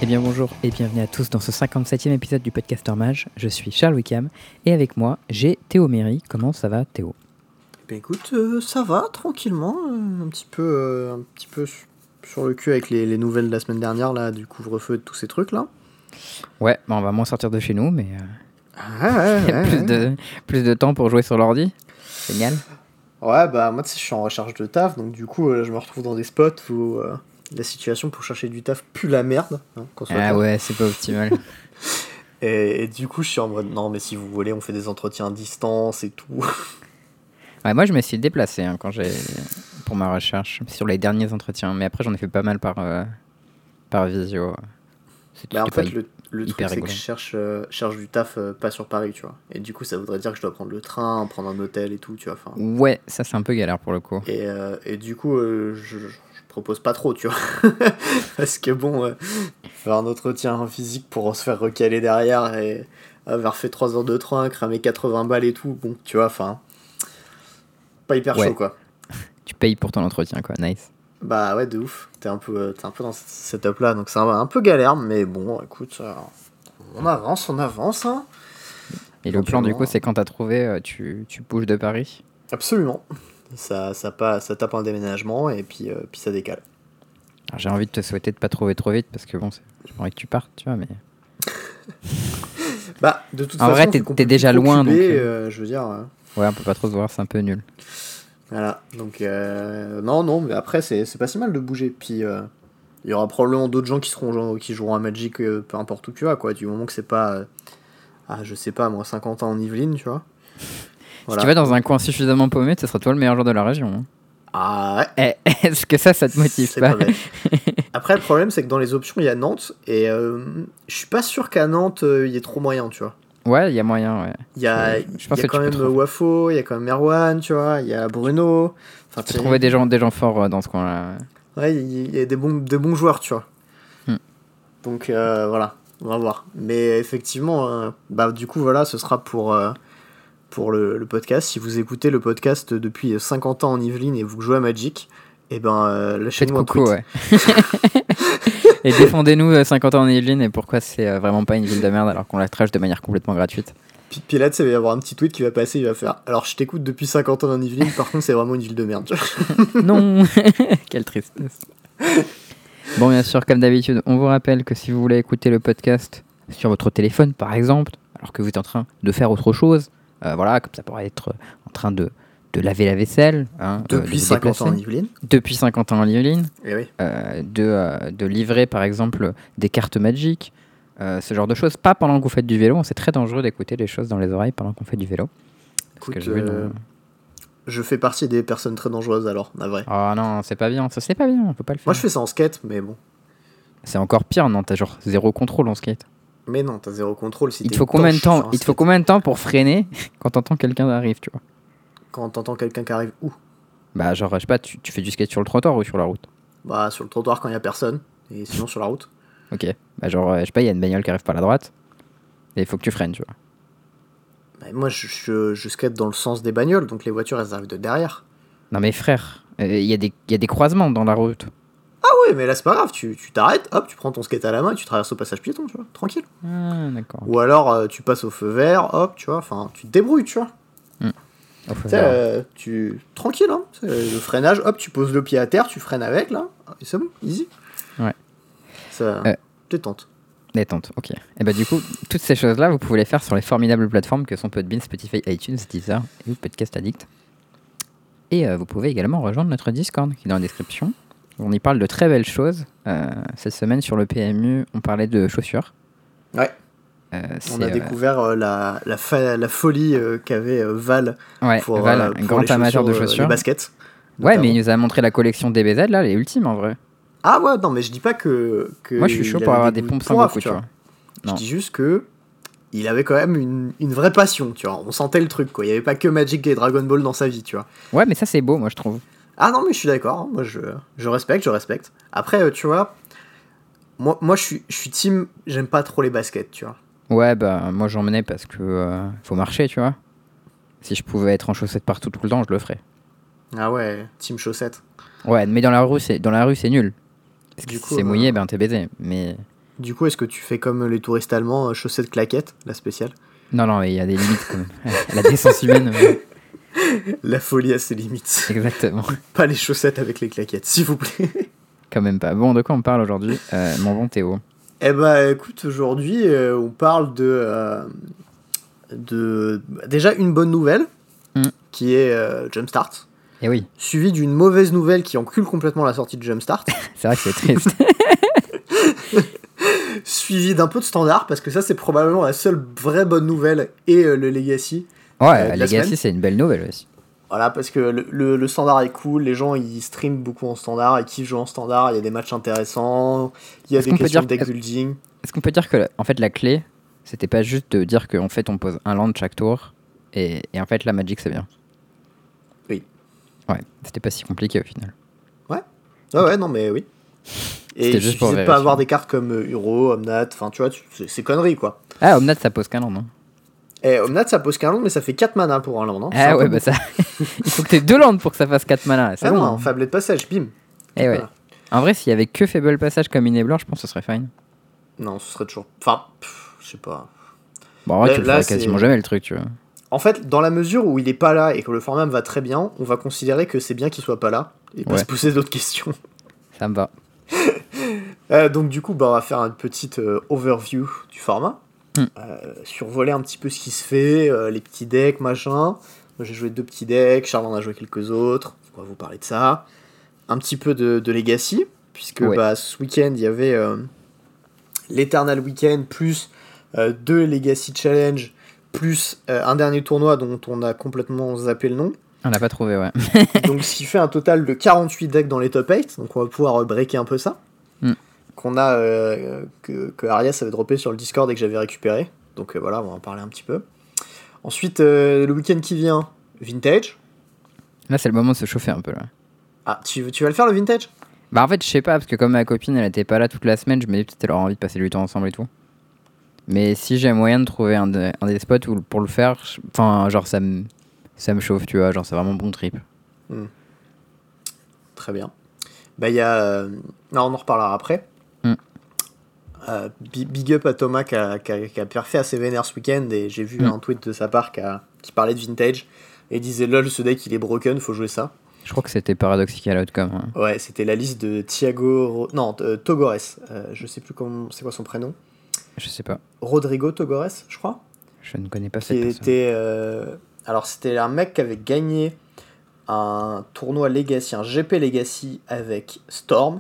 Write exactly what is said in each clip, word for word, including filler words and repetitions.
Eh bien bonjour et bienvenue à tous dans ce cinquante-septième épisode du Podcaster Mage. Je suis Charles Wickham et avec moi j'ai Théo Méry. Comment ça va Théo ? Ben écoute, euh, ça va tranquillement, euh, un petit peu, euh, un petit peu su- sur le cul avec les, les nouvelles de la semaine dernière là, du couvre-feu et de tous ces trucs là. Ouais, bah on va moins sortir de chez nous mais euh, Ah, ouais, il y a ouais, plus, ouais. de, plus de temps pour jouer sur l'ordi. Génial. Ouais, bah moi tu sais, je suis en recherche de taf, donc du coup euh, je me retrouve dans des spots où euh, la situation pour chercher du taf pue la merde, hein, qu'on soit Ah clair. ouais, c'est pas optimal. Et, et du coup je suis en mode non mais si vous voulez on fait des entretiens à distance et tout. Ouais, moi je me suis déplacé hein, quand j'ai pour ma recherche sur les derniers entretiens, mais après j'en ai fait pas mal par, euh, par visio. C'était Bah en pas fait le, le hyper truc c'est que rigolo. je cherche, euh, cherche du taf euh, pas sur Paris, tu vois. Et du coup ça voudrait dire que je dois prendre le train, prendre un hôtel et tout, tu vois. Enfin, Ouais, ça c'est un peu galère pour le coup. Et, euh, et du coup, euh, je, je propose pas trop, tu vois. Parce que bon, euh, faire un entretien en physique pour se faire recaler derrière et avoir fait trois heures de train, cramer quatre-vingts balles et tout, bon, tu vois, enfin, pas hyper Ouais. chaud, quoi. Tu payes pour ton entretien quoi, nice. Bah ouais, de ouf. T'es un peu, euh, t'es un peu dans ce setup-là, donc c'est un, un peu galère, mais bon, écoute, euh, on avance, on avance, hein. Et le plan du Éventuellement, coup c'est quand t'as trouvé, euh, tu, tu bouges de Paris. Absolument. Ça, ça, pas, ça tape un déménagement et puis, euh, puis ça décale. Alors, j'ai envie de te souhaiter de pas trouver trop vite parce que bon, c'est- j'ai pas envie que tu partes, tu vois, mais... Bah, de toute En façon, vrai, vu t'es- qu'on t'es peut déjà plus trop loin, cuber, donc, euh, euh, je veux dire... euh, Ouais, on peut pas trop se voir, c'est un peu nul. Voilà, donc euh, non, non, mais après c'est, c'est pas si mal de bouger. Puis il euh, y aura probablement d'autres gens qui seront genre, qui joueront à Magic, euh, peu importe où tu vas, quoi. Du moment que c'est pas, euh, ah, je sais pas, moi, cinquante ans en Yvelines, tu vois. Si tu vas dans un coin suffisamment paumé, ce sera toi le meilleur joueur de la région. Hein. Ah ouais, Eh, est-ce que ça, ça te motive c'est pas, pas bête. Après, le problème, c'est que dans les options, il y a Nantes, et euh, je suis pas sûr qu'à Nantes, il euh, y ait trop moyen, tu vois. Ouais, il y a moyen, ouais. Il y a, Je- je pense y a que quand tu peux même trouver. Wafo, il y a quand même Merwan, tu vois, il y a Bruno. Enfin, Tu peux trouver des gens, des gens forts euh, dans ce coin-là. Ouais, il y a des bons, des bons joueurs, tu vois. Hmm. Donc euh, voilà, on va voir. Mais effectivement, euh, bah du coup voilà, ce sera pour, euh, pour le, le podcast. Si vous écoutez le podcast depuis cinquante ans en Yvelines et vous jouez à Magic, et ben euh, Faites lâchez-nous un coucou, tweet. ouais. Et défendez-nous euh, cinquante ans en Yvelines et pourquoi c'est euh, vraiment pas une ville de merde alors qu'on la trash de manière complètement gratuite. Puis, puis là, tu sais, il va y avoir un petit tweet qui va passer, il va faire. Alors je t'écoute depuis cinquante ans en Yvelines, par contre c'est vraiment une ville de merde. Tu vois. Non. Quelle tristesse. Bon, bien sûr, comme d'habitude, on vous rappelle que si vous voulez écouter le podcast sur votre téléphone, par exemple, alors que vous êtes en train de faire autre chose, euh, voilà, comme ça pourrait être en train de, de laver la vaisselle, hein, euh, de Depuis vous cinquante ans en déplacer, Yvelines. depuis cinquante ans en Yvelines, Et oui. euh, de, euh, de livrer, par exemple, des cartes Magic, euh, ce genre de choses. Pas pendant que vous faites du vélo, c'est très dangereux d'écouter les choses dans les oreilles pendant qu'on fait du vélo. Parce Écoute, que j'ai vu euh, dans- je fais partie des personnes très dangereuses alors, la vraie. Oh non, c'est pas bien, ça c'est pas bien, faut pas le faire. Moi je fais ça en skate, mais bon. C'est encore pire, non, t'as genre zéro contrôle en skate. Mais non, t'as zéro contrôle si Il t'es te faut combien de torche temps sur un Il te faut skate. combien de temps pour freiner quand t'entends quelqu'un arrive, tu vois? Quand t'entends quelqu'un qui arrive où? Bah genre je sais pas, tu, tu fais du skate sur le trottoir ou sur la route? Bah sur le trottoir quand il y a personne, et sinon sur la route. Ok. Bah genre euh, je sais pas, il y a une bagnole qui arrive par la droite et il faut que tu freines, tu vois. Bah, moi je, je, je skate dans le sens des bagnoles, donc les voitures elles arrivent de derrière. Non mais frère, il euh, y, y a des croisements dans la route. Ah ouais, mais là c'est pas grave, tu tu t'arrêtes, hop, tu prends ton skate à la main et tu traverses au passage piéton, tu vois, tranquille. Ah d'accord. Ou alors euh, tu passes au feu vert, hop, tu vois, enfin tu te débrouilles, tu vois. Au feu Tu sais, vert. euh, tu tranquille, hein. C'est le freinage, hop, tu poses le pied à terre, tu freines avec là, et c'est bon, easy. Ouais. Ça Euh. détente. Détente, ok. Et bah du coup, toutes ces choses-là, vous pouvez les faire sur les formidables plateformes que sont Podbean, Spotify, iTunes, Deezer et Podcast Addict. Et euh, vous pouvez également rejoindre notre Discord qui est dans la description. On y parle de très belles choses. Euh, cette semaine sur le P M U, on parlait de chaussures. Ouais. Euh, On c'est, a euh, découvert euh, la, la, fa- la folie euh, qu'avait euh, Val ouais, pour, Val, euh, un pour grand les amateur de euh, chaussures. les baskets. Ouais, notamment. mais il nous a montré la collection D B Z, là, elle est ultime en vrai. Ah ouais, non, mais je dis pas que. que Moi, je suis chaud il pour avait avoir des goûts pompes pourraves, Sengoku, tu vois. Je Non. dis juste que. Il avait quand même une, une vraie passion, tu vois. On sentait le truc, quoi. Il y avait pas que Magic et Dragon Ball dans sa vie, tu vois. Ouais, mais ça, c'est beau, moi, je trouve. Ah non, mais je suis d'accord. Hein. Moi, je, je respecte, je respecte. Après, euh, tu vois. Moi, moi je, suis, je suis team. J'aime pas trop les baskets, tu vois. Ouais, bah, moi, j'en menais parce que euh, faut marcher, tu vois. Si je pouvais être en chaussettes partout tout le temps, je le ferais. Ah ouais, team chaussettes. Ouais, mais dans la rue, c'est, dans la rue, c'est nul. Parce que Du si coup, c'est euh, mouillé, ben t'es baisé. Mais Du coup, est-ce que tu fais comme les touristes allemands, euh, chaussettes claquettes, la spéciale? Non, non, mais il y a des limites quand même. La décence humaine. euh, La folie a ses limites. Exactement. Pas les chaussettes avec les claquettes, s'il vous plaît. Quand même pas. Bon, de quoi on parle aujourd'hui, euh, mon bon Théo? Eh bah écoute, aujourd'hui, euh, on parle de, euh, de... Déjà, une bonne nouvelle, Mm. qui est euh, Jumpstart, Eh oui, suivie d'une mauvaise nouvelle qui encule complètement la sortie de Jumpstart, c'est vrai que c'est triste. suivie d'un peu de standard, parce que ça, c'est probablement la seule vraie bonne nouvelle, et euh, le Legacy. Ouais, Euh, de la Legacy, semaine. c'est une belle nouvelle aussi. Voilà, parce que le, le, le standard est cool, les gens ils streament beaucoup en standard, ils kiffent jouer en standard, il y a des matchs intéressants, il y a Est-ce des qu'on peut questions dire- de deck building. Est-ce qu'on peut dire que, en fait, la clé, c'était pas juste de dire qu'en fait, on pose un land chaque tour, et, et en fait, la Magic, c'est bien. Oui. Ouais, c'était pas si compliqué au final. Ouais, ouais, non, mais oui. Et C'était il juste pour suffisait de vérifier. pas avoir des cartes comme euh, Uro, Omnat, enfin tu vois, tu- c'est, c'est connerie quoi. Ah, Omnat, ça pose qu'un land, non? Et Omnat ça pose qu'un land, mais ça fait quatre mana pour un land. Hein. C'est Ah un ouais, peu bah ça. Il faut que t'aies deux lands pour que ça fasse quatre mana. C'est Ah bon. non, hein. Fable de passage, bim. Eh ouais. Voilà. En vrai, s'il y avait que Fable Passage comme Enabler, je pense que ce serait fine. Non, ce serait toujours. Enfin, pff, je sais pas. Bon, en vrai, Là- tu le là, ferais c'est- quasiment jamais le truc, tu vois. En fait, dans la mesure où il est pas là et que le format me va très bien, on va considérer que c'est bien qu'il soit pas là et pas Ouais. se poser d'autres questions. Ça me va. Euh, donc du coup, bah, on va faire une petite euh, overview du format. Hmm. Euh, survoler un petit peu ce qui se fait, euh, les petits decks, machin. Moi j'ai joué deux petits decks, Charles en a joué quelques autres. On va vous parler de ça. Un petit peu de, de Legacy, puisque Ouais. bah, ce week-end il y avait euh, l'Eternal Weekend plus euh, deux Legacy Challenge plus euh, un dernier tournoi dont on a complètement zappé le nom. On l'a pas trouvé, ouais. Donc ce qui fait un total de quarante-huit decks dans les top huit, donc on va pouvoir euh, breaker un peu ça. Mm. Qu'on a, euh, que, que Arias avait droppé sur le Discord et que j'avais récupéré. Donc euh, voilà, on va en parler un petit peu. Ensuite, euh, le week-end qui vient, Vintage. Là, c'est le moment de se chauffer un peu, là. Ah, tu, tu vas le faire le Vintage? Bah, en fait, je sais pas, parce que comme ma copine, elle était pas là toute la semaine, je me dis peut-être elle aura envie de passer du temps ensemble et tout. Mais si j'ai moyen de trouver un, de- un des spots où, pour le faire, je- enfin, genre, ça me, ça me chauffe, tu vois, genre, c'est vraiment bon trip. Très bien. Bah il y a... euh, non, on en reparlera après. Mm. Euh, bi- big up à Thomas qui a, qui a, qui a perfait assez vénère ce week-end et j'ai vu Mm. un tweet de sa part qui, a- qui parlait de Vintage et disait lol ce deck il est broken, faut jouer ça. Je crois que c'était Paradoxical Outcome. hein. Ouais, c'était la liste de Thiago... Ro- Non, euh, Togores. Euh, je sais plus comment... c'est quoi son prénom. Je sais pas. Rodrigo Togores, je crois. Je ne connais pas Qui cette personne. était... euh, Alors, c'était un mec qui avait gagné un tournoi Legacy, un G P Legacy avec Storm.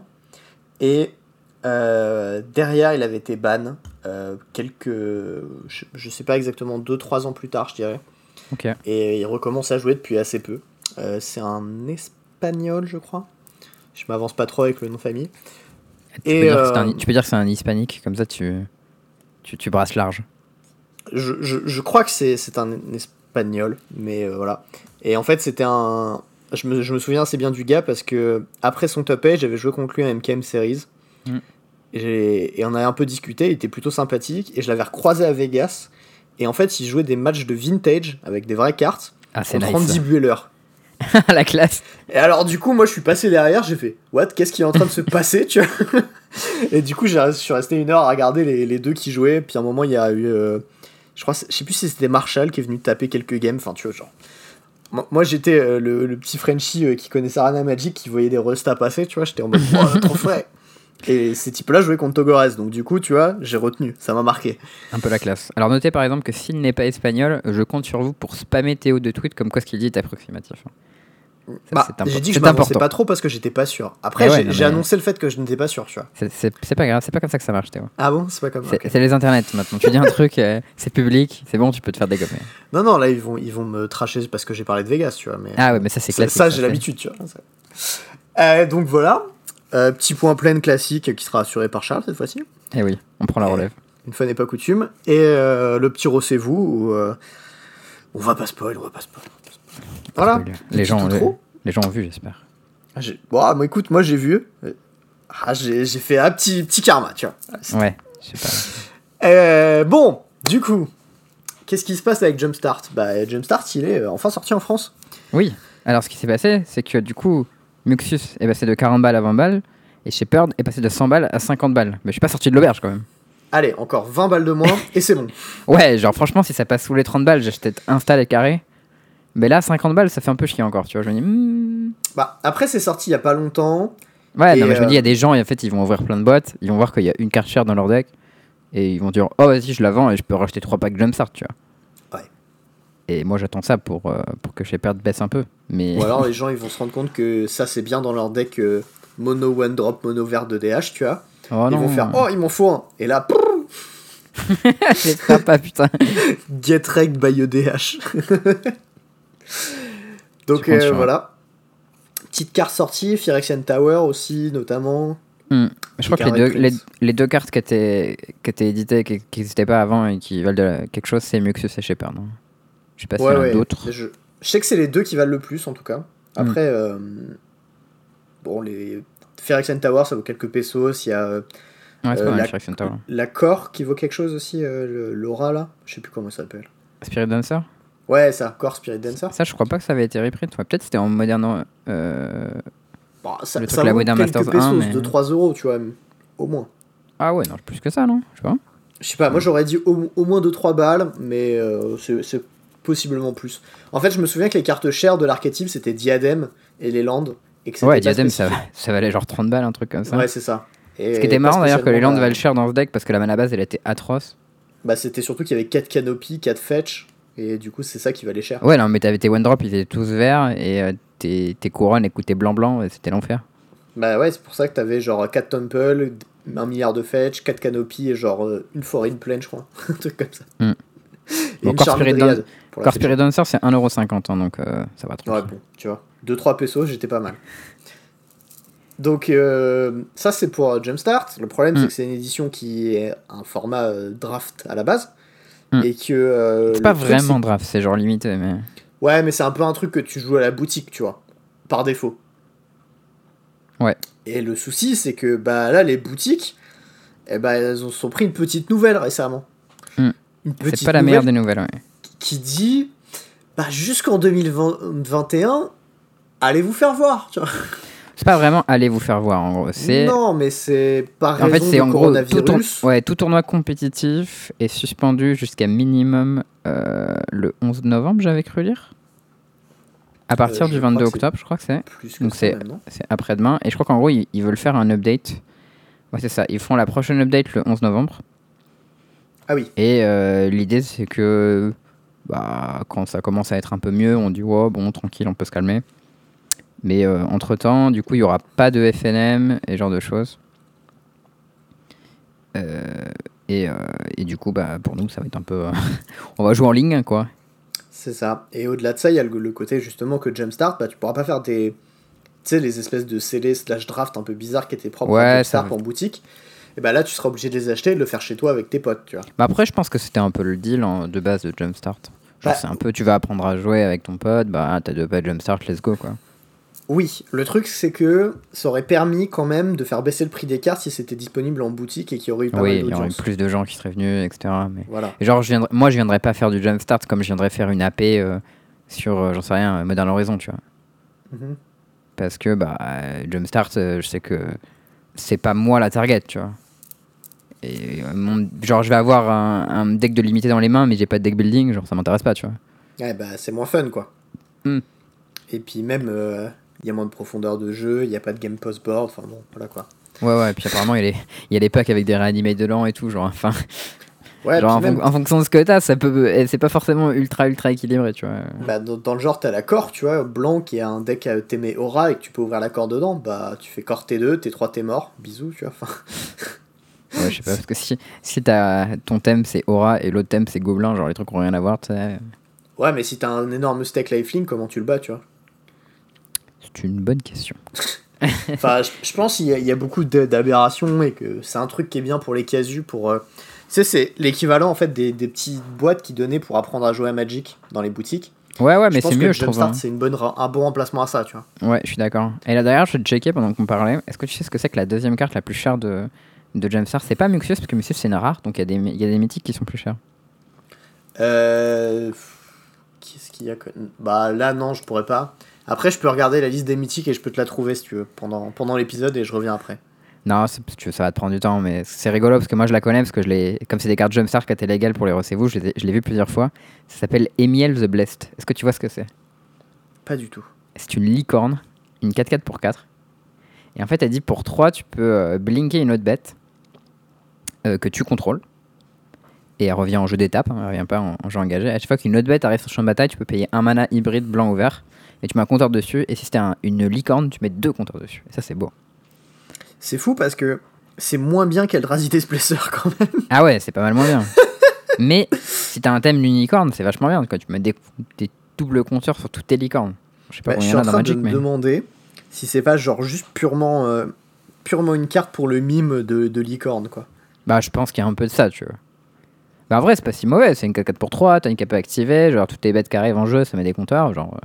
Et euh, derrière, il avait été ban euh, quelques... Je, je sais pas exactement, deux trois ans plus tard, je dirais. Ok. Et il recommence à jouer depuis assez peu. Euh, c'est un espagnol, je crois. Je m'avance pas trop avec le nom de famille. Tu, Et, peux dire que euh, c'est un, tu peux dire que c'est un hispanique, comme ça tu, tu, tu brasses large. Je, je, je crois que c'est, c'est un espagnol, mais euh, voilà. Et en fait, c'était un... Je me, je me souviens assez bien du gars parce que après son top eight, j'avais joué contre lui en M K M Series. Mm. Et, j'ai- et on a un peu discuté, il était plutôt sympathique. Et je l'avais recroisé à Vegas. Et en fait, il jouait des matchs de vintage avec des vraies cartes Ah, c'est contre nice. Andy Bueller. La classe. Et alors, du coup, moi, je suis passé derrière, j'ai fait what, qu'est-ce qui est en train de se passer, tu vois. Et du coup, j'ai- je suis resté une heure à regarder les, les deux qui jouaient. Puis à un moment, il y a eu. euh, je crois, je sais plus si c'était Marshall qui est venu taper quelques games. Enfin, tu vois, genre. Moi, moi, j'étais euh, le, le petit Frenchie euh, qui connaissait rien à Magic, qui voyait des restats passer, tu vois. J'étais en mode, oh, trop frais. Et ces types-là jouaient contre Togores. Donc, du coup, tu vois, j'ai retenu. Ça m'a marqué. Un peu la classe. Alors notez par exemple que s'il n'est pas espagnol, je compte sur vous pour spammer Théo de tweets comme quoi ce qu'il dit est approximatif. Ça, Bah, c'est impo- j'ai dit que je c'est m'avançais important. pas trop parce que j'étais pas sûr. Après, Eh ouais, j'ai non, j'ai mais- annoncé le fait que je n'étais pas sûr, tu vois. C'est, c'est, c'est pas grave, c'est pas comme ça que ça marche Théo. Ah bon, c'est pas comme ça. C'est, c'est les internets maintenant. Tu dis un truc, euh, c'est public, c'est bon, tu peux te faire dégommer. Non, non, là, ils vont, ils vont me tracher parce que j'ai parlé de Vegas, tu vois. Mais... Ah ouais, mais ça c'est Ça, classique. ça, j'ai c'est- l'habitude, tu vois. Euh, donc voilà, Euh, petit point plein classique qui sera assuré par Charles cette fois-ci. Eh oui, on prend la Eh, relève. Une fois n'est pas coutume. Et euh, le petit rossez-vous où euh, on va pas spoil, on va pas spoil. on va pas spoil. Voilà. Spoiler. Les gens, tout les, trop. les gens ont vu, j'espère. Ah, j'ai- bon, ah, moi, écoute, moi j'ai vu. Ah, j'ai, j'ai fait un petit, petit karma, tu vois. C'est- Ouais, je sais pas. Euh, bon, du coup, qu'est-ce qui se passe avec Jumpstart? Bah, Jumpstart, il est euh, enfin sorti en France. Oui, alors ce qui s'est passé, c'est que du coup, Muxus est passé de quarante balles à vingt balles, Et Shepard est passé de cent balles à cinquante balles. Mais je suis pas sorti de l'auberge quand même. Allez, encore vingt balles de moins et c'est bon. Ouais, genre franchement, si ça passe sous les trente balles, j'achète Install et carré. Mais là, cinquante balles, ça fait un peu chier encore, tu vois. Je me dis. Hmm... Bah, après, c'est sorti il y a pas longtemps. Ouais, et non, mais je me dis, il y a euh, des gens, et en fait, ils vont ouvrir plein de boîtes, ils vont voir qu'il y a une carte chère dans leur deck, et ils vont dire, oh, vas-y, je la vends et je peux racheter trois packs Jumpstart, tu vois. Ouais. Et moi, j'attends ça pour, euh, pour que Shepard baisse un peu. Mais... Ou alors, les gens, ils vont se rendre compte que ça, c'est bien dans leur deck euh, mono one drop, mono vert de D H, tu vois. Oh ils non. vont faire, oh, il m'en faut un. Et là, prrr, J'espère pas, putain. get wrecked by E D H. Donc, euh, voilà. Petite carte sortie, Phyrexian Tower aussi, notamment. Mm. Je crois que les deux, les, les deux cartes qui étaient, qui étaient éditées, qui n'existaient pas avant et qui valent de la, quelque chose, c'est Muxus et Shepard. Hein. Je sais pas s'il ouais, y en a ouais, d'autres. Je, je sais que c'est les deux qui valent le plus, en tout cas. Après, mm. euh, bon, les Phyrexian Tower, ça vaut quelques pesos. Il y a euh, ouais, euh, la, Tower. la Core qui vaut quelque chose aussi, euh, L'aura, là. Je sais plus comment ça s'appelle. Spirit Dancer. Ouais, ça, Core Spirit Dancer. Ça, je crois pas que ça avait été reprint. Ouais, peut-être c'était en moderne. Euh... Bon, ça, le ça truc, la vaut Modern quelques Masters pesos, un, mais... de trois euros, tu vois, au moins. Ah ouais, non, plus que ça, non? Je sais pas. Je sais pas, moi j'aurais dit au, au moins deux trois balles, mais euh, c'est, c'est possiblement plus. En fait, je me souviens que les cartes chères de l'archétype, c'était Diadème et les Landes. Et que ouais, Diadème, ça, ça valait genre trente balles, un truc comme ça. Ouais, c'est ça. Et ce qui était marrant d'ailleurs que les Landes bah... valent cher dans ce deck parce que la mana base, elle était atroce. Bah, c'était surtout qu'il y avait quatre Canopy, quatre Fetch, et du coup, c'est ça qui valait cher. Ouais, non, mais t'avais tes One Drop, ils étaient tous verts, et euh, tes, tes couronnes écoutaient blanc-blanc, et c'était l'enfer. Bah ouais, c'est pour ça que t'avais genre quatre Temple, un milliard de Fetch, quatre Canopy et genre euh, une Foreign Plain, je crois. Un truc comme ça. Mm. Et bon, une Core Charme Spirit, Dryad, Don- Core Spirit Dancer, c'est un euro cinquante, hein, donc euh, ça va trop. Ouais, bon, tu vois. deux trois pesos, j'étais pas mal. Donc, euh, ça c'est pour Jumpstart. Le problème, mm. c'est que c'est une édition qui est un format euh, draft à la base. Mm. Et que. Euh, c'est pas truc, vraiment c'est... draft, c'est genre limité, mais. Ouais, mais c'est un peu un truc que tu joues à la boutique, tu vois. Par défaut. Ouais. Et le souci, c'est que bah, là, les boutiques, eh bah, elles ont sont pris une petite nouvelle récemment. Mm. Une petite c'est pas la meilleure des nouvelles, ouais. Qui dit bah, jusqu'en deux mille vingt et un, allez vous faire voir, tu vois. C'est pas vraiment aller vous faire voir en gros. C'est... Non, mais c'est par en raison fait, c'est de en coronavirus. Gros, tout, tour... ouais, tout tournoi compétitif est suspendu jusqu'à minimum euh, le onze novembre, j'avais cru lire. À partir euh, du vingt-deux octobre, je crois que c'est. Plus que Donc ça, c'est, même, c'est après-demain. Et je crois qu'en gros, ils, ils veulent faire un update. Ouais, c'est ça. Ils font la prochaine update le onze novembre. Ah oui. Et euh, l'idée, c'est que bah, quand ça commence à être un peu mieux, on dit oh, bon, tranquille, on peut se calmer. Mais euh, entre-temps, du coup, il n'y aura pas de F N M et ce genre de choses. Euh, et, euh, et du coup, bah, pour nous, ça va être un peu... on va jouer en ligne, quoi. C'est ça. Et au-delà de ça, il y a le, le côté, justement, que Jumpstart, bah, tu pourras pas faire des... Tu sais, les espèces de scellés slash draft un peu bizarres qui étaient propres ouais, à Jumpstart ça... en boutique. Et bah là, tu seras obligé de les acheter et de le faire chez toi avec tes potes, tu vois. Bah après, je pense que c'était un peu le deal en, de base de Jumpstart. Genre, bah, c'est un peu, tu vas apprendre à jouer avec ton pote, bah, t'as deux potes Jumpstart, let's go, quoi. Oui, le truc c'est que ça aurait permis quand même de faire baisser le prix des cartes si c'était disponible en boutique et qu'il y aurait eu pas oui, mal d'audience. Oui, il y aurait eu plus de gens qui seraient venus, et cetera. Mais... Voilà. Et genre, je viendrais... moi je viendrais pas faire du Jumpstart comme je viendrais faire une A P euh, sur, euh, j'en sais rien, Modern Horizon, tu vois. Mm-hmm. Parce que bah, euh, Jumpstart, euh, je sais que c'est pas moi la target, tu vois. Et euh, mon... genre, je vais avoir un, un deck de limité dans les mains, mais j'ai pas de deck building, genre ça m'intéresse pas, tu vois. Ouais, bah c'est moins fun, quoi. Mm. Et puis même. Euh... Il y a moins de profondeur de jeu, il n'y a pas de game post board, enfin bon, voilà quoi. Ouais, ouais, et puis apparemment, il y a les, il y a les packs avec des réanimés dedans et tout, genre, enfin... Ouais, genre, en, même... fon- en fonction de ce que t'as, ça peut... c'est pas forcément ultra, ultra équilibré, tu vois. Bah, dans, dans le genre, t'as la core, tu vois, blanc qui a un deck à t'aimer aura et que tu peux ouvrir la core dedans, bah, tu fais core T deux, T trois, t'es mort, bisous, tu vois, enfin... Ouais, je sais pas, parce que si, si t'as... ton thème c'est aura et l'autre thème c'est gobelin, genre les trucs ont rien à voir, tu sais... Ouais, mais si t'as un énorme stack lifelink, comment tu le bats, tu vois? C'est une bonne question. Enfin, je, je pense qu'il y a, il y a beaucoup d'aberrations et que c'est un truc qui est bien pour les casus. Pour, euh... tu sais, c'est l'équivalent en fait des, des petites boîtes qui donnaient pour apprendre à jouer à Magic dans les boutiques. Ouais, ouais, je mais c'est mieux, je trouve. Jumpstart, hein. c'est une bonne, un bon remplacement à ça, tu vois. Ouais, je suis d'accord. Et là derrière, je vais checker pendant qu'on parlait. Est-ce que tu sais ce que c'est que la deuxième carte la plus chère de, de Jumpstart? C'est pas Muxus, parce que Muxus c'est une rare, donc il y, a des, il y a des mythiques qui sont plus chers. Euh. Qu'est-ce qu'il y a que... Bah là, non, je pourrais pas. Après, je peux regarder la liste des mythiques et je peux te la trouver si tu veux pendant, pendant l'épisode et je reviens après. Non, c'est parce que ça va te prendre du temps, mais c'est rigolo parce que moi je la connais parce que je l'ai, comme c'est des cartes Jumpstart qui étaient légales pour les recevez-vous, je l'ai, je l'ai vu plusieurs fois. Ça s'appelle Emiel the Blessed. Est-ce que tu vois ce que c'est? Pas du tout. C'est une licorne, une quatre quatre pour quatre. Et en fait, elle dit pour trois, tu peux euh, blinker une autre bête euh, que tu contrôles. Et elle revient en jeu d'étape, hein, elle revient pas en, en jeu engagé. À chaque fois qu'une autre bête arrive sur le champ de bataille, tu peux payer un mana hybride blanc ou vert. Et tu mets un compteur dessus. Et si c'était un, une licorne, tu mets deux compteurs dessus. Et ça, c'est beau. C'est fou parce que c'est moins bien qu'Eldrazi Splacer quand même. Ah ouais, c'est pas mal moins bien. Mais si t'as un thème l'unicorne, c'est vachement bien. Quoi. Tu mets des, des doubles compteurs sur toutes tes licornes. Je sais pas Bah, je combien il suis y en en a dans train Magic, de me mais... demander si c'est pas genre juste purement, euh, purement une carte pour le mime de, de licorne, quoi. Bah, je pense qu'il y a un peu de ça, tu vois. Bah, en vrai, c'est pas si mauvais. C'est une quatre quatre pour trois, t'as une capa activée. Genre, toutes tes bêtes qui arrivent en jeu, ça met des compteurs. Genre,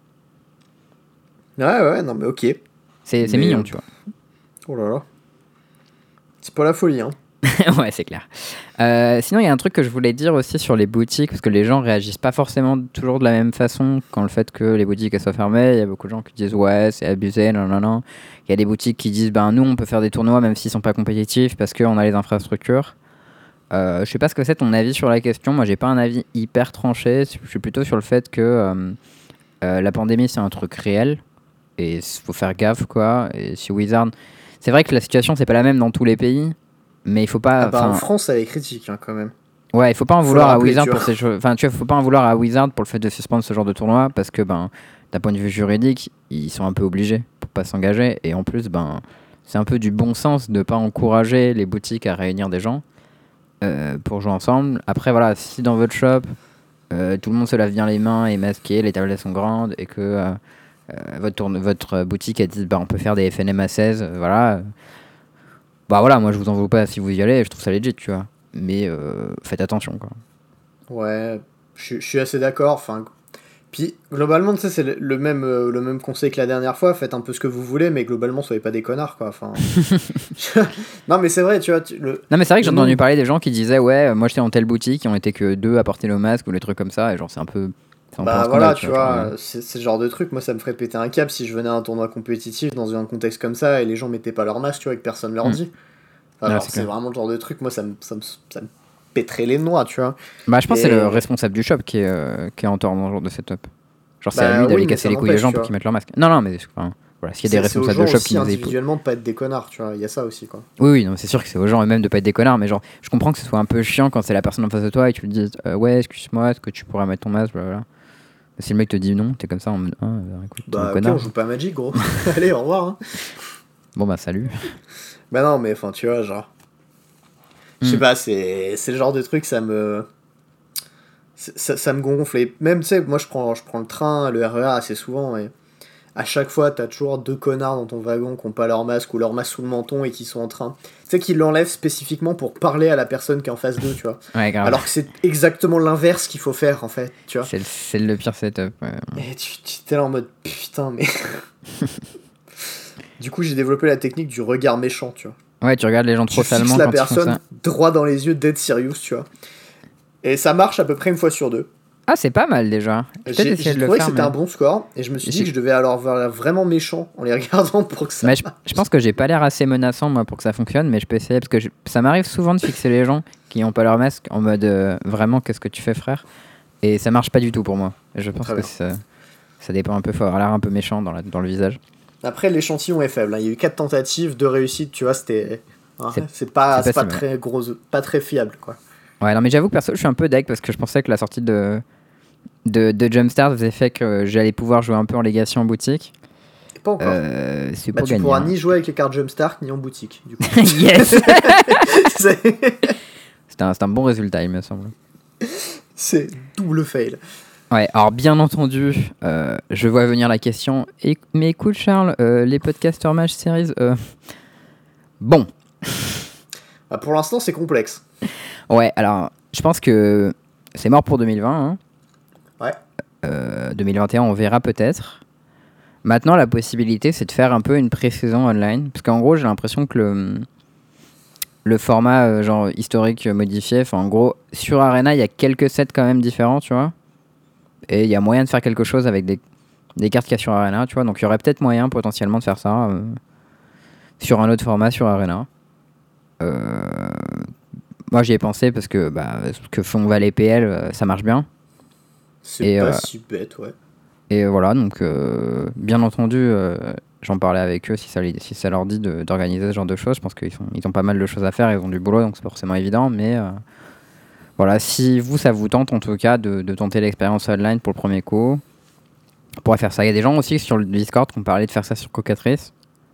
euh, Ouais, ouais, non, mais ok. c'est, c'est Mais, mignon, euh, tu vois. Oh là là. C'est pas la folie, hein. Ouais, c'est clair. Euh, sinon, il y a un truc que je voulais dire aussi sur les boutiques, parce que les gens réagissent pas forcément toujours de la même façon quand le fait que les boutiques elles soient fermées. Il y a beaucoup de gens qui disent ouais, c'est abusé, non, non, non. Il y a des boutiques qui disent ben nous, on peut faire des tournois même s'ils sont pas compétitifs parce qu'on a les infrastructures. Euh, je sais pas ce que c'est ton avis sur la question. Moi, j'ai pas un avis hyper tranché. Je suis plutôt sur le fait que euh, euh, la pandémie c'est un truc réel et il faut faire gaffe quoi. Et si Wizard, c'est vrai que la situation c'est pas la même dans tous les pays. Mais il faut pas. Ah bah en Enfin, France, elle est critique, hein, quand même. ouais, il faut pas en Faut vouloir le à rappeler, Wizard tu pour vois. ces choses. Enfin, tu vois, faut pas en vouloir à Wizard pour le fait de suspendre ce genre de tournoi parce que, ben, d'un point de vue juridique, ils sont un peu obligés pour pas s'engager. Et en plus, ben, c'est un peu du bon sens de pas encourager les boutiques à réunir des gens euh, pour jouer ensemble. Après, voilà, si dans votre shop, euh, tout le monde se lave bien les mains et est masqué, les tables elles sont grandes et que euh, euh, votre, tourne- votre boutique elle dit, bah, on peut faire des F N M à seize, euh, voilà. euh, Bah voilà, moi je vous en veux pas si vous y allez, je trouve ça legit, tu vois. Mais euh, faites attention, quoi. Ouais, je je suis assez d'accord. Enfin, puis globalement, tu sais, c'est le, le même, euh, le même conseil que la dernière fois. Faites un peu ce que vous voulez, mais globalement, soyez pas des connards, quoi. Enfin, non, mais c'est vrai, tu vois. Tu- le, Non mais c'est vrai que j'ai le entendu monde- parler des gens qui disaient ouais, euh, moi j'étais en telle boutique, ils ont été que deux à porter le masque ou des trucs comme ça, et genre c'est un peu... C'est un peu un Bah scandale, voilà, tu genre, vois, euh, c'est c'est le genre de truc. Moi, ça me ferait péter un câble si je venais à un tournoi compétitif dans un contexte comme ça et les gens mettaient pas leur masque, tu vois, et que personne leur Hmm. dit. Enfin, Ouais, genre, c'est c'est clair. vraiment le genre de truc, moi, ça me, ça me, ça me pèterait les noix, tu vois. Bah je pense que c'est Et- le responsable du shop qui est, euh, qui est en tort dans ce genre de setup. Genre c'est à Bah lui d'aller oui, mais casser ça les couilles des n'empêche, gens tu pour vois. qu'ils mettent leur masque. Non non mais enfin, voilà, s'il y a des C'est c'est aux responsables de gens shop aussi qui nous écoutent. individuellement de pas être des connards, tu vois. Il y a ça aussi, quoi. Oui oui, non, c'est sûr que c'est aux gens eux-mêmes de pas être des connards, mais genre je comprends que ce soit un peu chiant quand c'est la personne en face de toi et tu lui dis euh, ouais excuse-moi, est-ce que tu pourrais mettre ton masque, blablabla. Si le mec te dit non, t'es comme ça en mode ah, euh, écoute, t'es un Bah ok, connard. on joue pas à Magic, gros. Allez, au revoir, hein. Bon bah salut. Bah non, mais enfin, tu vois, genre... Je sais Hmm. pas, c'est c'est le genre de truc, ça me... c'est- Ça, ça me gonfle. Et même, tu sais, moi, je prends, je prends le train, le R E R assez souvent, et à chaque fois, t'as toujours deux connards dans ton wagon qui ont pas leur masque ou leur masque sous le menton et qui sont en train... Tu sais, qui l'enlèvent spécifiquement pour parler à la personne qui est en face d'eux, tu vois. Ouais grave. Alors que c'est exactement l'inverse qu'il faut faire, en fait, tu vois. C'est le, c'est le pire setup. Ouais. Et tu tu- t'es là en mode, putain, mais... Du coup, j'ai développé la technique du regard méchant, tu vois. Ouais, tu regardes les gens trop Tu fixes salement la quand ils font personne ça. droit dans les yeux, dead serious, tu vois. Et ça marche à peu près une fois sur deux. Ah, c'est pas mal déjà. Peut-être J'ai essayer j'ai de le trouvé que faire. c'était Mais, un bon score, et je me suis Et dit c'est- que je devais alors avoir l'air vraiment méchant en les regardant pour que ça... mais je, je pense que j'ai pas l'air assez menaçant moi pour que ça fonctionne, mais je peux essayer parce que je- ça m'arrive souvent de fixer les gens qui ont pas leur masque en mode euh, vraiment qu'est-ce que tu fais frère, et ça marche pas du tout pour moi. Et je pense Très que bien. ça, ça dépend un peu, faut avoir l'air un peu méchant dans, la, dans le visage. Après, l'échantillon est faible, hein. Il y a eu quatre tentatives, deux réussites, tu vois, c'était... hein, C'est- c'est pas, c'est c'est pas pas, si très gros, pas très fiable, quoi. Ouais, non mais j'avoue que perso je suis un peu deg parce que je pensais que la sortie de, de, de Jumpstart faisait fait que j'allais pouvoir jouer un peu en Legacy en boutique. Et pas encore. Euh, c'est Bah, pour tu gagner. pourras hein. ni jouer avec les cartes Jumpstart, ni en boutique, du coup. Yes. C'est- C'est un, c'est un bon résultat il me semble. c'est double fail. Ouais, alors bien entendu, euh, je vois venir la question. Et, mais écoute Charles, euh, les podcasters Mage Series, euh, bon, Bah, pour l'instant, c'est complexe. ouais, alors je pense que c'est mort pour deux mille vingt. Hein. Ouais. Euh, deux mille vingt et un, on verra peut-être. Maintenant, la possibilité, c'est de faire un peu une pré-saison online, parce qu'en gros, j'ai l'impression que le le format euh, genre historique euh, modifié, enfin en gros, sur Arena, il y a quelques sets quand même différents, tu vois. Et il y a moyen de faire quelque chose avec des, des cartes qu'il y a sur Arena, tu vois. Donc il y aurait peut-être moyen potentiellement de faire ça. euh. sur un autre format, sur Arena. Euh, moi, j'y ai pensé parce que bah, ce que font Valais P L, euh, ça marche bien. C'est Et, pas euh, si bête, ouais. Et voilà, donc euh, bien entendu, euh, j'en parlais avec eux si ça, les- si ça leur dit de- d'organiser ce genre de choses. Je pense qu'ils sont, ils ont pas mal de choses à faire, ils ont du boulot, donc c'est pas forcément évident. Mais euh, voilà, si vous, ça vous tente en tout cas de, de tenter l'expérience online pour le premier coup, on pourrait faire ça. Il y a des gens aussi sur le Discord qui ont parlé de faire ça sur Cocatrice.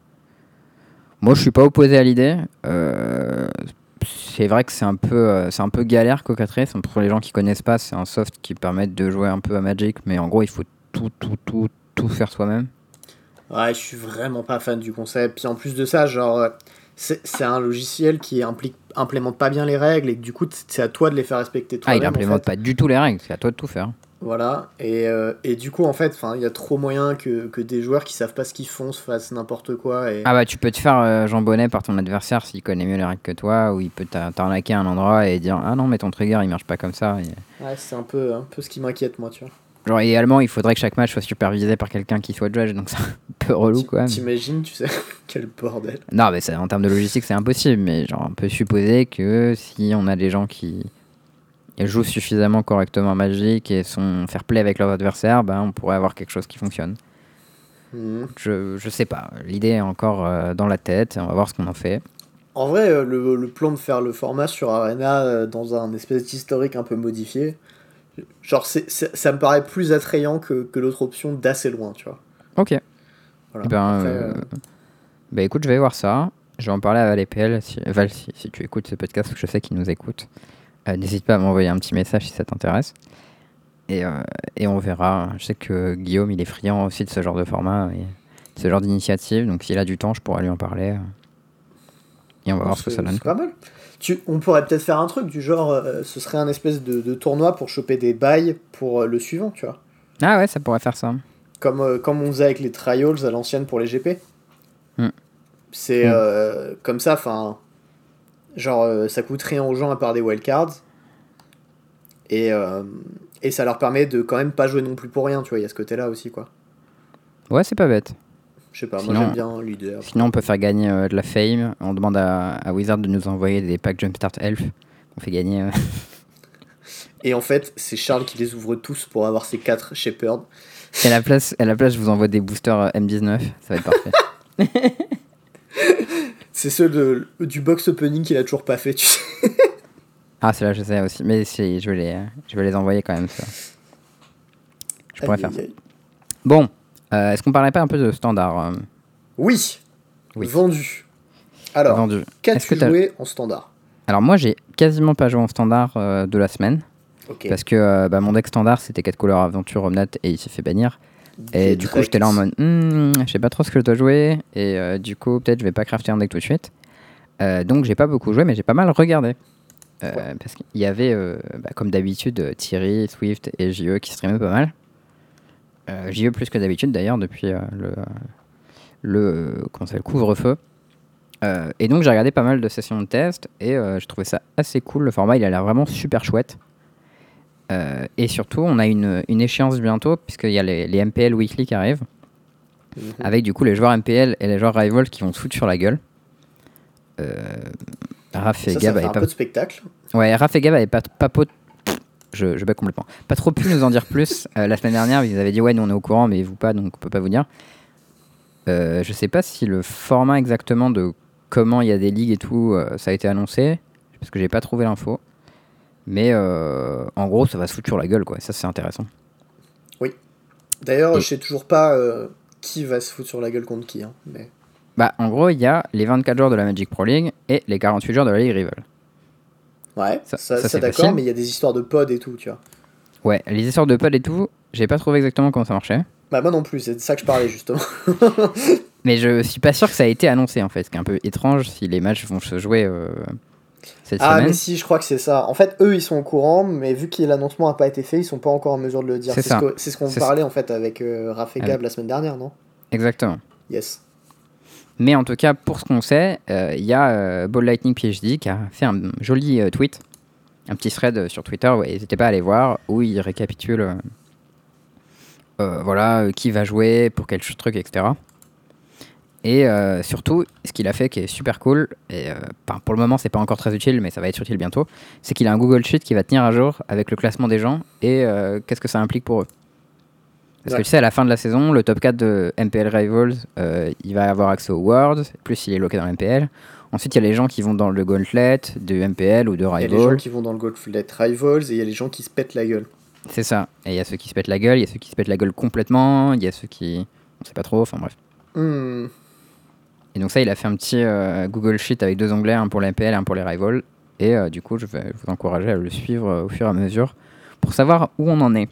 Moi, je suis pas opposé à l'idée. Euh, c'est vrai que c'est un peu, euh, c'est un peu galère Cocatrice. Pour les gens qui connaissent pas, c'est un soft qui permet de jouer un peu à Magic, mais en gros, il faut tout, tout, tout, tout faire soi-même. Ouais, je suis vraiment pas fan du concept. Puis en plus de ça, genre, euh, c'est c'est un logiciel qui implique, implémente pas bien les règles et que du coup, t- c'est à toi de les faire respecter Ah, il toi-même en implémente fait. pas du tout les règles, c'est à toi de tout faire. Voilà. Et, euh, et du coup, en fait, enfin, il y a trop moyen que, que des joueurs qui savent pas ce qu'ils font se fassent n'importe quoi. Et Ah bah tu peux te faire euh, jambonner par ton adversaire s'il connaît mieux les règles que toi, ou il peut t'a- t'arnaquer à un endroit et dire ah non mais ton trigger il marche pas comme ça. Et... ouais, c'est un peu, un peu ce qui m'inquiète, moi, tu vois. Genre idéalement il faudrait que chaque match soit supervisé par quelqu'un qui soit judge, donc c'est un peu relou Ti- quoi. Mais... T'imagines, tu sais, quel bordel. Non mais ça, en termes de logistique c'est impossible, mais genre on peut supposer que si on a des gens qui jouent suffisamment correctement à Magic et sont fair play avec leurs adversaires, bah, on pourrait avoir quelque chose qui fonctionne. Mhm. Je, je sais pas, l'idée est encore euh, dans la tête, on va voir ce qu'on en fait. En vrai, euh, le, le plan de faire le format sur Arena euh, dans un espèce d'historique un peu modifié, genre, c'est, c'est- ça me paraît plus attrayant que, que l'autre option d'assez loin, tu vois. Ok. Eh Voilà. ben, Après, euh, euh, bah écoute, je vais voir ça. Je vais en parler à Val et P L. Si, Val, si, si tu écoutes ce podcast, je sais qu'il nous écoute. Euh, n'hésite pas à m'envoyer un petit message si ça t'intéresse. Et, euh, et on verra. Je sais que Guillaume, il est friand aussi de ce genre de format et de ce genre d'initiative. Donc s'il a du temps, je pourrais lui en parler. euh, Et on va bon, voir ce que c'est, ça donne. c'est Quoi. pas mal. Tu, on pourrait peut-être faire un truc du genre, euh, ce serait un espèce de, de tournoi pour choper des bails pour euh, le suivant, tu vois. Ah ouais, ça pourrait faire ça. Comme, euh, comme on faisait avec les trials à l'ancienne pour les G P. Hmm. C'est Hmm. euh, comme ça, enfin, genre, euh, ça coûte rien aux gens à part des wildcards. Et, euh, et ça leur permet de quand même pas jouer non plus pour rien, tu vois. Il y a ce côté-là aussi, quoi. Ouais, c'est pas bête. Je sais pas, moi Sinon- j'aime bien l'idée. après. Sinon, on peut faire gagner euh, de la fame. On demande à, à Wizard de nous envoyer des packs Jumpstart Elf. On fait gagner. euh, Et en fait, c'est Charles qui les ouvre tous pour avoir ses quatre Shepherd. Et à la place, à la place, je vous envoie des boosters euh, M dix-neuf. Ça va être parfait. C'est ceux de, du box opening qu'il a toujours pas fait, tu sais. Ah, celle-là, je sais aussi. Mais si, je vais les, je vais les envoyer quand même. Ça. Je pourrais Aïe, faire aïe, ça. aïe. Bon, euh, est-ce qu'on parlait pas un peu de standard euh, Oui, Oui. Vendu. Alors, vendu. Est-ce qu'as-tu que t'as- joué en standard? Alors moi, j'ai quasiment pas joué en standard euh, de la semaine. Ok. Parce que euh, bah, mon deck standard, c'était quatre couleurs aventure Omnat et il s'est fait bannir. Et du coup, j'étais là en mode, Hmm, je sais pas trop ce que je dois jouer. Et euh, du coup, peut-être je vais pas crafter un deck tout de suite. Euh, donc, j'ai pas beaucoup joué, mais j'ai pas mal regardé. Euh, Ouais. Parce qu'il y avait, euh, bah, comme d'habitude, euh, Thierry, Swift et J E qui streamaient pas mal. Euh, J E plus que d'habitude d'ailleurs, depuis euh, le, le, euh, comment ça s'appelle, couvre-feu. Euh, et donc, j'ai regardé pas mal de sessions de test et euh, j'ai trouvé ça assez cool. Le format, il a l'air vraiment super chouette. Euh, et surtout, on a une, une échéance bientôt, puisqu'il y a les, les M P L Weekly qui arrivent, Mhm. avec du coup les joueurs M P L et les joueurs Rival qui vont se foutre sur la gueule. Euh, Raph et Ça, ça Gab fait avaient un pas... peu de spectacle. Ouais, Raph et Gab avaient pas, pas pot- Je, je bug complètement. Pas trop pu nous en dire plus. Euh, la semaine dernière, ils avaient dit ouais, nous on est au courant, mais vous pas, donc on peut pas vous dire. Euh, je sais pas si le format exactement de comment il y a des ligues et tout, euh, ça a été annoncé, parce que j'ai pas trouvé l'info. Mais euh, en gros, ça va se foutre sur la gueule, quoi. Ça, c'est intéressant. D'ailleurs, Et- je sais toujours pas euh, qui va se foutre sur la gueule contre qui. Hein, mais... Bah, en gros, il y a les vingt-quatre joueurs de la Magic Pro League et les quarante-huit joueurs de la Ligue Rival. Ouais, Ça- ça, ça, ça, c'est d'accord, facile. mais il y a des histoires de pod et tout, tu vois. Ouais, les histoires de pod et tout, j'ai pas trouvé exactement comment ça marchait. Bah, moi non plus, c'est de ça que je parlais justement. Mais je suis pas sûr que ça a été annoncé en fait, ce qui est un peu étrange si les matchs vont se jouer euh, cette Ah, semaine. mais si, je crois que c'est ça. En fait, eux, ils sont au courant, mais vu que l'annoncement n'a pas été fait, ils sont pas encore en mesure de le dire. C'est C'est ça. ce que- c'est ce qu'on C'est parlait en fait avec euh, Raph et Ah Gab la semaine dernière, non? Exactement. Yes. Mais en tout cas, pour ce qu'on sait, euh, il y a euh, Ball Lightning P H D qui a fait un joli euh, tweet, un petit thread euh, sur Twitter, ouais, n'hésitez pas à aller voir, où il récapitule euh, euh, voilà, euh, qui va jouer, pour quel truc, et cetera. Et euh, surtout, ce qu'il a fait qui est super cool, et euh, bah, pour le moment c'est pas encore très utile, mais ça va être utile bientôt, c'est qu'il a un Google Sheet qui va tenir à jour avec le classement des gens et euh, qu'est-ce que ça implique pour eux. Parce Ouais. que tu sais, à la fin de la saison, le top quatre de M P L Rivals, euh, il va avoir accès aux Worlds, plus il est loqué dans l'M P L. Ensuite, il y a les gens qui vont dans le Gauntlet de M P L ou de Il y a les gens Rival. qui vont dans le Gauntlet Rivals et il y a les gens qui se pètent la gueule. C'est ça. Et il y a ceux qui se pètent la gueule, il y a ceux qui se pètent la gueule complètement, il y a ceux qui... On sait pas trop, enfin bref. Hmm. Et donc ça, il a fait un petit euh, Google Sheet avec deux onglets, un pour les M P L et un pour les Rivals. Et euh, du coup, je vais vous encourager à le suivre euh, au fur et à mesure pour savoir où on en est.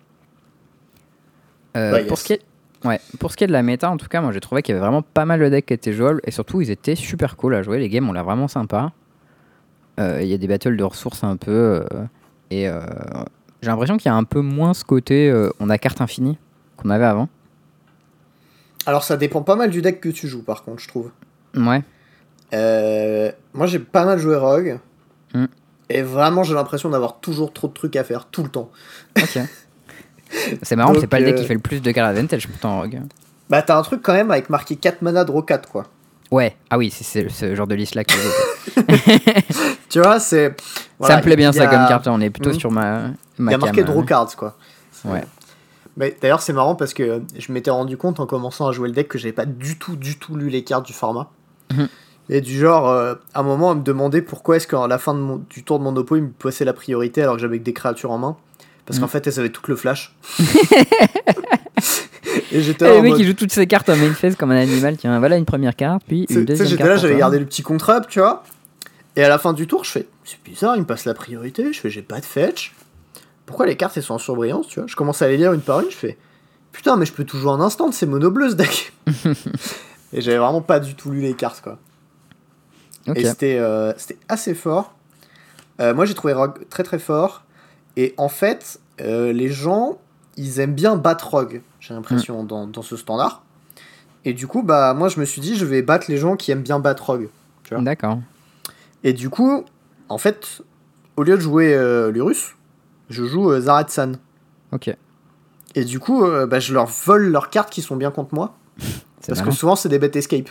Euh, Bah, yes. pour, ce qui est... ouais, pour ce qui est de la méta, en tout cas, moi j'ai trouvé qu'il y avait vraiment pas mal de decks qui étaient jouables. Et surtout, ils étaient super cool à jouer. Les games ont l'air vraiment sympas. Euh, Il y a des battles de ressources un peu. Euh, et euh, j'ai l'impression qu'il y a un peu moins ce côté euh, on a carte infinie qu'on avait avant. Alors ça dépend pas mal du deck que tu joues par contre, je trouve. Ouais. Euh, moi j'ai pas mal joué Rogue. Mm. Et vraiment j'ai l'impression d'avoir toujours trop de trucs à faire tout le temps. Ok. C'est marrant, Donc, c'est pas le deck euh, qui fait le plus de card advantage pourtant Rogue. Bah t'as un truc quand même avec marqué quatre mana draw quatre quoi. Ouais, ah oui, c'est- c'est ce genre de liste là que je veux. Tu vois, c'est... Ça voilà, me plaît bien il y ça a- comme carte, on est plutôt Mhm. sur ma, Il ma y a marqué cam, draw euh. cards quoi. C'est- Ouais. Mais d'ailleurs c'est marrant parce que je m'étais rendu compte en commençant à jouer le deck que j'avais pas du tout du tout lu les cartes du format. Mhm. Et du genre, euh, à un moment, à me demander pourquoi est-ce qu'à la fin de mon- du tour de mon oppo, il me passait la priorité alors que j'avais que des créatures en main. Parce qu'en Mhm. fait, elles avaient tout le flash. Et j'étais Et là le en mec mode- il joue toutes ses cartes en main phase comme un animal, tiens, voilà une première carte, puis Tu une sais- tu sais, deuxième j'étais carte. là, pour j'avais toi. gardé le petit contre-up, tu vois. Et à la fin du tour, je fais, c'est bizarre, il me passe la priorité. Je fais, j'ai pas de fetch. Pourquoi les cartes elles sont en surbrillance, tu vois. Je commence à les lire une par une, je fais, putain, mais je peux tout jouer en instant, c'est monobleu ce deck. Et j'avais vraiment pas du tout lu les cartes, quoi. Ok. Et c'était euh, c'était assez fort. Euh, moi, j'ai trouvé Rogue très très fort. Et en fait, euh, les gens, ils aiment bien battre Rogue, j'ai l'impression, Mm. dans, dans ce standard. Et du coup, bah, moi, je me suis dit, je vais battre les gens qui aiment bien battre Rogue. Tu vois. D'accord. Et du coup, en fait, au lieu de jouer euh, Lurus, je joue euh, Zaretsan. Ok. Et du coup, euh, bah, je leur vole leurs cartes qui sont bien contre moi. C'est Parce malin. que souvent, c'est des bêtes escape.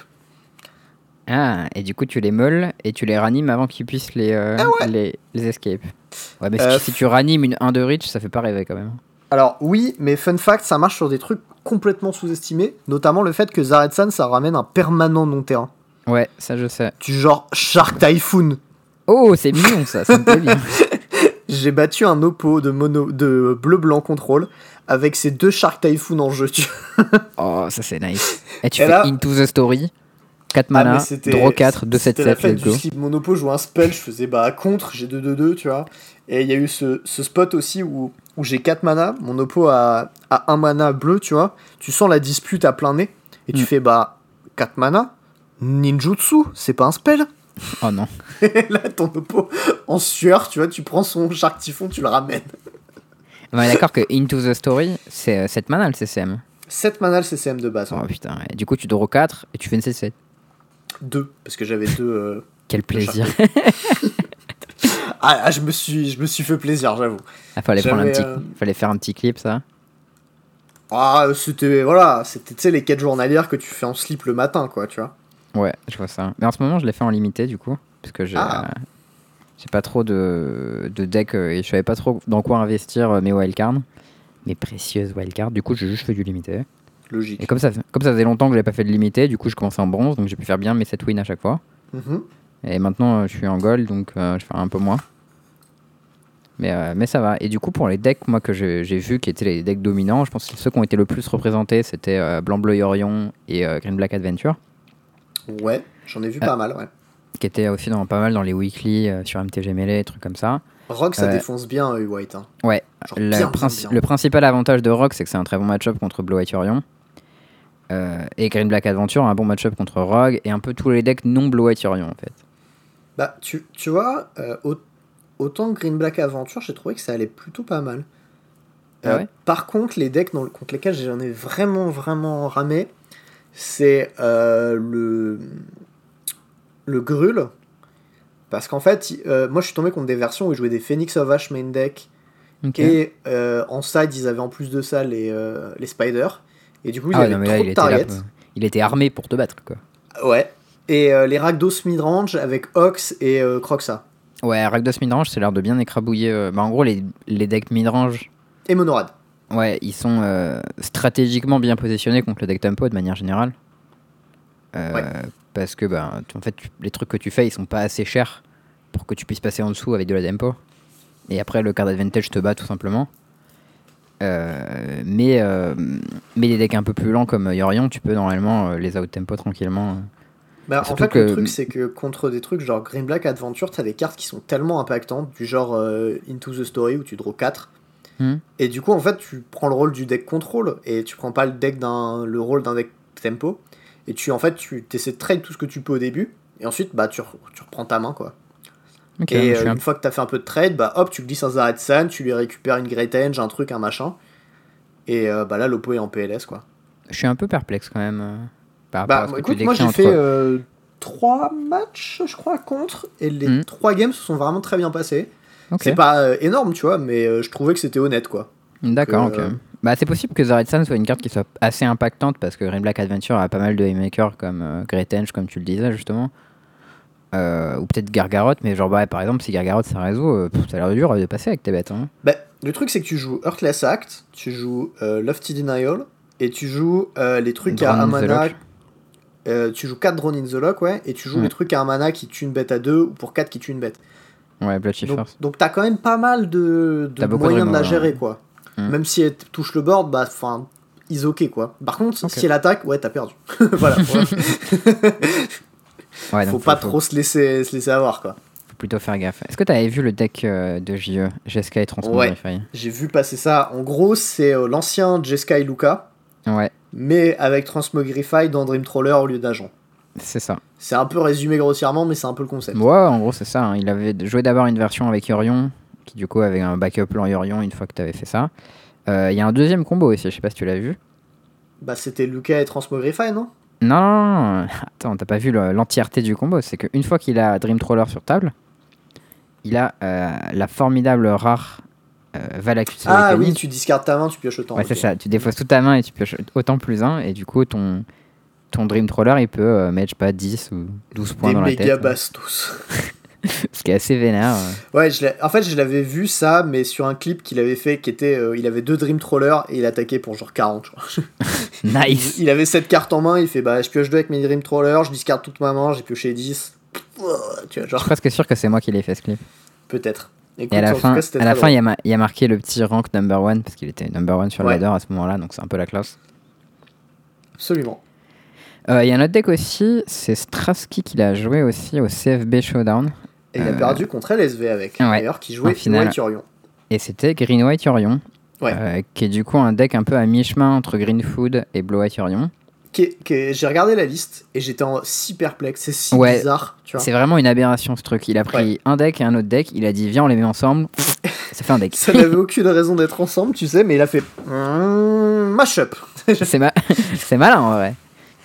Ah, et du coup tu les meules et tu les ranimes avant qu'ils puissent les, euh, les, les escape. Ouais, mais si- Euh, si tu ranimes une un de reach, ça fait pas rêver quand même. Alors oui, mais fun fact, ça marche sur des trucs complètement sous-estimés, notamment le fait que Zaretsan, ça ramène un permanent non-terrain. Ouais, ça je sais. Du genre Shark Typhoon. Oh, c'est mignon ça, ça me plaît bien. J'ai battu un oppo de, mono, de bleu-blanc contrôle avec ces deux Shark Typhoon en jeu. Tu... Oh, ça c'est nice. Et tu Et fais là- Into the Story, quatre Ah, mais mana, c'était- draw quatre, deux sept C'était la sept, fête let's du go. slip. Mon oppo jouait un spell, je faisais bah contre, j'ai deux deux deux, tu vois. Et il y a eu ce, ce spot aussi où, où j'ai quatre mana, mon oppo a, a un mana bleu, tu vois. Tu sens la dispute à plein nez, et tu Mm. fais bah quatre mana, ninjutsu, c'est pas un spell. Oh non. Et là, ton oppo en sueur, tu vois, tu prends son Shark Typhon, tu le ramènes. On est d'accord que Into the Story, c'est euh, sept mana le C C M. sept mana le C C M de base. Oh hein. putain, et du coup tu draw quatre et tu fais une C sept. deux, parce que j'avais deux. euh, Quel deux plaisir. Shark Ah, ah, je, me suis, je me suis fait plaisir, j'avoue. Ah, fallait, prendre un J'avais, petit... euh, fallait faire un petit clip ça. Ah, c'était, voilà, c'était, tu sais, les quêtes journalières que tu fais en slip le matin, quoi, tu vois. Ouais, je vois ça. Mais en ce moment je l'ai fait en limité du coup, parce que j'ai Ah. euh, j'ai pas trop de, de deck euh, et je savais pas trop dans quoi investir euh, mes wildcards. Mes précieuses wildcards. Du coup j'ai juste fait du limité. Logique. Et comme ça, comme ça faisait longtemps que j'avais pas fait de limité, du coup je commençais en bronze, donc j'ai pu faire bien mes sept wins à chaque fois. Mhm. Et maintenant euh, je suis en gold, donc euh, je fais un peu moins. Mais, euh, mais ça va. Et du coup pour les decks moi que j'ai j'ai vu qui étaient les decks dominants, je pense que ceux qui ont été le plus représentés c'était euh, Blanc Bleu Yorion et euh, Green Black Adventure, Ouais, j'en ai vu Ah. pas mal, ouais. qui étaient aussi dans pas mal dans les weekly euh, sur M T G Melee, trucs comme ça. Rogue, ça Ouais. défonce bien, euh, White. Hein. Ouais, Genre le, bien, bien, princi- bien. le principal avantage de Rogue, c'est que c'est un très bon match-up contre Blue White Yorion. Euh, et Green Black Adventure, un bon match-up contre Rogue, et un peu tous les decks non Blue White Yorion en fait. Bah, tu, tu vois, euh, au- autant Green Black Adventure, j'ai trouvé que ça allait plutôt pas mal. Ah Euh, ouais par contre, les decks dans le- contre lesquels j'en ai vraiment, vraiment ramé, c'est euh, le, le Grul. Parce qu'en fait, il- euh, moi je suis tombé contre des versions où ils jouaient des Phoenix of Ash main deck. Ok. Et euh, en side, ils avaient en plus de ça les, euh, les Spiders. Et du coup, il Ah y ouais, avait non, mais trop là, il de était là, targets. peu. Il était armé pour te battre, quoi. Ouais. Et euh, les Rakdos midrange avec Ox et euh, Croxa. Ouais, Rakdos midrange, c'est l'air de bien écrabouiller. euh, Bah, en gros, les, les decks midrange, Et Monorad. ouais, ils sont euh, stratégiquement bien positionnés contre le deck tempo de manière générale. Euh, Ouais. Parce que, bah, tu- en fait, tu- les trucs que tu fais, ils sont pas assez chers pour que tu puisses passer en dessous avec de la tempo. Et après, le card advantage te bat tout simplement. Euh, mais, euh, mais les decks un peu plus lents comme Yorion, tu peux normalement euh, les out-tempo tranquillement. Bah, en Surtout fait, que- le truc, c'est que contre des trucs genre Green Black Adventure, t'as des cartes qui sont tellement impactantes, du genre euh, Into the Story où tu draw quatre. Hmm. Et du coup, en fait, tu prends le rôle du deck contrôle et tu prends pas le, deck d'un, le rôle d'un deck tempo. Et tu, en fait, tu essaies de trade tout ce que tu peux au début. Et ensuite, bah, tu, re- tu reprends ta main, quoi. Ok, et je euh, suis un- une fois que t'as fait un peu de trade, bah hop, tu glisses un Zaret San, tu lui récupères une Great Henge, un truc, un machin. Et euh, bah là, l'oppo est en P L S, quoi. je suis un peu perplexe quand même euh, par rapport Bah à ce que écoute, tu moi décris j'ai entre... fait euh, trois matchs, je crois, contre. Et les Hmm. trois games se sont vraiment très bien passés. Ok. C'est pas euh, énorme, tu vois, mais euh, je trouvais que c'était honnête, quoi. D'accord, Donc, euh, ok. Bah, c'est possible que Zaretsan soit une carte qui soit assez impactante parce que Green Black Adventure a pas mal de haymakers comme euh, Great Henge, comme tu le disais justement. Euh, ou peut-être Gargaroth, mais genre, bah, par exemple, si Gargaroth ça réseau, euh, pff, ça a l'air dur de passer avec tes bêtes. Hein. Bah, le truc, c'est que tu joues Heartless Act, tu joues euh, Lofty Denial, et tu joues euh, les trucs à Drone un in the mana. Lock. Euh, tu joues quatre Drone in the Lock, ouais, et tu joues Ouais. les trucs à un mana qui tue une bête à deux, ou pour quatre qui tue une bête. Ouais, Bloodshifter. Donc, donc t'as quand même pas mal de, de T'as beaucoup de moyens de, la removal, gérer, ouais. quoi. Mm. Même si elle touche le board, bah, enfin, is ok, quoi. Par contre, Ok. si elle attaque, ouais, t'as perdu. Voilà. Ouais. Ouais, Faut donc pas faut, trop se laisser, se laisser avoir, quoi. faut plutôt faire gaffe. Est-ce que t'avais vu le deck euh, de J E, G S K et Transmogrify? J'ai vu passer ça. En gros, c'est euh, l'ancien Jeskai Luca, Ouais, mais avec Transmogrify dans Dream Trawler au lieu d'agent. c'est ça. C'est un peu résumé grossièrement, mais c'est un peu le concept. Ouais, en gros, c'est ça. hein. Il avait joué d'abord une version avec Yorion, qui du coup avait un backup plan Yorion une fois que t'avais fait ça. Euh, Il y a un deuxième combo aussi, je sais pas si tu l'as vu. Bah, c'était Luca et Transmogrify, non? Non, non, non, attends, t'as pas vu le- l'entièreté du combo. C'est qu'une fois qu'il a Dream Trawler sur table, il a euh, la formidable rare euh, Valacus Ah Awakening. oui, tu discardes ta main, tu pioches autant. Ouais, ok. c'est ça. Tu défausses toute ta main et tu pioches autant plus un. Et du coup, ton, ton Dream Trawler, il peut euh, mettre, je sais pas, dix ou douze points Des dans la méga tête. bastos. Ce qui est assez vénère. euh. Ouais, je l'ai- en fait, je l'avais vu ça, mais sur un clip qu'il avait fait qui était. euh, il avait deux Dream Trawlers et il attaquait pour genre quarante, je crois. Nice. Il, il avait cette carte en main, il fait bah, je pioche deux avec mes Dream Trawlers, je discarde toute ma main, j'ai pioché dix. Tu vois, Je genre, suis presque sûr que c'est moi qui l'ai fait ce clip. peut-être. Écoute, Et à la en tout fin, cas, c'était à la très fin il y, drôle. a ma- il y a marqué le petit rank number one parce qu'il était number one sur le Ouais. ladder à ce moment-là, donc c'est un peu la classe. Absolument. Euh, Il y a un autre deck aussi, c'est Straski qui l'a joué aussi au C F B Showdown. Et il a Euh, perdu contre L S V avec, ouais, d'ailleurs, qui jouait en finale. White Orion. Et c'était Green White Yorion. Ouais. euh, qui est du coup un deck un peu à mi-chemin entre Green Food et Blue White Yorion. Qui est- qui est- J'ai regardé la liste et j'étais en si perplexe, c'est si Ouais, bizarre, tu vois. C'est vraiment une aberration ce truc. Il a pris Ouais. un deck et un autre deck, il a dit viens on les met ensemble, ça fait un deck. Ça n'avait aucune raison d'être ensemble, tu sais, mais il a fait mm, mashup. c'est ma- c'est malin en vrai.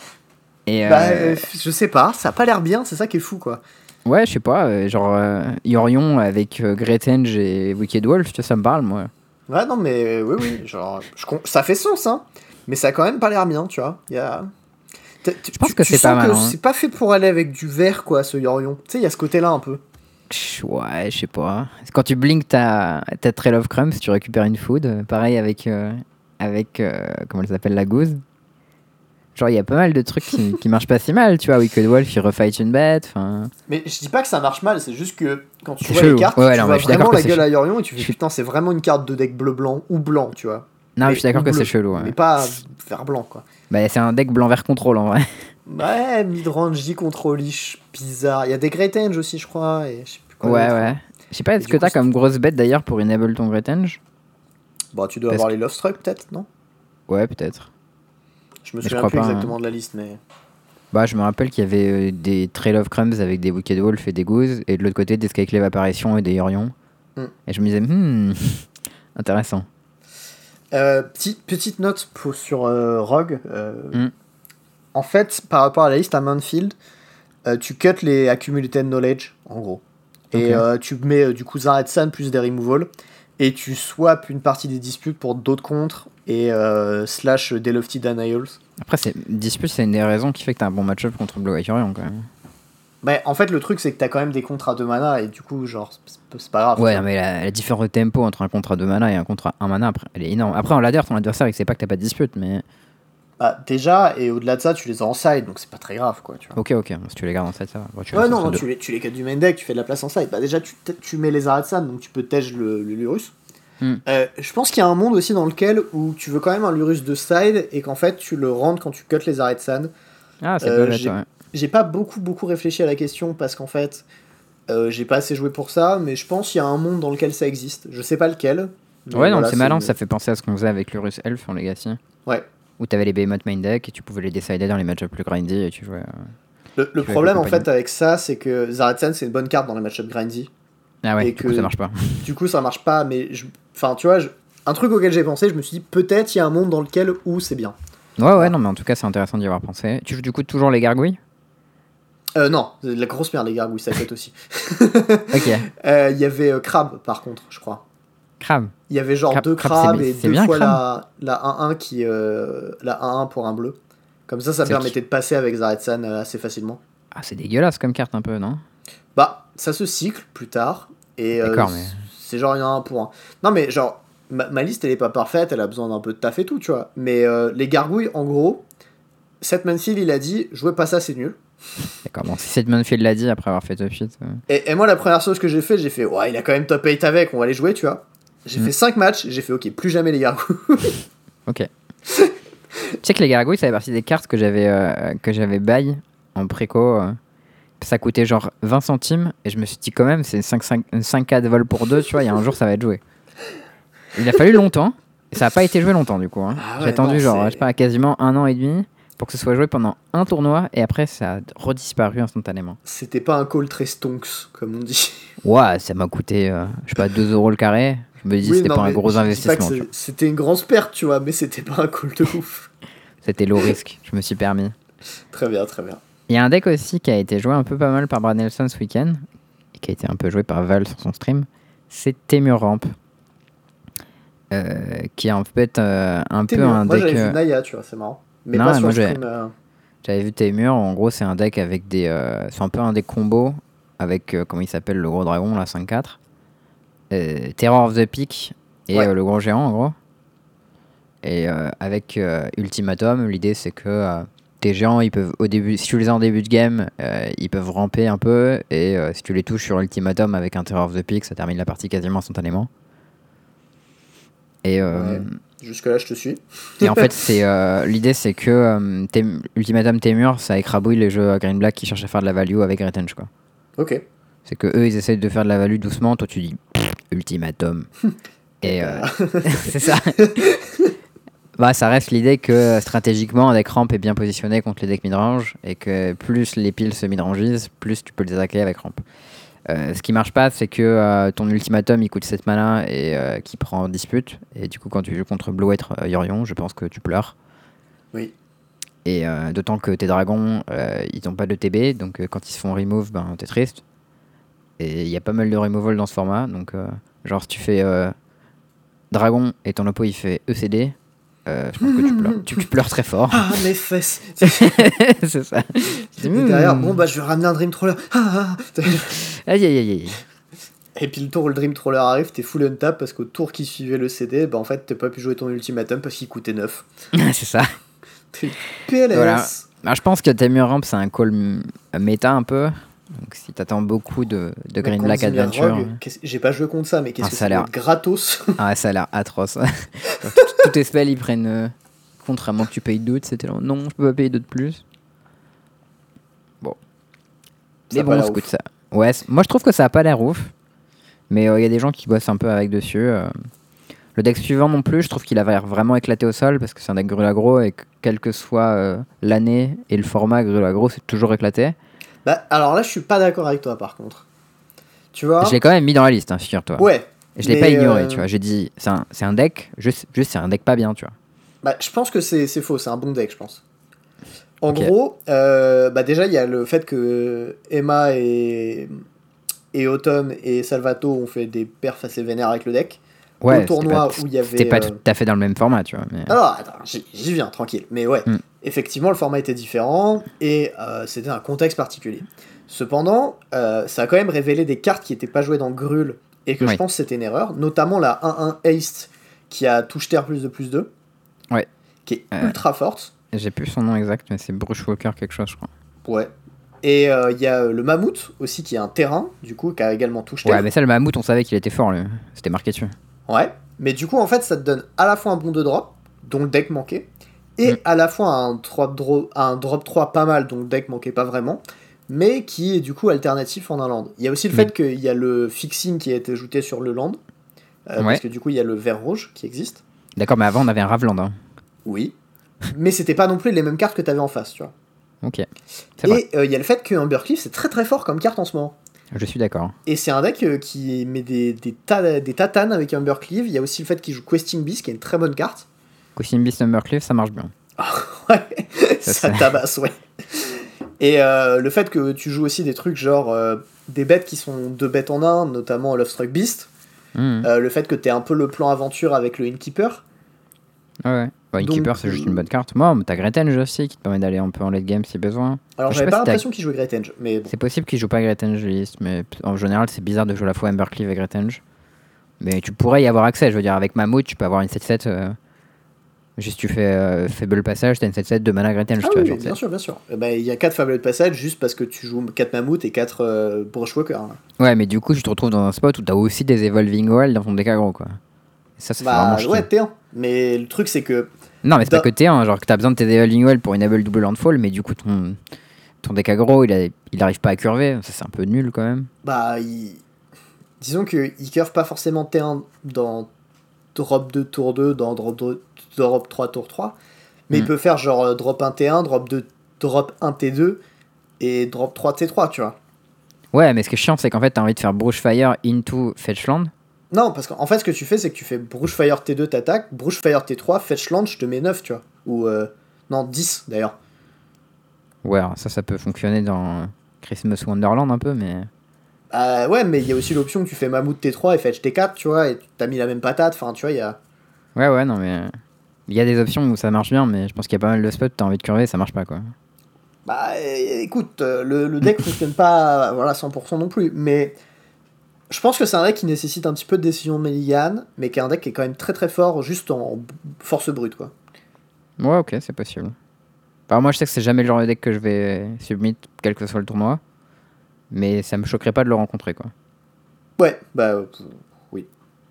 Et euh, Bah, euh, je sais pas, ça a pas l'air bien, c'est ça qui est fou, quoi. ouais, je sais pas, euh, genre euh, Yorion avec euh, Great Henge et Wicked Wolf, tu vois, ça me parle moi. Ouais, non, mais oui, oui, genre, je com- ça fait sens, hein, mais ça a quand même pas l'air bien, tu vois. Il y a... Je pense que c'est pas mal, hein. C'est pas fait pour aller avec du vert, quoi, ce Yorion. Tu sais, il y a ce côté-là un peu. Ch- Ouais, je sais pas. Quand tu blinkes ta, ta Trail of Crumbs, tu récupères une food. euh, Pareil avec, euh, avec euh, comment elle s'appelle, la gouze. Genre, il y a pas mal de trucs qui, qui marchent pas si mal, tu vois. Wicked Wolf, il refight une bête. Enfin, Mais je dis pas que ça marche mal, c'est juste que quand tu C'est vois chelou. les cartes, Ouais, tu non, vois mais je suis vraiment d'accord la que gueule c'est à Yorion et tu fais Je suis- putain, c'est vraiment une carte de deck bleu-blanc ou blanc, tu vois. non, Mais- je suis d'accord ou que bleu, c'est chelou. Ouais. Mais pas vert-blanc, quoi. Bah, c'est un deck blanc-vert contrôle en vrai. Ouais, midrange, J-controlish, bizarre. Il y a des Great Henge aussi, je crois, et je sais plus quoi Ouais, d'autre. ouais. Je sais pas, est-ce du que coup, t'as c'est- comme grosse bête d'ailleurs pour enable ton Great Henge? Bon, tu dois Parce avoir les Love Struck, peut-être, non? Ouais, peut-être. Je me Mais je souviens crois plus pas, hein. exactement de la liste, mais. Bah, je me rappelle qu'il y avait euh, des Trail of Crumbs avec des Wicked Wolf et des Goose, et de l'autre côté des Skyclave Apparition et des Yorion. Mm. Et je me disais, hmm, intéressant. Euh, petite, petite note pour, sur euh, Rogue. euh, Mm. En fait, par rapport à la liste à Manfield, euh, tu cut les Accumulated Knowledge, en gros. Et Ok. euh, tu mets euh, du coup Zaretsan plus des removals. et tu swaps une partie des disputes pour d'autres contres, et euh, slash des Lofty Denials. Après, c'est... dispute, c'est une des raisons qui fait que t'as un bon match-up contre Blue White Orion quand même. Bah, en fait, le truc, c'est que t'as quand même des contres à deux mana, et du coup, genre, c'est, c'est pas grave. Ouais, non, mais la, la différence de tempo entre un contre à deux mana et un contre à un mana, après, elle est énorme. Après, en ladder, ton adversaire, il sait pas que t'as pas de dispute, mais. Bah, déjà, et au-delà de ça, tu les as en side, donc c'est pas très grave, quoi, tu vois. Ok, ok, si tu les gardes en side, ça va. Bon, tu Ouais, les non, non deux. tu, les, tu les cut du main deck, tu fais de la place en side. Bah, déjà, tu, tu mets les Aratsan, donc tu peux tège le, le Lurus. Hmm. Euh, je pense qu'il y a un monde aussi dans lequel où tu veux quand même un Lurus de side, et qu'en fait, tu le rentres quand tu cut les Aratsan. Ah, c'est Euh, pas bête, j'ai, ouais. j'ai pas beaucoup, beaucoup réfléchi à la question, parce qu'en fait, euh, j'ai pas assez joué pour ça, mais je pense qu'il y a un monde dans lequel ça existe. Je sais pas lequel. mais Ouais, non, voilà, c'est malin, une- ça fait penser à ce qu'on faisait avec l'Urus Elf en Legacy. Ouais. Où t'avais les Behemoth main deck et tu pouvais les décider dans les matchups plus grindy et tu jouais. Euh... Le, le Tu problème, avec en le fait, compagnon. avec ça, c'est que Zaratsan, c'est une bonne carte dans les matchups grindy. Ah ouais, Et du que- coup ça marche pas. Du coup, ça marche pas, mais je... enfin, tu vois, je- un truc auquel j'ai pensé, je me suis dit peut-être il y a un monde dans lequel où c'est bien. Ouais, ouais, non, mais en tout cas c'est intéressant d'y avoir pensé. Tu joues du coup toujours les gargouilles? Euh, non, c'est de la grosse merde, les gargouilles, ça pète aussi. Ok. Euh, Il y avait euh, Crab, par contre, je crois. Crabe. Il y avait genre Crab- deux Crab, crabes c'est bi- et c'est deux bien, fois Crab. la, la un un qui. Euh, la un un pour un bleu. Comme ça, ça C'est permettait de passer avec Zaretsan euh, assez facilement. Ah, c'est dégueulasse comme carte un peu, non? Bah, ça se cycle plus tard. Et euh, D'accord, mais. c'est genre il y en a un pour un. Non, mais genre, ma, ma liste elle est pas parfaite, elle a besoin d'un peu de taf et tout, tu vois. Mais euh, les gargouilles, en gros, Seth Manfield il a dit jouez pas ça, c'est nul. D'accord, bon, si cette Manfield l'a dit après avoir fait top shit. euh, Et, et moi, la première chose que j'ai fait, j'ai fait ouais, il a quand même top huit avec, on va les jouer, tu vois. J'ai Mm. fait cinq matchs, j'ai fait ok, plus jamais les gargouilles. Ok. Tu sais que les gargouilles, ça fait partie des cartes que j'avais euh, que j'avais buy en préco. euh. Ça coûtait genre vingt centimes et je me suis dit quand même, c'est cinq K de vol pour deux, tu vois, il y a un jour ça va être joué. Il a fallu longtemps et ça n'a pas été joué longtemps du coup. Hein. Ah ouais, J'ai attendu non, genre, c'est- je sais pas, quasiment un an et demi pour que ce soit joué pendant un tournoi et après ça a redisparu instantanément. C'était pas un call très stonks, comme on dit. Ouais, ça m'a coûté, euh, je sais pas, deux euros le carré. Je me dis Oui, c'était non, pas un mais gros je dis pas que investissement. c'est- tu vois. C'était une grosse perte, tu vois, mais c'était pas un call de ouf. C'était low risque, je me suis permis. Très bien, très bien. Il y a un deck aussi qui a été joué un peu pas mal par Brad Nelson ce week-end, et qui a été un peu joué par Val sur son stream, c'est Temur Ramp. Euh, qui est en fait euh, un T'es peu mieux. un Moi deck... j'avais euh, vu Naya, tu vois, c'est marrant. Mais Non, pas mais sur moi, le j'ai- stream. euh, J'avais vu Temur, en gros c'est un deck avec des... Euh, c'est un peu un des combos, avec, euh, comment il s'appelle, le gros dragon, là, cinq quatre. Euh, Terror of the Peak, et Ouais. euh, le gros géant en gros. Et euh, avec euh, Ultimatum, l'idée c'est que euh, tes géants, ils peuvent au début, si tu les as en début de game, euh, ils peuvent ramper un peu, et euh, si tu les touches sur Ultimatum avec un Terror of the Peak, ça termine la partie quasiment instantanément. Et, euh, Ouais. Jusque-là, je te suis. et en fait, c'est euh, l'idée c'est que euh, Tem- Ultimatum Temur, ça écrabouille les jeux Green Black qui cherchent à faire de la value avec Retench, quoi. Ok. C'est que eux ils essayent de faire de la value doucement, toi tu dis pff, Ultimatum. Et euh, c'est ça. Bah, ça reste l'idée que euh, stratégiquement, un deck ramp est bien positionné contre les decks midrange et que plus les piles se midrangisent, plus tu peux les attaquer avec ramp. Euh, ce qui marche pas, c'est que euh, ton ultimatum il coûte sept mana et euh, qui prend dispute. Et du coup, quand tu joues contre Blue White euh, Yorion, je pense que tu pleures. Oui. Et euh, d'autant que tes dragons, euh, ils n'ont pas de T B, donc euh, quand ils se font remove, ben t'es triste. Et il y a pas mal de removal dans ce format, donc euh, genre si tu fais euh, dragon et ton oppo il fait E C D, euh, je pense que tu pleures, tu, tu pleures très fort. Ah, mes fesses. C'est ça. Et derrière, bon, bah, je vais ramener un Dream Troller. Ah, ah. Aïe aïe aïe aïe. Et puis le tour où le Dream Troller arrive, t'es full untap parce qu'au tour qui suivait le C D, bah en fait, t'as pas pu jouer ton ultimatum parce qu'il coûtait neuf. C'est ça. T'es P L S. Voilà. Alors, je pense que Temur Ramp c'est un call m- méta un peu. Donc si t'attends beaucoup de, de Green Contre Black Zimmer Adventure, Rogue, qu'est-ce- j'ai pas joué contre ça, mais qu'est-ce Ah, que ça a ça l'air- doit être gratos. ah ça a l'air atroce. Genre, tout- Tous tes spells ils prennent euh, contre à moins que tu payes d'autres. C'était là, non, je peux pas payer deux de plus. Bon. Ça Mais a pas bon, l'air écoute ouf. ça. Ouais, c- moi je trouve que ça a pas l'air ouf. Mais il y a des gens qui bossent un peu avec dessus. euh. Le deck suivant non plus, je trouve qu'il a l'air vraiment éclaté au sol parce que c'est un deck Grul Aggro et que quelle que soit euh, l'année et le format Grul Aggro, c'est toujours éclaté. Bah, alors là, je suis pas d'accord avec toi par contre. Tu vois. Je l'ai quand même mis dans la liste, hein, figure-toi. Ouais. Et je l'ai mais, pas ignoré, euh, tu vois. J'ai dit, c'est un, c'est un deck, juste, juste c'est un deck pas bien, tu vois. Bah, je pense que c'est c'est faux, c'est un bon deck, je pense. En Ok. gros, euh, bah déjà, il y a le fait que Emma et, et Autumn et Salvato ont fait des perfs assez vénères avec le deck. Ouais, au tournoi pas, où il y avait. C'était pas euh... tout à fait dans le même format, tu vois. Mais... Alors, attends, j'y, j'y viens, tranquille. Mais ouais, mm. effectivement, le format était différent et euh, c'était un contexte particulier. Cependant, euh, ça a quand même révélé des cartes qui n'étaient pas jouées dans Grul et que Oui. je pense que c'était une erreur, notamment la un un Haste qui a touche terre plus de plus deux, Ouais. qui est Euh, ultra forte. J'ai plus son nom exact, mais c'est Brushwalker quelque chose, je crois. Ouais. Et il euh, y a le Mammouth aussi qui est un terrain, du coup, qui a également touche terre. Ouais, mais ça, le Mammouth, on savait qu'il était fort, lui. C'était marqué dessus. Ouais. Mais du coup, en fait, ça te donne à la fois un bon deux drop, dont le deck manquait, et mm. à la fois un drop, drop, un drop trois pas mal, dont le deck manquait pas vraiment, mais qui est du coup alternatif en un land. Il y a aussi le mais... fait qu'il y a le fixing qui a été ajouté sur le land, euh, ouais. parce que du coup, il y a le vert rouge qui existe. D'accord, mais avant, on avait un Ravland. Hein. Oui. Mais c'était pas non plus les mêmes cartes que t'avais en face, tu vois. Ok. C'est et il euh, y a le fait que Humbercliff, c'est très très fort comme carte en ce moment. Je suis d'accord. Et c'est un deck euh, qui met des, des, ta- des tatanes avec Humbercliff. Il y a aussi le fait qu'il joue Questing Beast, qui est une très bonne carte. Questing Beast, Humbercliff, ça marche bien. Ouais, ça, ça tabasse, ouais. Et euh, le fait que tu joues aussi des trucs genre euh, des bêtes qui sont deux bêtes en un, notamment Lovestruck Beast. Mmh. Euh, le fait que t'aies un peu le plan aventure avec le Innkeeper. Ouais, bah, Innkeeper, c'est juste une bonne carte. Moi, t'as Great Henge aussi qui te permet d'aller un peu en late game si besoin. Alors, j'avais pas, pas l'impression si qu'il jouait Great Henge, mais bon. C'est possible qu'il joue pas Great Henge list, mais en général, c'est bizarre de jouer à la fois Humbercliff et Great Henge. Mais tu pourrais y avoir accès, je veux dire, avec Mammouth, tu peux avoir une sept sept. Euh, juste tu fais euh, Faible Passage, t'as une sept sept de mana Great Henge. Ah tu oui, vois, oui bien sûr, bien sûr. Il bah, y a quatre Faible Passage juste parce que tu joues quatre Mammouth et quatre euh, Brushwalker. Hein. Ouais, mais du coup, tu te retrouves dans un spot où t'as aussi des Evolving Well dans ton deck aggro, quoi. Et ça, ça bah, fait vraiment chier. Ouais, T un. Mais le truc, c'est que. Non, mais c'est pas que T un, genre que t'as besoin de tes Evolving Well pour enable double landfall, mais du coup, ton, ton deck aggro, il, a, il arrive pas à curver. Ça, c'est un peu nul quand même. Bah, il... disons qu'il curve pas forcément T un dans drop deux, tour deux, dans drop, deux, drop trois, tour trois. Mais mm. il peut faire genre drop un T un, drop deux, drop un T deux et drop trois T trois, tu vois. Ouais, mais ce qui est chiant, c'est qu'en fait, t'as envie de faire Brushfire into Fetchland. Non, parce qu'en fait, ce que tu fais, c'est que tu fais Brushfire T deux, t'attaques, Brushfire T trois, Fetchland, je te mets neuf, tu vois. Ou, euh, non, dix, d'ailleurs. Ouais, alors ça, ça peut fonctionner dans Christmas Wonderland un peu, mais... Euh, ouais, mais il y a aussi l'option que tu fais Mammouth T trois et Fetch T quatre, tu vois, et t'as mis la même patate, enfin, tu vois, il y a... Ouais, ouais, non, mais... Il y a des options où ça marche bien, mais je pense qu'il y a pas mal de spots, t'as envie de curver, ça marche pas, quoi. Bah, écoute, le, le deck fonctionne pas, voilà, cent pour cent non plus, mais... Je pense que c'est un deck qui nécessite un petit peu de décision Mulligan, mais qui est un deck qui est quand même très très fort, juste en force brute, quoi. Ouais, ok, c'est possible. Alors moi, je sais que c'est jamais le genre de deck que je vais submit, quel que soit le tournoi, mais ça me choquerait pas de le rencontrer, quoi. Ouais, bah, euh, oui.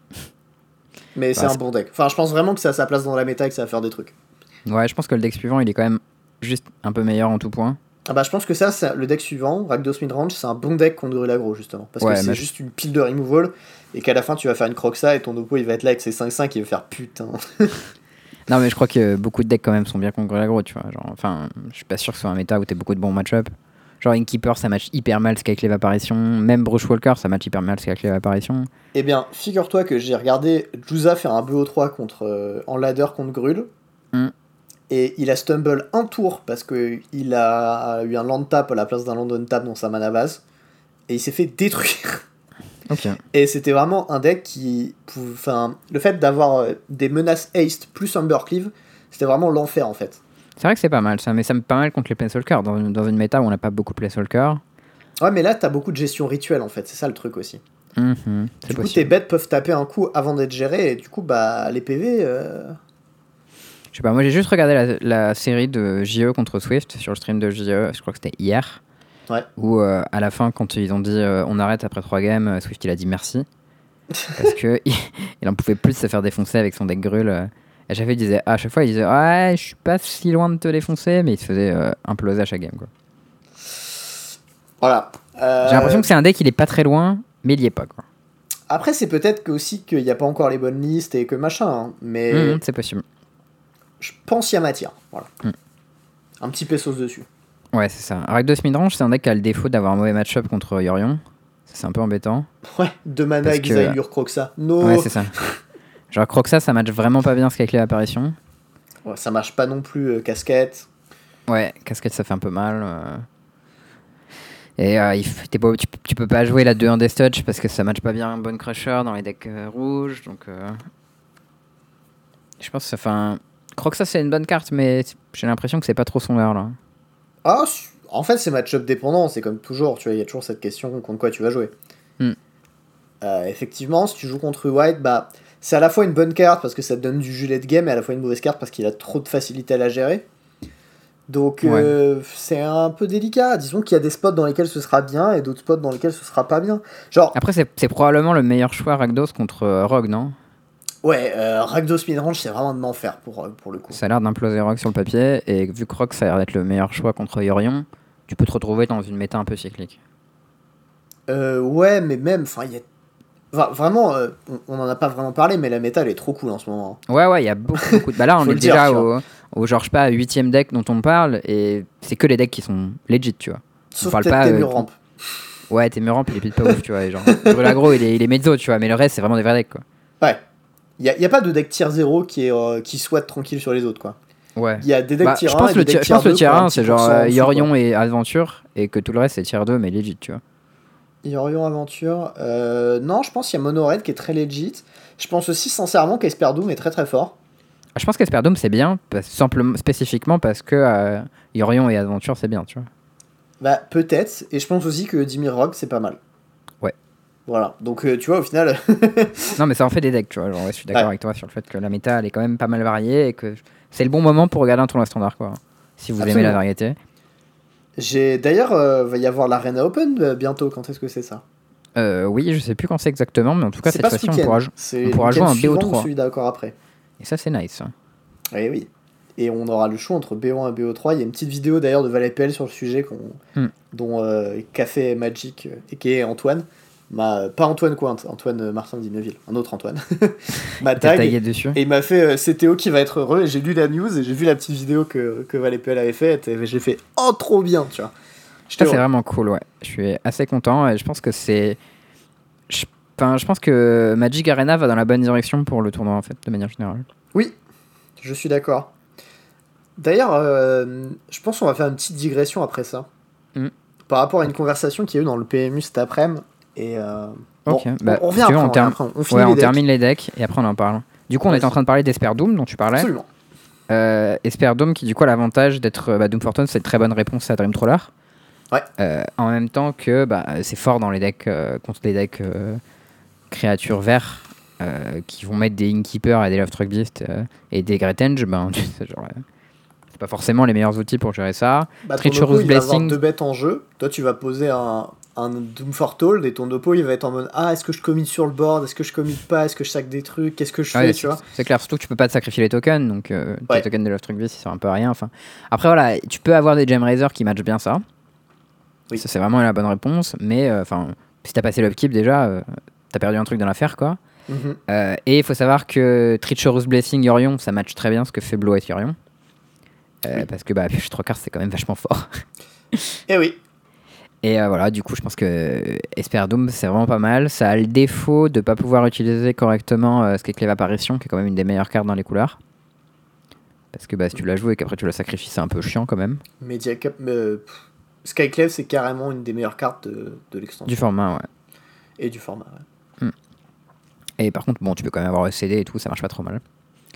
Mais bah, c'est un bon deck. Enfin, je pense vraiment que ça a sa place dans la méta et que ça va faire des trucs. Ouais, je pense que le deck suivant, il est quand même juste un peu meilleur en tout point. Ah bah je pense que ça, c'est le deck suivant, Rakdos Midrange, c'est un bon deck contre Gorillagro justement. Parce ouais, que c'est juste je... une pile de removal, et qu'à la fin tu vas faire une Croxa et ton oppo il va être là avec ses cinq cinq et il va faire putain. Non mais je crois que beaucoup de decks quand même sont bien contre Gorillagro, tu vois. Genre, enfin, je suis pas sûr que ce soit un méta où t'as beaucoup de bons match-up. Genre Innkeeper ça match hyper mal Skyclave Apparition, même Brushwalker ça match hyper mal Skyclave Apparition. Eh bien, figure-toi que j'ai regardé Juza faire un B O trois contre, euh, en ladder contre Grul. Mm. Et il a stumble un tour parce qu'il a eu un land tap à la place d'un land on tap dans sa mana base. Et il s'est fait détruire. Okay. Et c'était vraiment un deck qui... Enfin, le fait d'avoir des menaces haste plus Humbercleave, c'était vraiment l'enfer en fait. C'est vrai que c'est pas mal ça, mais ça me pas mal contre les Planeswalkers. Dans une, dans une méta où on n'a pas beaucoup de Planeswalkers. Ouais, mais là t'as beaucoup de gestion rituelle en fait, c'est ça le truc aussi. Mmh, du coup, possible. Tes bêtes peuvent taper un coup avant d'être gérées, et du coup, bah, les P V... Euh... Je sais pas, moi j'ai juste regardé la, la série de J E contre Swift sur le stream de J E, je crois que c'était hier. Ouais. Où euh, à la fin, quand ils ont dit euh, on arrête après trois games, Swift il a dit merci. Parce que il, il en pouvait plus de se faire défoncer avec son deck Grul. Euh, à chaque fois, il disait, à chaque fois, il disait ouais, je suis pas si loin de te défoncer, mais il se faisait euh, imploser à chaque game, quoi. Voilà. Euh... J'ai l'impression que c'est un deck, il est pas très loin, mais il y est pas, quoi. Après, c'est peut-être que aussi qu'il n'y a pas encore les bonnes listes et que machin, hein, mais. Mmh, c'est possible. Je pense qu'il y a matière. Voilà. Mm. Un petit pesos dessus. Ouais, c'est ça. Rakdos Midrange, c'est un deck qui a le défaut d'avoir un mauvais match-up contre Yorion. Ça, c'est un peu embêtant. Ouais, deux mana Exile que... Croxa. No. Ouais, c'est ça. Genre Croxa, ça match vraiment pas bien Skyclave Apparition. Ouais, ça marche pas non plus euh, Casquette. Ouais, Casquette, ça fait un peu mal. Euh... Et euh, il f- t'es pas, tu, tu peux pas jouer la deux un Death Touch parce que ça matche pas bien Bone Crusher dans les decks euh, rouges. Donc, euh, je pense que ça fait un. Croxa, c'est une bonne carte, mais j'ai l'impression que c'est pas trop son heure là. Ah, su- en fait, c'est match-up dépendant, c'est comme toujours, tu vois, il y a toujours cette question contre quoi tu vas jouer. Hmm. Euh, effectivement, si tu joues contre White, bah, c'est à la fois une bonne carte parce que ça te donne du jus late game, et à la fois une mauvaise carte parce qu'il a trop de facilité à la gérer. Donc, Ouais. euh, c'est un peu délicat. Disons qu'il y a des spots dans lesquels ce sera bien et d'autres spots dans lesquels ce sera pas bien. Genre, Après, c'est c'est probablement le meilleur choix Rakdos contre euh, Rogue, non? ouais, euh, Rakdos midrange, c'est vraiment de l'enfer pour, euh, pour le coup. Ça a l'air d'imploser Rogue sur le papier, et vu que Rogue ça a l'air d'être le meilleur choix contre Yorion, tu peux te retrouver dans une méta un peu cyclique. Euh, ouais, mais même, enfin, il y a. Enfin, vraiment, euh, on, on en a pas vraiment parlé, mais la méta elle est trop cool en ce moment. Ouais, ouais, il y a beaucoup, beaucoup de. Bah là, on Faut est le dire, déjà tu au, au genre, je sais pas, huitième deck dont on parle, et c'est que les decks qui sont legit, tu vois. Sauf parle peut-être pas, tes euh, murs ramp. Ouais, t'es Murant, puis il est pas ouf, tu vois. Et genre, Brulagro, il est, il est mezzo, tu vois, mais le reste, c'est vraiment des vrais decks, quoi. Ouais. Il y a, y a pas de deck tier zéro qui, est, euh, qui soit tranquille sur les autres, quoi. Ouais. Il y a des decks Bah, tier je un pense et le des tier- decks je pense tier le deux tier pour un un, petit c'est genre pourcent en euh, dessous, Yorion quoi. et Adventure, et que tout le reste, c'est tier deux, mais legit, tu vois. Yorion Aventure. Euh, non, je pense qu'il y a Mono Red qui est très legit. Je pense aussi sincèrement qu'Esper Doom est très très fort. Je pense qu'Esper Dome, c'est bien, parce- simplement, spécifiquement parce que euh, Yorion et Adventure, c'est bien, tu vois. Bah, peut-être. Et je pense aussi que Dimir Rock, c'est pas mal. Ouais. Voilà. Donc, euh, tu vois, au final. Non, mais ça en fait des decks, tu vois. Genre, ouais, je suis d'accord Ouais. avec toi sur le fait que la méta, elle est quand même pas mal variée, et que c'est le bon moment pour regarder un tournoi standard, quoi. Si vous aimez la Absolument. variété. J'ai D'ailleurs, euh, va y avoir l'Arena Open euh, bientôt. Quand est-ce que c'est ça? Euh, oui, je sais plus quand c'est exactement, mais en tout cas, C'est cette pas ce fois-ci, on week-end. pourra, jou- C'est on le pourra week-end jouer un suivant ou B O trois. celui d'accord après. Et ça, c'est nice. hein. Oui, oui. Et on aura le choix entre B O un et B O trois. Il y a une petite vidéo d'ailleurs de Valais P L sur le sujet qu'on, Hmm. dont euh, Café Magic, euh, et qui est Antoine, m'a, pas Antoine quoi, Antoine euh, Martin d'Inneville, un autre Antoine, m'a T'as tag tagué dessus. et il m'a fait euh, c'est Théo qui va être heureux. Et j'ai lu la news et j'ai vu la petite vidéo que, que Valais P L avait faite et j'ai fait oh trop bien, tu vois. J'étais Ça, c'est heureux. vraiment cool, ouais. Je suis assez content et je pense que c'est. Je, enfin, je pense que Magic Arena va dans la bonne direction pour le tournoi, en fait, de manière générale. Oui, je suis d'accord. D'ailleurs, euh, je pense qu'on va faire une petite digression après ça. Mm. Par rapport à une conversation qu'il y a eu dans le P M U cet après-midi. Et euh, Ok, bon, bah, on, on si revient tu veux, après, on, on, term- revient après, on finit ouais, les on decks. termine les decks et après on en parle. Du coup, on Vas-y. est en train de parler d'Esper Doom, dont tu parlais. Absolument. Euh, Esper Doom, qui du coup a l'avantage d'être. Bah, Doom Fortune, c'est une très bonne réponse à Dream Trawler. Ouais. Euh, en même temps que bah, c'est fort dans les decks euh, contre les decks euh, créatures verts euh, qui vont mettre des Innkeeper et des Love Truck Beast euh, et des Great Henge. Ben, tu sais, genre, euh, c'est pas forcément les meilleurs outils pour gérer ça. Bah, ton Treacherous oppo, il va avoir Blessing. deux bêtes en jeu. Toi, tu vas poser un, un Doom Foretold et ton oppo, il va être en mode ah, est-ce que je commit sur le board? Est-ce que je commit pas? Est-ce que je sac des trucs? Qu'est-ce que je fais? Ouais, Tu c'est, vois? c'est clair, surtout que tu peux pas te sacrifier les tokens, donc euh, Ouais. les tokens de Love Truck Beast ils servent un peu à rien. Enfin, après voilà, tu peux avoir des Gem Razor qui matchent bien ça. Oui. Ça c'est vraiment la bonne réponse, mais euh, enfin, si t'as passé l'upkeep déjà, euh, t'as perdu un truc dans l'affaire quoi. Mhm. Euh, et il faut savoir que Treacherous Blessing Yorion, ça match très bien ce que fait Blue Yorion. Euh, Oui. Parce que bah, trois cartes c'est quand même vachement fort. Eh oui. Et euh, voilà, du coup, je pense que Esper Doom, c'est vraiment pas mal. Ça a le défaut de pas pouvoir utiliser correctement euh, ce qu'est Clef Apparition, qui est quand même une des meilleures cartes dans les couleurs. Parce que bah, si tu la joues et qu'après tu la sacrifies, c'est un peu chiant quand même. Mediacap, euh, pff, Skyclave, c'est carrément une des meilleures cartes de, de l'extension. Du format, ouais. Et du format, ouais. Et par contre, bon, tu peux quand même avoir le C D et tout, ça marche pas trop mal.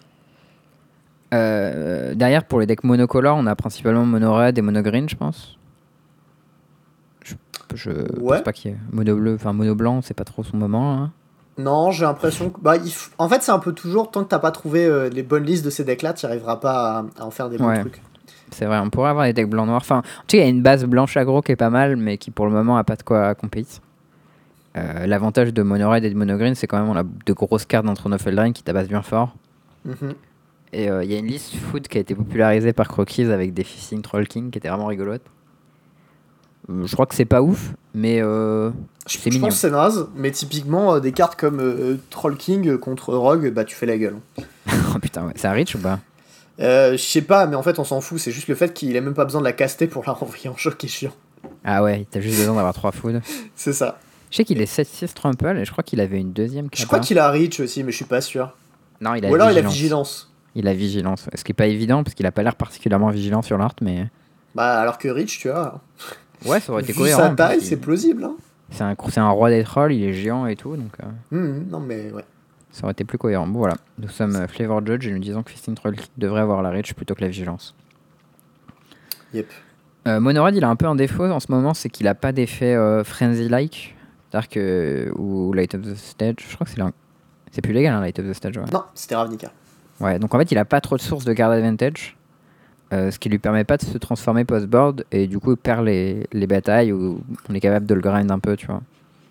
Euh, derrière, pour les decks monocolores, on a principalement Mono Red et Mono Green, je pense. Je, je Ouais. pense pas qu'il y ait Mono Bleu, enfin Mono Blanc, c'est pas trop son moment. Hein. Non, j'ai l'impression que. Bah, il f- En fait, c'est un peu toujours, tant que t'as pas trouvé euh, les bonnes listes de ces decks-là, tu arriveras pas à, à en faire des bons Ouais. trucs. C'est vrai, on pourrait avoir des decks blancs-noirs. Enfin, tu sais, il y a une base blanche aggro qui est pas mal, mais qui pour le moment a pas de quoi compétir. Euh, L'avantage de Mono Red et de Mono Green, c'est quand même on a de grosses cartes dans Throne of Eldraine qui tabassent bien fort. Mhm. Et il euh, y a une liste food qui a été popularisée par Croquis avec des Fishing Troll King qui était vraiment rigolote. Euh, je crois que c'est pas ouf, mais euh, Je, c'est je mignon. pense que c'est naze, mais typiquement, euh, des cartes comme euh, Troll King euh, contre Rogue, bah tu fais la gueule. Oh putain, ouais. C'est un reach ou pas? Euh, je sais pas, mais en fait, on s'en fout, c'est juste le fait qu'il a même pas besoin de la caster pour la renvoyer en jeu qui est chiant. Ah ouais, t'as juste besoin d'avoir trois food. C'est ça. Je sais qu'il est sept six Trample et je crois qu'il avait une deuxième Je capa. crois qu'il a Reach aussi, mais je suis pas sûr. Non, il a Ou alors vigilance. il a Vigilance. Il a vigilance. Ce qui est pas évident parce qu'il a pas l'air particulièrement vigilant sur l'art, mais. Bah, alors que Reach, tu vois. Ouais, ça aurait été Vu cohérent. sa en taille, plus, c'est il- plausible. Hein. C'est un, c'est un roi des trolls, il est géant et tout, donc euh, Mmh, non, mais ouais. ça aurait été plus cohérent. Bon, voilà, nous sommes euh, Flavor Judge et nous disons que Fisting Troll Kick devrait avoir la reach plutôt que la vigilance. Yep. Euh, Monored, il a un peu un défaut en ce moment, c'est qu'il a pas d'effet euh, Frenzy-like. C'est-à-dire que. Ou Light of the Stage, je crois que c'est là. C'est plus légal, hein, Light of the Stage. Ouais. Non, c'était Ravnica. Ouais, donc en fait, il a pas trop de sources de card advantage. Euh, ce qui lui permet pas de se transformer post-board. Et du coup, il perd les, les batailles où on est capable de le grind un peu, tu vois.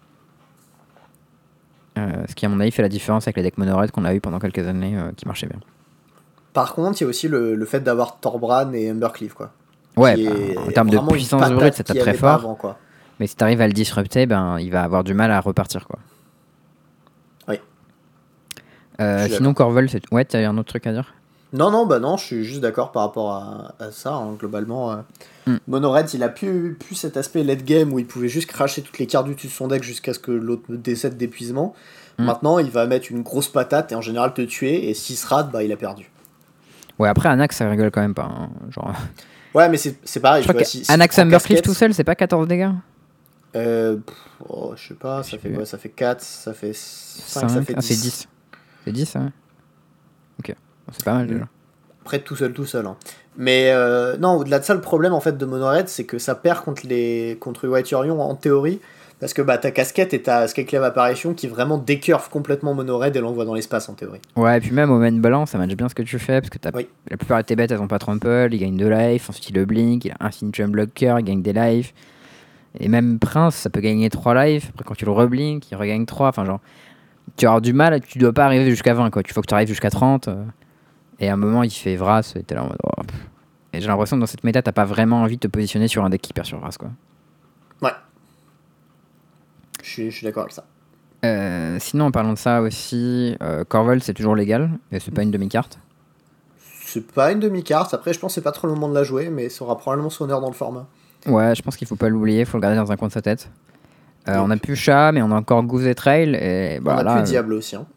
Euh, ce qui, à mon avis, fait la différence avec les decks Monored qu'on a eu pendant quelques années euh, qui marchaient bien. Par contre, il y a aussi le, le fait d'avoir Torbran et Humbercleave, quoi. Ouais, Qui bah, est en termes de vraiment une puissance patate brute, ça tape qu'il y très avait pas fort. avant, quoi. Mais si t'arrives à le disrupter, ben, il va avoir du mal à repartir, quoi. Oui. Euh, Je suis sinon, Corvol, c'est... Ouais, t'as un autre truc à dire? Non, non, bah non, je suis juste d'accord par rapport à, à ça, hein, globalement. Euh. Mm. Monored, il a plus, plus cet aspect late game où il pouvait juste cracher toutes les cartes du dessus de son deck jusqu'à ce que l'autre décède d'épuisement. Mm. Maintenant, il va mettre une grosse patate et en général te tuer, et s'il se rate, bah il a perdu. Ouais, après, Anax, ça rigole quand même pas. Hein. Genre... Ouais, mais c'est, c'est pareil. Je crois tu vois, que si, si Anax tu prends Humbercleave casquette, tout seul, c'est pas quatorze dégâts? euh, pff, oh, je sais pas, Je ça sais fait plus. quoi? Ça fait quatre, ça fait cinq, cinq, ça fait ah, c'est dix. dix. C'est dix, hein. Ok, bon, c'est pas mal Mm. déjà. Après, tout seul, tout seul. Hein. Mais euh, non, au-delà de ça, le problème en fait de Monored, c'est que ça perd contre les contre White Orion en théorie, parce que bah ta casquette et ta Skyclave Apparition qui vraiment décurve complètement Monored et l'envoie dans l'espace en théorie. Ouais, et puis même au main balance, ça match bien ce que tu fais, parce que t'as... Oui. la plupart de tes bêtes, elles ont pas trample, il gagne de life, ensuite il le blink, il a Infinitum Blocker, il gagne des lives. Et même Prince, ça peut gagner trois lives, après quand tu le reblink, il regagne trois, enfin genre... Tu vas avoir du mal, tu dois pas arriver jusqu'à vingt, quoi. Il faut que tu arrives jusqu'à trente. Euh, et à un moment, il fait Vras, et t'es là en mode... Oh, pff. Et j'ai l'impression que dans cette méta, t'as pas vraiment envie de te positionner sur un deck qui perd sur Vras, quoi. Ouais. Je suis, je suis d'accord avec ça. Euh, sinon, en parlant de ça aussi, euh, Corvol, c'est toujours légal, mais c'est pas une demi-carte. C'est pas une demi-carte, après je pense que c'est pas trop le moment de la jouer, mais ça aura probablement son heure dans le format. Ouais, je pense qu'il faut pas l'oublier, faut le garder dans un coin de sa tête. Euh, Yep. On a plus Chat, mais on a encore Goose et Trail. Et bah, On a là, plus euh, Diable aussi. Hein.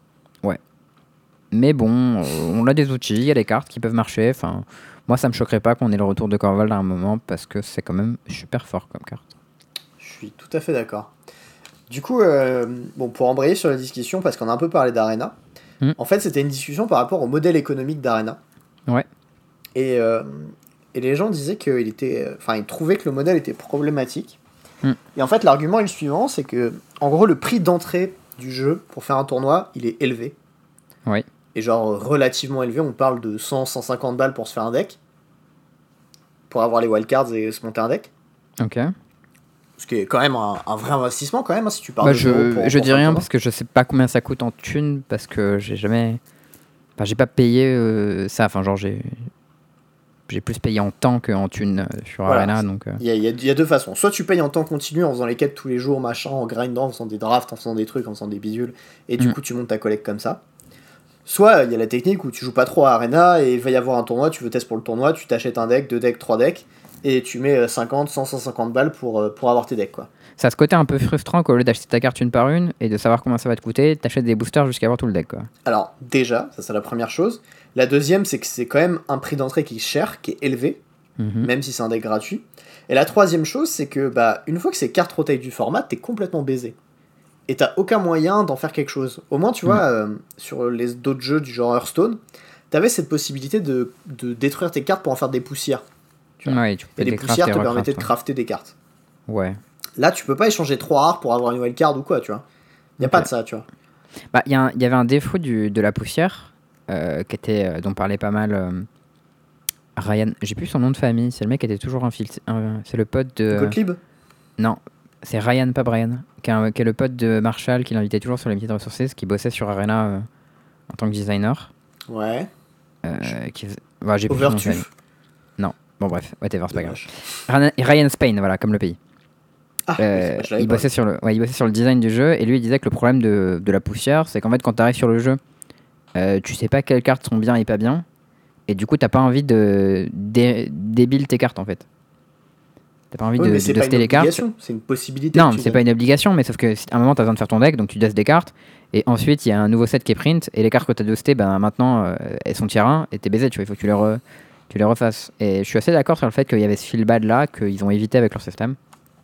Mais bon, euh, on a des outils, il y a des cartes qui peuvent marcher. Enfin, moi, ça me choquerait pas qu'on ait le retour de Corval à un moment parce que c'est quand même super fort comme carte. Je suis tout à fait d'accord. Du coup, euh, bon, pour embrayer sur la discussion, parce qu'on a un peu parlé d'Arena, Mm. en fait, c'était une discussion par rapport au modèle économique d'Arena. Ouais. Et, euh, et les gens disaient qu'il était. Enfin, ils trouvaient que le modèle était problématique. Mm. Et en fait, l'argument est le suivant, c'est que, en gros, le prix d'entrée du jeu pour faire un tournoi, il est élevé. Oui. Et genre, euh, relativement élevé, on parle de cent à cent cinquante balles pour se faire un deck. Pour avoir les wildcards et se monter un deck. Ok. Ce qui est quand même un, un vrai investissement, quand même, hein, si tu parles Bah, de zéro je, pour- je pour dis faire un rien tournoi. parce que je sais pas combien ça coûte en thunes parce que j'ai jamais. Enfin, j'ai pas payé euh, ça. Enfin, genre, j'ai. J'ai plus payé en temps qu'en thunes euh, sur Voilà. Arena. Donc, euh, Il y, a, il y a- il y a deux façons. Soit tu payes en temps continu en faisant les quêtes tous les jours, machin, en grindant, en faisant des drafts, en faisant des trucs, en faisant des bidules, et du Mm. coup tu montes ta collecte comme ça. Soit il y a la technique où tu joues pas trop à Arena et il va y avoir un tournoi, tu veux tester pour le tournoi, tu t'achètes un deck, deux decks, trois decks, et tu mets euh, cinquante, cent, cent cinquante balles pour, euh, pour avoir tes decks, quoi. ça a ce côté un peu frustrant qu'au lieu d'acheter ta carte une par une et de savoir combien ça va te coûter, t'achètes des boosters jusqu'à avoir tout le deck, quoi. Alors déjà, ça c'est la première chose. La deuxième, c'est que c'est quand même un prix d'entrée qui est cher, qui est élevé, Mhm. même si c'est un deck gratuit. Et la troisième chose, c'est que bah, une fois que ces cartes rotate du format, t'es complètement baisé. Et t'as aucun moyen d'en faire quelque chose. Au moins, tu vois, euh, sur les d'autres jeux du genre Hearthstone, t'avais cette possibilité de, de détruire tes cartes pour en faire des poussières. Tu vois. Ouais, tu peux Et les les poussières te crafter, permettaient de recraft, crafter des cartes. Ouais. Là, tu peux pas échanger trois rares pour avoir une wild card ou quoi, tu vois. Y a Ok. pas de ça, tu vois. Bah, il y, a un- il y avait un défaut du, de la poussière euh, qui était, euh, dont parlait pas mal euh, Ryan. J'ai plus son nom de famille. C'est le mec qui était toujours infiltré. euh, c'est le pote de. Gottlieb Non, c'est Ryan, pas Brian. Qui est, un- qui est le pote de Marshall qui l'invitait toujours sur les métiers de ressources, qui bossait sur Arena euh, en tant que designer. Ouais. Euh, qui fais- bah, j'ai plus son nom de famille. Overtuf. Bon, bref, whatever, c'est pas grave. Dommage. Ryan, Ryan Spain, voilà, comme le pays. Ah, Euh, oui, je l'avais il, pas. bossait sur le, ouais, il bossait sur le design du jeu et lui il disait que le problème de, de la poussière c'est qu'en fait quand tu arrives sur le jeu euh, tu sais pas quelles cartes sont bien et pas bien et du coup t'as pas envie de dé- débile tes cartes en fait. T'as pas envie Oui, de, mais de c'est pas une duster les cartes. obligation, c'est une possibilité. Non, que mais tu c'est donnes. pas une obligation, mais sauf que si- à un moment t'as besoin de faire ton deck donc tu dustes des cartes et ensuite il y a un nouveau set qui est print et les cartes que t'as dustées ben maintenant euh, elles sont tier un et t'es baisé, tu vois, il faut que tu les, re- tu les refasses. Et je suis assez d'accord sur le fait qu'il y avait ce feel bad là qu'ils ont évité avec leur système.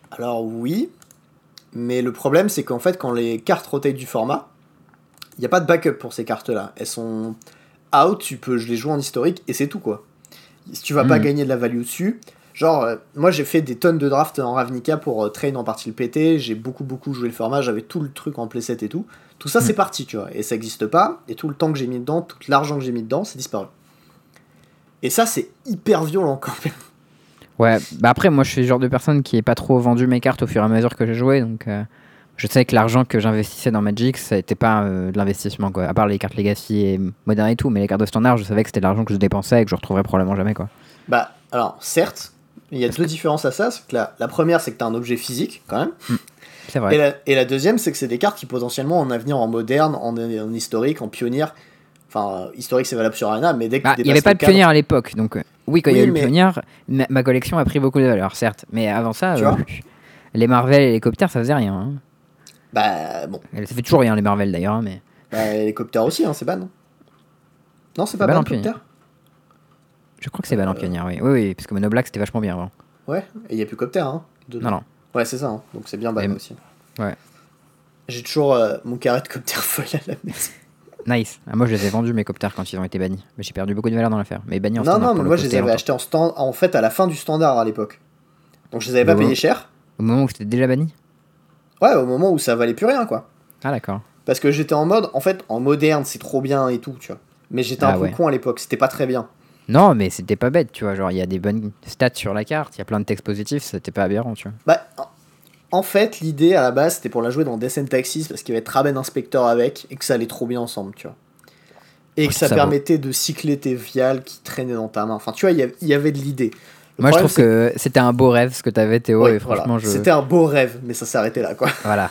Alors oui, mais le problème c'est qu'en fait quand les cartes rotate du format, il n'y a pas de backup pour ces cartes-là. Elles sont out, tu peux je les joue en historique et c'est tout quoi. Si tu vas mmh. pas gagner de la value dessus, genre euh, moi j'ai fait des tonnes de drafts en Ravnica pour euh, train en partie le P T, j'ai beaucoup beaucoup joué le format, j'avais tout le truc en playset et tout. Tout ça mmh. c'est parti, tu vois, et ça existe pas, et tout le temps que j'ai mis dedans, tout l'argent que j'ai mis dedans, c'est disparu. Et ça c'est hyper violent quand même. Ouais, bah après moi je suis le genre de personne qui est pas trop vendu mes cartes au fur et à mesure que j'ai joué, donc euh, je sais que l'argent que j'investissais dans Magic, ça n'était pas euh, de l'investissement quoi, à part les cartes Legacy et Modern et tout, mais les cartes de standard, je savais que c'était de l'argent que je dépensais et que je retrouverais probablement jamais quoi. Bah alors certes, il y a Parce deux que... différences à ça, c'est que la, la première c'est que t'as un objet physique quand même, mmh, c'est vrai. Et la, et la deuxième c'est que c'est des cartes qui potentiellement en avenir en moderne, en, en historique, en pionnière. Enfin, historique c'est valable sur Arena, mais dès que bah, tu dépasses il n'y avait pas de cadre... pionnière à l'époque, donc euh, oui, quand il oui, y a eu mais... le pionnière, ma, ma collection a pris beaucoup de valeur, certes. Mais avant ça, euh, les Marvel et les Copters, ça faisait rien. Hein. Bah, bon. Ça fait toujours rien, les Marvel d'ailleurs. Hein, mais... Bah, les Copters aussi, hein, c'est ban. Non, non c'est, c'est pas ban, Copter. Je crois que c'est ban en pionnière, oui. Oui, oui, parce que Mono Black, c'était vachement bien avant. Ouais, et il n'y a plus Copter, hein. Non, non. Ouais, c'est ça, hein. Donc c'est bien ban et... aussi. Ouais. J'ai toujours euh, mon carré de Copter folle à la maison. Nice. Ah, moi, je les ai vendus mes Copters quand ils ont été bannis. Mais j'ai perdu beaucoup de valeur dans l'affaire. Mais bannis en non, standard. Non, non, mais moi, je les avais achetés en, stand... en fait à la fin du standard à l'époque. Donc je les avais au pas payés cher. Au moment où c'était déjà banni ? Ouais, au moment où ça valait plus rien, quoi. Ah, d'accord. Parce que j'étais en mode, en fait, en moderne, c'est trop bien et tout, tu vois. Mais j'étais ah, un ouais. peu con à l'époque, c'était pas très bien. Non, mais c'était pas bête, tu vois. Genre, il y a des bonnes stats sur la carte, il y a plein de textes positifs, c'était pas aberrant, tu vois. Bah. En fait, l'idée à la base, c'était pour la jouer dans Death and Taxes parce qu'il y avait Traben Inspector avec et que ça allait trop bien ensemble, tu vois. Et ouais, que ça, ça permettait vaut. de cycler tes vials qui traînaient dans ta main. Enfin, tu vois, il y, y avait de l'idée. Le Moi, problème, je trouve que c'était un beau rêve ce que t'avais, Théo, ouais, et franchement, voilà. je... C'était un beau rêve, mais ça s'est arrêté là, quoi. Voilà.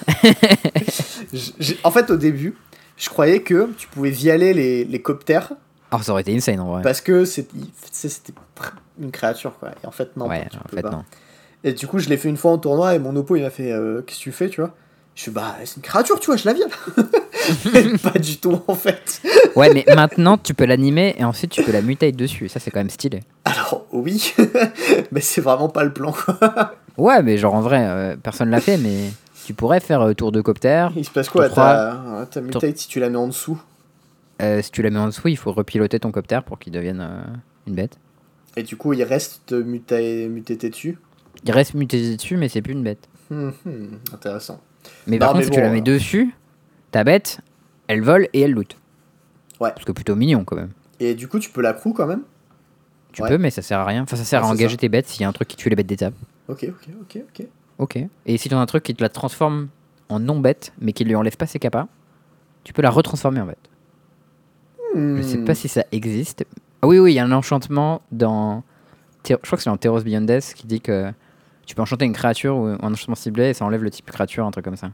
En fait, au début, je croyais que tu pouvais vialer les, les copters. Alors, ça aurait été insane, en vrai. Parce que c'était, c'était une créature, quoi. Et en fait, non. Ouais, en fait, pas. non. Et du coup, je l'ai fait une fois en tournoi et mon oppo il m'a fait euh, qu'est-ce que tu fais, tu vois. Je suis bah c'est une créature, tu vois, je la viole. Pas du tout en fait. Ouais, mais maintenant tu peux l'animer et ensuite tu peux la mutate dessus. Ça c'est quand même stylé. Alors oui, mais c'est vraiment pas le plan. Ouais, mais genre en vrai, euh, personne l'a fait, mais tu pourrais faire euh, tour de copter. Il se passe quoi ta, ta mutate tour... si tu la mets en dessous euh, Si tu la mets en dessous, il faut repiloter ton copter pour qu'il devienne euh, une bête. Et du coup, il reste muté muté dessus. Il reste muté dessus, mais c'est plus une bête. Hum, hum, intéressant. Mais par non, contre, mais si bon, tu la mets euh... dessus, ta bête, elle vole et elle loot. Ouais. Parce que plutôt mignon quand même. Et du coup, tu peux la crew quand même. Tu ouais. peux, mais ça sert à rien. Enfin, ça sert ouais, à engager ça. tes bêtes s'il y a un truc qui tue les bêtes d'étape. Ok, ok, ok, ok. Ok. Et si tu as un truc qui te la transforme en non-bête, mais qui lui enlève pas ses capas, tu peux la retransformer en bête. Hmm. Je sais pas si ça existe. Ah oui, oui, il y a un enchantement dans. Je crois que c'est dans Theros Beyond Death qui dit que tu peux enchanter une créature ou un enchantement ciblé et ça enlève le type créature, un truc comme ça.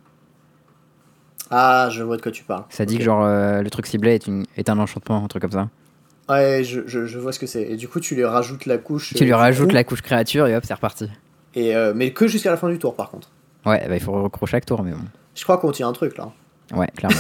Ah, je vois de quoi tu parles. Ça okay. dit que genre euh, le truc ciblé est, une, est un enchantement, un truc comme ça. Ouais, je, je, je vois ce que c'est. Et du coup, tu lui rajoutes la couche. Tu lui rajoutes coup. la couche créature et hop, c'est reparti. Et euh, mais que jusqu'à la fin du tour, par contre. Ouais, bah, il faut recrocher chaque tour, mais bon. Je crois qu'on tient un truc là. Ouais, clairement.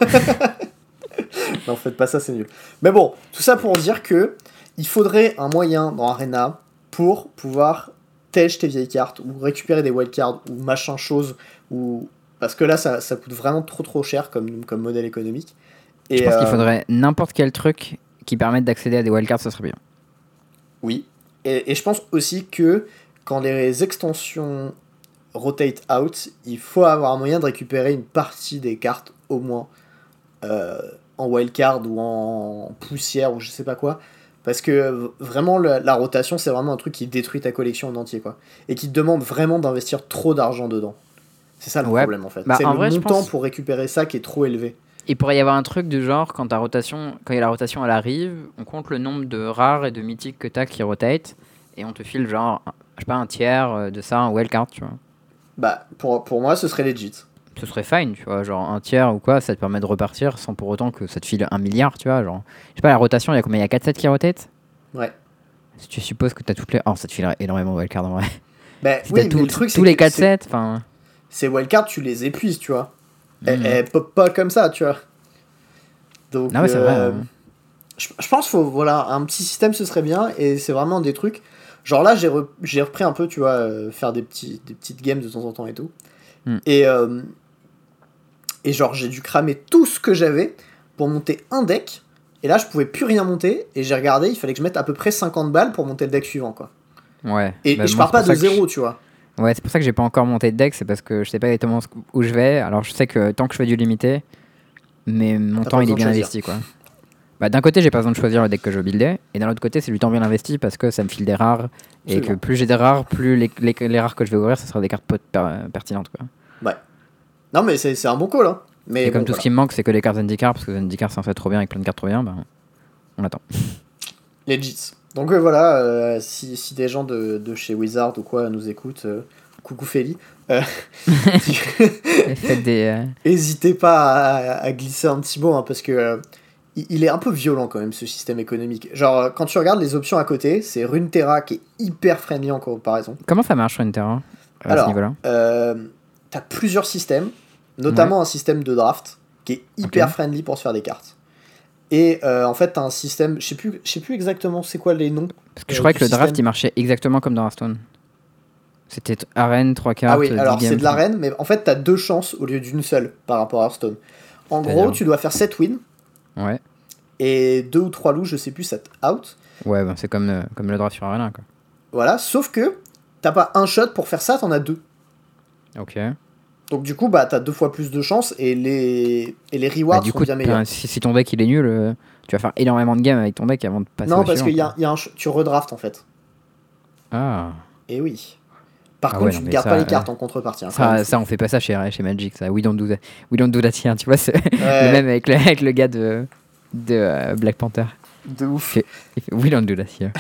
Non, faites pas ça, c'est nul. Mais bon, tout ça pour dire que il faudrait un moyen dans Arena pour pouvoir tèche tes vieilles cartes ou récupérer des wildcards ou machin chose ou parce que là ça, ça coûte vraiment trop trop cher comme, comme modèle économique. Et je pense euh... qu'il faudrait n'importe quel truc qui permette d'accéder à des wildcards, ça serait bien. Oui, et, et je pense aussi que quand les extensions rotate out, il faut avoir un moyen de récupérer une partie des cartes au moins euh, en wildcard ou en poussière ou je sais pas quoi. Parce que vraiment, la, la rotation, c'est vraiment un truc qui détruit ta collection en entier, quoi. Et qui te demande vraiment d'investir trop d'argent dedans. C'est ça le ouais. problème, en fait. Bah, c'est en le vrai, montant pense... pour récupérer ça qui est trop élevé. Il pourrait y avoir un truc du genre, quand, ta rotation, quand y a la rotation, elle arrive, on compte le nombre de rares et de mythiques que t'as qui rotate, et on te file genre, je sais pas, un tiers de ça, un wildcard, tu vois. Bah, pour, pour moi, ce serait legit. Ce serait fine, tu vois, genre un tiers ou quoi, ça te permet de repartir sans pour autant que ça te file un milliard, tu vois, genre. Je sais pas, la rotation, il y a combien ? Il y a quatre sept qui rotate ? Ouais. Si tu supposes que t'as toutes les... Oh, ça te filerait énormément de wildcard en vrai. Bah, si oui, t'as tout, mais le truc, tous les quatre sept, enfin... Ces wildcards, tu les épuises, tu vois. Mmh. Elles, elles pop pas comme ça, tu vois. Donc, non, mais c'est euh, vrai. Hein. Je, je pense qu'il faut, voilà, un petit système, ce serait bien, et c'est vraiment des trucs... Genre là, j'ai, re- j'ai repris un peu, tu vois, euh, faire des, petits, des petites games de temps en temps et tout. Mm. Et, euh, et genre, j'ai dû cramer tout ce que j'avais pour monter un deck. Et là, je pouvais plus rien monter. Et j'ai regardé, il fallait que je mette à peu près cinquante balles pour monter le deck suivant, quoi. Ouais. Et, Bah, et je moi, pars c'est pas pour de ça que zéro, je- tu vois. Ouais, c'est pour ça que j'ai pas encore monté de deck, c'est parce que je sais pas exactement ce- où je vais. Alors je sais que tant que je fais du limité, mais mon T'as temps pas il est besoin de bien choisir. investi quoi. Bah, d'un côté, j'ai pas besoin de choisir le deck que je veux builder, et d'un autre côté, c'est du temps bien investi parce que ça me file des rares, et que Absolument. plus j'ai des rares, plus les, les, les rares que je vais ouvrir, ce sera des cartes pot- per- pertinentes quoi. Ouais. Non, mais c'est, c'est un bon call, hein. Mais Et comme bon, tout voilà. ce qui me manque, c'est que les cartes Zendikar, parce que Zendikar c'est en fait trop bien avec plein de cartes trop bien, bah on attend. Legit. Donc euh, voilà, euh, si, si des gens de, de chez Wizard ou quoi nous écoutent, euh, coucou Feli, euh, Faites des. euh, n'hésitez pas à, à glisser un petit mot, hein, parce que euh, il, il est un peu violent quand même ce système économique. Genre, euh, quand tu regardes les options à côté, c'est Runeterra qui est hyper friendly en comparaison. Comment ça marche sur une terrain à ce Alors, niveau-là? euh, t'as plusieurs systèmes, notamment un système de draft qui est hyper Ok. friendly pour se faire des cartes. Et euh, en fait, t'as un système, je sais plus, je sais plus exactement c'est quoi les noms. Parce que je euh, crois du que le draft système. il marchait exactement comme dans Hearthstone. C'était t- arène, trois cartes, Ah oui, dix alors c'est games. de l'arène, mais en fait, t'as deux chances au lieu d'une seule par rapport à Hearthstone. En gros, C'est-à-dire tu dois faire sept wins, Ouais. et deux ou trois loups, je sais plus, sept out. Ouais, bah, c'est comme, euh, comme le draft sur arène quoi. Voilà, sauf que t'as pas un shot pour faire ça, t'en as deux. Ok. Donc du coup, bah t'as deux fois plus de chances, et les, et les Bah, rewards du sont coup, bien t'as meilleurs. un- si, si ton deck il est nul, euh, tu vas faire énormément de games avec ton deck avant de passer Non, au parce suivant, qu'il y quoi. a, il y a un ch- tu redrafts en fait. Ah. Et oui. Par Ah contre, ouais, tu non, ne mais gardes ça, pas les euh, cartes en contrepartie. Hein, quand même, Ça, fou. ça, on fait pas ça chez, chez Magic, ça. We don't do that. We don't do that here. Tu vois, c'est le Ouais, même avec le, avec le gars de, de euh, Black Panther. de ouf. Il fait, il fait, We don't do that here.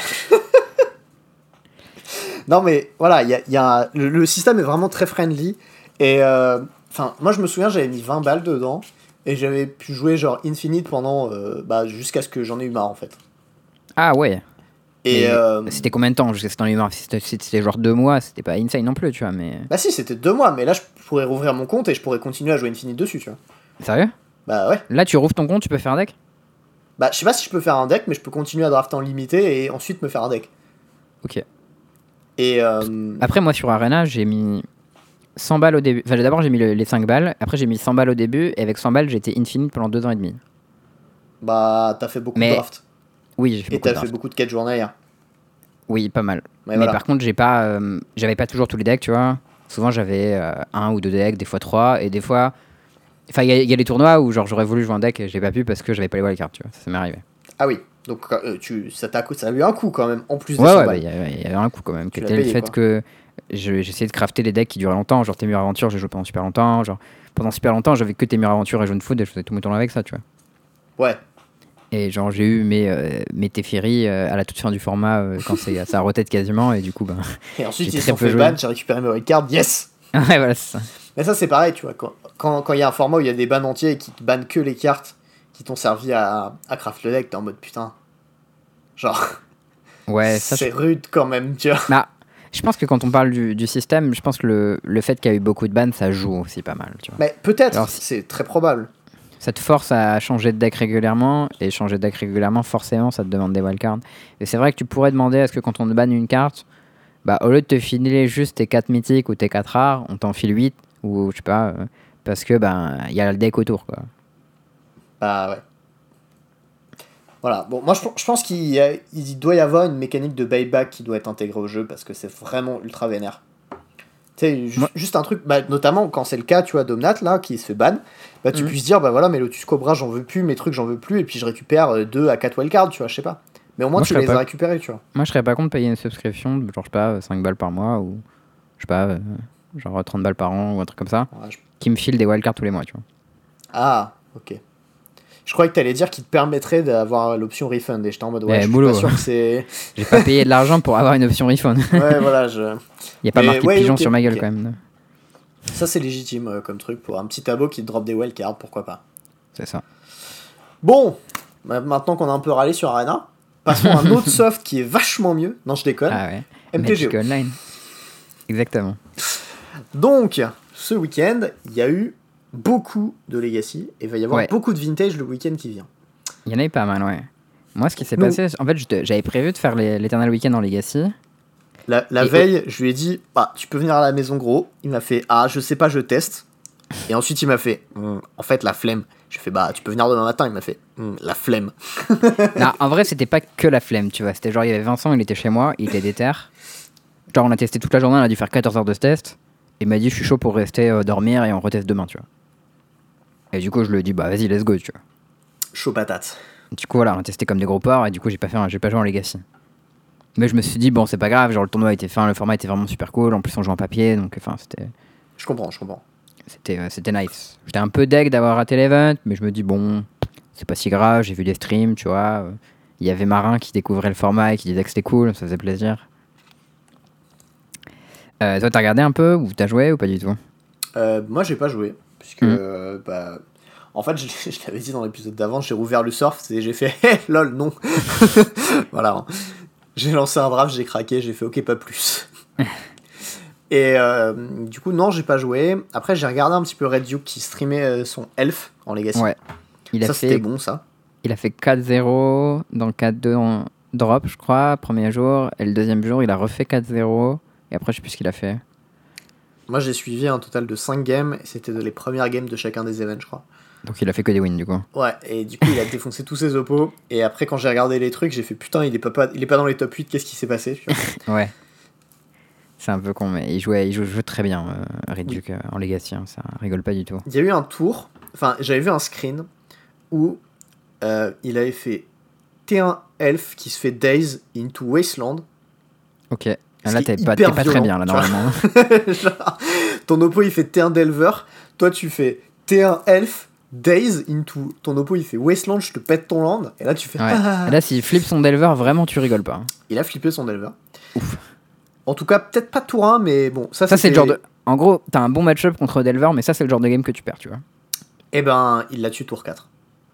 Non, mais voilà, il y a, il y a un- le, le système est vraiment très friendly. Et euh, enfin, moi je me souviens, j'avais mis vingt balles dedans. Et j'avais pu jouer genre Infinite pendant. euh, bah, jusqu'à ce que j'en ai eu marre en fait. Ah ouais. Et. Mais euh, c'était combien de temps jusqu'à ce que t'en aies marre? Si c'était si c'était genre deux mois, c'était pas insane non plus, tu vois, mais. Bah, si, c'était deux mois, mais là je pourrais rouvrir mon compte et je pourrais continuer à jouer Infinite dessus, tu vois. Sérieux? Bah, ouais. Là, tu rouvres ton compte, tu peux faire un deck? Bah, je sais pas si je peux faire un deck, mais je peux continuer à drafter en limité et ensuite me faire un deck. Ok. Et. euh, Après, moi, sur Arena, j'ai mis cent balles au début. Enfin, d'abord, j'ai mis le- les cinq balles. Après, j'ai mis cent balles au début. Et avec cent balles, j'étais infinite pendant deux ans et demi. Bah, t'as fait beaucoup Mais- de drafts. Oui, j'ai fait Et beaucoup de t'as fait drafts. beaucoup de quêtes journalières. Oui, pas mal. Mais, Mais voilà. par contre, j'ai pas, euh, j'avais pas toujours tous les decks, tu vois. Souvent, j'avais euh, un ou deux decks, des fois trois. Et des fois. Enfin, il y, a- il y a les tournois où genre j'aurais voulu jouer un deck et j'ai pas pu parce que j'avais pas les wildcards, tu vois. Ça, ça m'est arrivé. Ah oui, donc euh, tu, ça, t'a, ça a eu un coût quand même, en plus des Ouais, cent ouais, bah, balles. il y, avait il y avait un coup quand même. Tu Qui l'as était le payé, fait quoi. que je- j'essayais de crafter les decks qui duraient longtemps. Genre Témur Aventure, j'ai joué pendant super longtemps. Genre pendant super longtemps, j'avais que Témur Aventure et Jaune Food et je faisais tout mon tournoi avec ça, tu vois. Ouais. Et genre j'ai eu mes, euh, mes Teferi euh, à la toute fin du format euh, quand c'est, ça rotate quasiment et du coup ben Et ensuite, J'ai ils se très sont peu fait joué. ban, j'ai récupéré mes cards, yes. ouais voilà c'est ça. Mais ça, c'est pareil, tu vois. Quand il quand, quand y a un format où il y a des bans entiers et qui te bannent que les cartes qui t'ont servi à, à craft le deck, t'es en mode putain. Genre, Ouais ça c'est je... rude quand même, tu vois. Bah, je pense que quand on parle du, du système, je pense que le, le fait qu'il y a eu beaucoup de bans ça joue aussi pas mal, tu vois. Mais peut-être, Alors, si- c'est très probable. Ça te force à changer de deck régulièrement et changer de deck régulièrement forcément ça te demande des wildcards. Et c'est vrai que tu pourrais demander à ce que quand on te banne une carte, bah au lieu de te filer juste tes quatre mythiques ou tes quatre rares, on t'en file huit ou je sais pas euh, parce que ben il y a le deck autour quoi. Bah ouais. Voilà, bon, moi je, je pense qu'il y a- il doit y avoir une mécanique de buyback qui doit être intégrée au jeu parce que c'est vraiment ultra vénère. Tu sais, ju- Moi- juste un truc, bah, notamment quand c'est le cas, tu vois, d'Omnat là, qui se fait ban, bah tu Mhm. puisses dire, bah voilà, mes Lotus Cobra, j'en veux plus, mes trucs, j'en veux plus, et puis je récupère deux à quatre wildcards, tu vois, je sais pas. Mais au moins Moi, tu je les serais as pas- récupérés, tu vois. Moi je serais pas contre de payer une subscription de genre je sais pas cinq balles par mois ou je sais pas euh, genre trente balles par an ou un truc comme ça Ouais, je- qui me file des wildcards tous les mois, tu vois. Ah, ok. Je croyais que t'allais dire qu'il te permettrait d'avoir l'option refund, et j'étais en mode, ouais, Eh, je suis boulot. pas sûr que c'est... J'ai pas payé de l'argent pour avoir une option refund. Ouais, voilà, je... Il y a pas Mais marqué ouais, pigeon ok, sur ma gueule ok. quand même. Ça c'est légitime euh, comme truc, pour un petit tableau qui te drop des wildcards, pourquoi pas. C'est ça. Bon, bah, maintenant qu'on a un peu râlé sur Arena, passons à un autre soft qui est vachement mieux. Non, je déconne. Ah ouais. M T G O. Magic Online. Exactement. Donc, ce week-end, il y a eu beaucoup de Legacy et il va y avoir Ouais. beaucoup de Vintage le week-end qui vient. Il y en a eu pas mal, ouais. Moi, ce qui s'est Nous- passé, en fait, je te- j'avais prévu de faire les- l'Eternal Weekend en Legacy, La, la Et veille, je lui ai dit, ah, tu peux venir à la maison, gros. Il m'a fait, ah, je sais pas, je teste. Et ensuite, il m'a fait, Hm, en fait, la flemme. J'ai fait, bah, tu peux venir demain matin. Il m'a fait, Hm, la flemme. Non, en vrai, c'était pas que la flemme, tu vois. C'était genre, il y avait Vincent, il était chez moi, il était déter. Genre, on a testé toute la journée, on a dû faire quatorze heures de test. Il m'a dit, je suis chaud pour rester euh, dormir et on reteste demain, tu vois. Et du coup, je lui ai dit, bah, vas-y, let's go, tu vois. Chaud patate. Du coup, voilà, on a testé comme des gros porcs et du coup, j'ai pas, fait un- j'ai pas joué en Legacy. Mais je me suis dit, bon, c'est pas grave, genre, le tournoi était fin, le format était vraiment super cool. En plus, on joue en papier, donc, enfin, c'était. Je comprends, je comprends. C'était, euh, c'était nice. J'étais un peu deg d'avoir raté l'event, mais je me dis, bon, c'est pas si grave, j'ai vu des streams, tu vois. euh, Il y avait Marin qui découvrait le format et qui disait que c'était cool, ça faisait plaisir. Euh, toi, t'as regardé un peu, ou t'as joué, ou pas du tout? Euh, moi, j'ai pas joué. Puisque, Mhm. euh, bah. En fait, je, je l'avais dit dans l'épisode d'avant, j'ai rouvert le surf et j'ai fait, hé, lol, non. Voilà. J'ai lancé un draft, j'ai craqué, j'ai fait, ok, pas plus. Et euh, du coup, non, j'ai pas joué. Après, j'ai regardé un petit peu Red Duke qui streamait euh, son Elf en Legacy. Ouais. Il a Ça, c'était fait, bon, ça. il a fait quatre zéro dans le quatre deux en drop, je crois, premier jour. Et le deuxième jour, il a refait quatre zéro. Et après, je sais plus ce qu'il a fait. Moi, j'ai suivi un total de cinq games. Et c'était de les premières games de chacun des events, je crois. Donc, il a fait que des wins, du coup. Ouais, et du coup, il a défoncé tous ses oppos. Et après, quand j'ai regardé les trucs, j'ai fait putain, il est pas, pas, il est pas dans les top huit, qu'est-ce qui s'est passé, tu vois. Ouais. C'est un peu con, mais il jouait, il joue, joue très bien, euh, Red Oui. Duke, euh, en Legacy. Hein, ça rigole pas du tout. Il y a eu un tour, enfin, j'avais vu un screen où euh, il avait fait T un Elf qui se fait Daze into Wasteland. Ok. Ce Là, qui est t'es pas, hyper t'es pas très violent, bien, là, tu vois. normalement. Genre, ton oppo il fait T un Delver, toi tu fais T un Elf, Daze into. Ton oppo il fait Wasteland, je te pète ton land, et là tu fais. Ouais. Ah. Et là, s'il flippe son Delver, vraiment, tu rigoles pas. Hein. Il a flippé son Delver. Ouf. En tout cas, peut-être pas tour un, mais bon, ça, Ça, c'est c'était- le genre de. En gros, t'as un bon match-up contre Delver, mais ça, c'est le genre de game que tu perds, tu vois. Eh ben, il l'a tué tour quatre.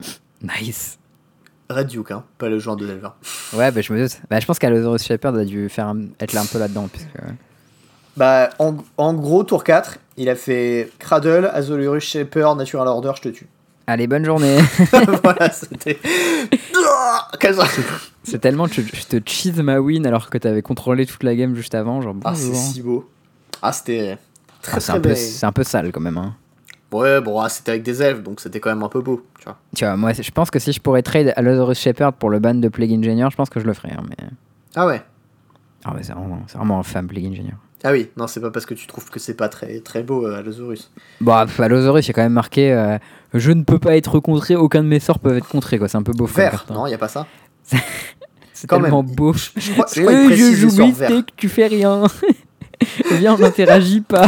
Nice. Red Duke, hein, pas le joueur de Delver. Ouais, bah, je me doute. Bah, je pense qu'Allosaurus Shepherd a dû faire un- être là un peu là-dedans, puisque. Bah, en, en gros, tour quatre, il a fait Cradle, Azolurus Shaper, Natural Order, je te tue. Allez, bonne journée. Voilà, c'était. Quel- C'est tellement que je je te cheese ma win alors que t'avais contrôlé toute la game juste avant, genre Ah, c'est bonjour. si beau. Ah, c'était très Ah, c'est très un peu, bien. c'est un peu sale quand même. Hein. Ouais, bon, ah, c'était avec des elfes, donc c'était quand même un peu beau, tu vois. Tu vois, moi, je pense que si je pourrais trade Allosaurus Shepherd pour le ban de Plague Engineer, je pense que je le ferais. Hein, mais... Ah ouais. Ah, mais c'est vraiment, c'est vraiment infâme, Plague Engineer. Ah oui, non, c'est pas parce que tu trouves que c'est pas très très beau, euh, Allosaurus. Bon, pff, Allosaurus, il y a quand même marqué euh, je ne peux pas être contré, aucun de mes sorts peuvent être contrés, quoi. C'est un peu beau. Vert, non, y a pas ça. C'est quand tellement même. beau. Je crois, je crois Euh, qu'il je précise joue les sorts verts. Mystique, tu fais rien. Viens, on n'interagit pas.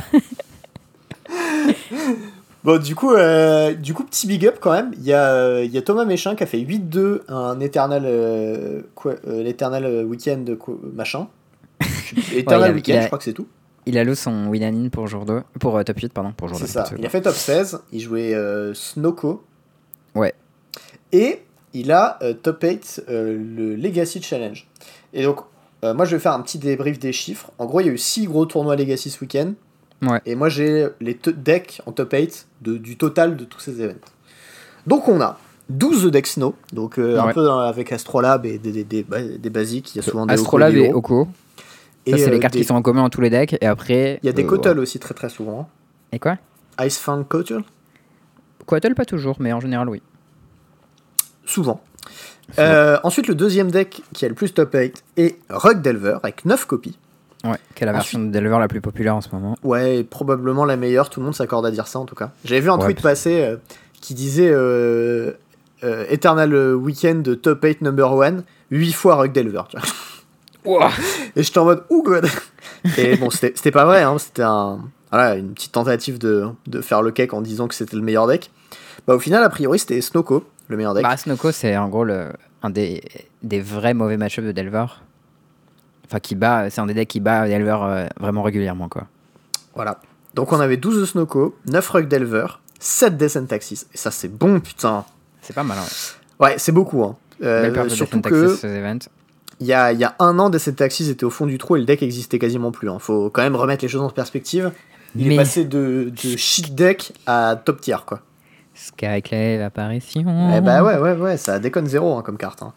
Bon, du coup, euh, du coup, petit big up quand même. Il y a, euh, il y a Thomas Méchin qui a fait huit deux un Eternal, euh, quoi, euh, l'Eternal Weekend quoi, machin. Eternal il a- Weekend, il a- je crois que c'est tout. Il a loué son win-in pour jour deux. Pour euh, top huit, pardon. Pour jour C'est deux. ça. pas de Il a fait top seize. Il jouait euh, Snoko. Ouais. Et il a euh, top huit euh, le Legacy Challenge. Et donc, euh, moi, je vais faire un petit débrief des chiffres. En gros, il y a eu six gros tournois Legacy ce week-end. Ouais. Et moi, j'ai les te- decks en top huit de, du total de tous ces événements. Donc, on a douze decks Snow. Donc, euh, un Ouais. peu dans- avec Astrolabe et des, des, des, ba- des basiques. Il y a souvent des Astrolabe Oko, des et Oro. Oko. Et, Ça, c'est euh, les cartes des- qui sont en commun dans tous les decks. Et après. Il y a des euh, Kotal ouais. aussi, très très souvent. Et quoi Icefang Kotal. Quattle, pas toujours, mais en général, oui. Souvent. Euh, ensuite, le deuxième deck qui a le plus top huit est Rug Delver avec neuf copies. Ouais, qui est la version de Delver la plus populaire en ce moment. Ouais, probablement la meilleure, tout le monde s'accorde à dire ça en tout cas. J'avais vu un Ouais, tweet parce- passer euh, qui disait euh, euh, Eternal Weekend top huit number one, huit fois Rug Delver. Tu vois. Ouah. Et j'étais en mode, ouh god. Et bon, c'était c'était pas vrai, hein, c'était un, voilà, une petite tentative de, de faire le cake en disant que c'était le meilleur deck. Bah, au final, a priori, c'était Snoko, le meilleur deck. Bah, Snoko, c'est en gros le, un des, des vrais mauvais match-ups de Delver. Enfin, qui bat, c'est un des decks qui bat Delver euh, vraiment régulièrement, quoi. Voilà. Donc on avait douze de Snoko, neuf Rug Delver, sept Descent Taxis. Et ça, c'est bon, putain. C'est pas mal, ouais. Ouais, c'est beaucoup. Hein. Euh, Belle perte de surtout Descent que Taxis, ces events. il y a, il y a un an, Descent Taxis était au fond du trou et le deck existait quasiment plus. Hein. Faut quand même remettre les choses en perspective. Il Mais- est passé de, de shit deck à top tier, quoi. Skyclave apparition. Eh bah ouais, ouais, ouais, ça déconne zéro hein, comme carte. Hein.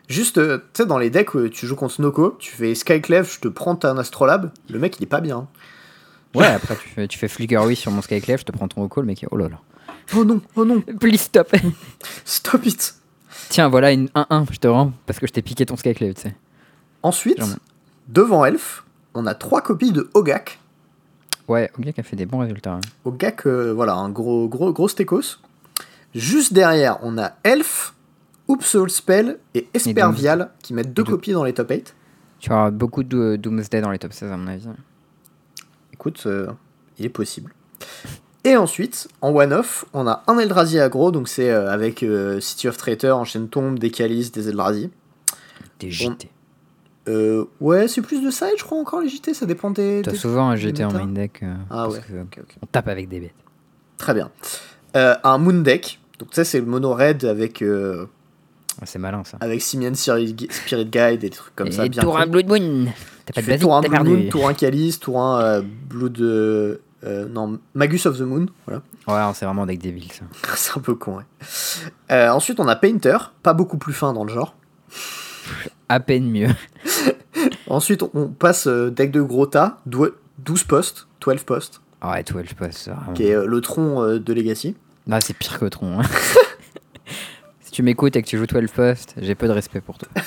Juste, euh, tu sais, dans les decks où tu joues contre Snoko, tu fais Skyclave, je te prends un Astrolabe, le mec il est pas bien. Ouais, après tu fais, tu fais Flicker oui sur mon Skyclave, je te prends ton Oko, le mec est oh là là. Oh non, oh non. Please stop. Stop it. Tiens, voilà une un un, je te rends, parce que je t'ai piqué ton Skyclave, tu sais. Ensuite, Genre... devant Elf, on a trois copies de Ogak. Ouais, Ogak a fait des bons résultats. Hein. Ogak, euh, voilà, un gros, gros, gros stécos. Juste derrière, on a Elf, Upsoul Spell et Espervial qui mettent deux copies dans les top huit. Tu auras beaucoup de Doomsday dans les top seize à mon avis. Écoute, euh, il est possible. Et ensuite, en one-off, on a un Eldrazi aggro, donc c'est euh, avec euh, City of Traitor, Enchaîne Tombe, des Calices, des Eldrazi. Des J T. On... Euh, ouais, c'est plus de side, je crois, encore les J T, ça dépend des... T'as des... souvent un J T en main deck. Euh, ah ouais, okay, okay. On tape avec des bêtes. Très bien. Euh, un Moon deck, donc ça c'est le mono red avec... Euh, ah, c'est malin ça. Avec Simian Spirit Guide et des trucs comme et ça. Et tour un Blood Moon. T'as pas de basique, tour un t'as Blood perdu. Moon, tour un Calice, tour un euh, Blood... Euh, euh, non, Magus of the Moon, voilà. Ouais, c'est vraiment deck débile ça. C'est un peu con, ouais. Euh, ensuite, on a Painter, pas beaucoup plus fin dans le genre. À peine mieux. Ensuite, on passe euh, deck de gros tas, douze postes, douze postes. Ah ouais, douze postes, vraiment. Qui est euh, le tronc euh, de Legacy. Bah, c'est pire que tronc. Hein. Si tu m'écoutes et que tu joues douze postes, j'ai peu de respect pour toi.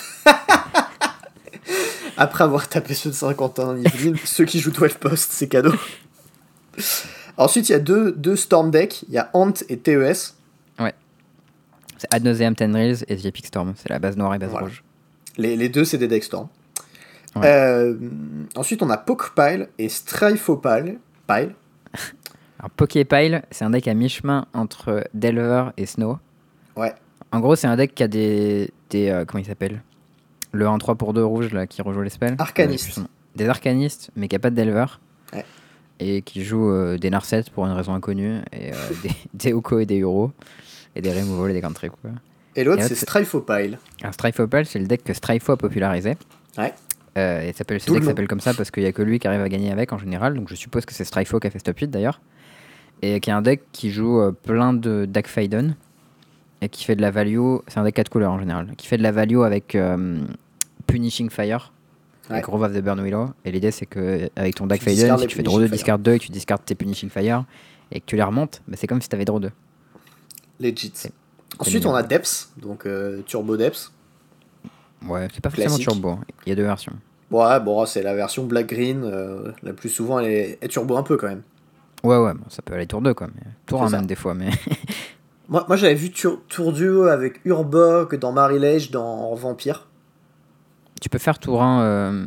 Après avoir tapé ceux de Saint-Quentin, ceux qui jouent douze postes, c'est cadeau. Ensuite, il y a deux, deux Storm decks, il y a Ant et T E S. Ouais. C'est Ad Nauseam Tendrils et The Epic Storm, c'est la base noire et base voilà. rouge. Les, les deux, c'est des decks Storm. Ouais. Euh, ensuite, on a Pokepile et Stryfopile. Pile. Alors, Poképile, c'est un deck à mi-chemin entre Delver et Snow. Ouais. En gros, c'est un deck qui a des. des euh, comment il s'appelle ? Le un trois pour deux rouge là, qui rejoue les spells. Arcaniste. Euh, des arcanistes, mais qui a pas de Delver. Ouais. Et qui joue euh, des Narset pour une raison inconnue. Et euh, des, des Oko et des Euro. Et des Removal et des Cantrips. Quoi. Et l'autre, et c'est Stryfopile. Alors, Stryfopile, c'est le deck que Stryfo a popularisé. Ouais. Euh, et s'appelle, ce deck s'appelle comme ça parce qu'il n'y a que lui qui arrive à gagner avec en général. Donc je suppose que c'est Stryfo qui a fait Stop huit d'ailleurs. Et qui est un deck qui joue euh, plein de Darkfaiden. Et qui fait de la value. C'est un deck quatre couleurs en général. Qui fait de la value avec euh, Punishing Fire. Ouais. Avec Grove of the Burn Willow. Et l'idée c'est que avec ton Darkfaiden, si tu fais draw deux, discard deux et que tu discardes tes Punishing Fire et que tu les remontes, bah, c'est comme si tu avais draw deux. Legit. C'est Ensuite on a Depths, donc euh, Turbo Depths. Ouais, c'est pas forcément turbo. Il y a deux versions. Ouais, bon, c'est la version black-green. Euh, la plus souvent, elle est, elle est turbo un peu quand même. Ouais, ouais, bon, ça peut aller tour deux, quoi. Mais... Tour un même des fois, mais. moi, moi, j'avais vu tour, tour deux avec Urbok dans Marilège dans Vampire. Tu peux faire tour un euh,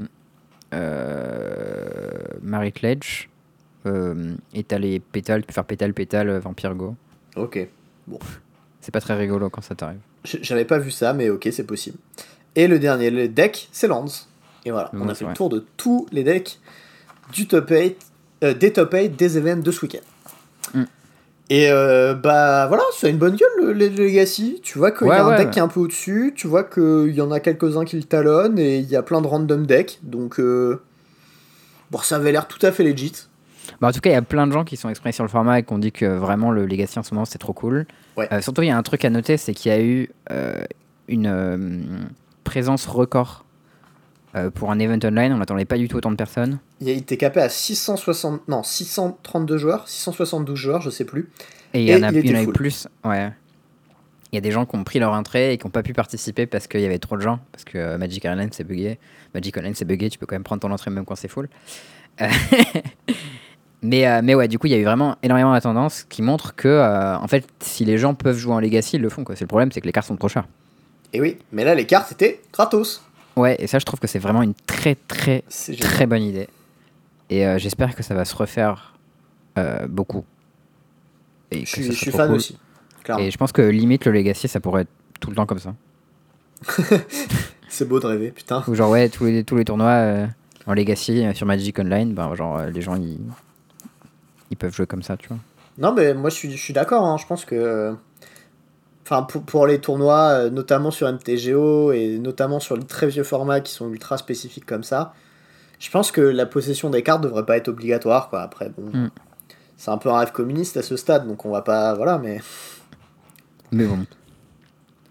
euh, Marilège. Euh, et t'as les pétales, tu peux faire pétale, pétale, Vampire Go. Ok, bon. C'est pas très rigolo quand ça t'arrive. J'avais pas vu ça, mais ok, c'est possible. Et le dernier le deck, c'est Lands. Et voilà, mmh, on a fait vrai. le tour de tous les decks du top huit, euh, des top huit des events de ce week-end. Mmh. Et euh, bah voilà, ça a une bonne gueule, le, le Legacy. Tu vois qu'il ouais, y a un ouais, deck ouais. qui est un peu au-dessus, tu vois qu'il y en a quelques-uns qui le talonnent, et il y a plein de random decks. Donc, euh, bon, ça avait l'air tout à fait legit. Bah en tout cas, il y a plein de gens qui sont exprimés sur le format et qui ont dit que vraiment le Legacy en ce moment c'est trop cool. Ouais. Euh, surtout, il y a un truc à noter, c'est qu'il y a eu euh, une euh, présence record euh, pour un event online. On n'attendait pas du tout autant de personnes. Il était capé à six cent soixante, non, six cent trente-deux joueurs, six cent soixante-douze joueurs, je sais plus. Et il y en a, il y en a eu plus. Ouais. Il y a des gens qui ont pris leur entrée et qui n'ont pas pu participer parce qu'il y avait trop de gens. Parce que euh, Magic Online c'est bugué. Magic Online c'est bugué, tu peux quand même prendre ton entrée même quand c'est full. Euh Mais, euh, mais ouais, du coup, il y a eu vraiment énormément de tendance qui montre que, euh, en fait, si les gens peuvent jouer en Legacy, ils le font. Quoi. C'est le problème, c'est que les cartes sont trop chères. Et oui, mais là, les cartes étaient gratos. Ouais, et ça, je trouve que c'est vraiment une très, très, très bonne idée. Et euh, j'espère que ça va se refaire euh, beaucoup. Et je suis, je suis fan cool. aussi. Clairement. Et je pense que limite, le Legacy, ça pourrait être tout le temps comme ça. C'est beau de rêver, putain. Ou genre, ouais, tous les, tous les tournois euh, en Legacy euh, sur Magic Online, ben, genre, euh, les gens, ils... ils peuvent jouer comme ça, tu vois. Non, mais moi, je suis, je suis d'accord. Hein. Je pense que... Enfin, pour, pour les tournois, notamment sur M T G O et notamment sur les très vieux formats qui sont ultra spécifiques comme ça, je pense que la possession des cartes devrait pas être obligatoire, quoi. Après, bon... Mm. C'est un peu un rêve communiste à ce stade, donc on va pas... Voilà, mais... Mais bon.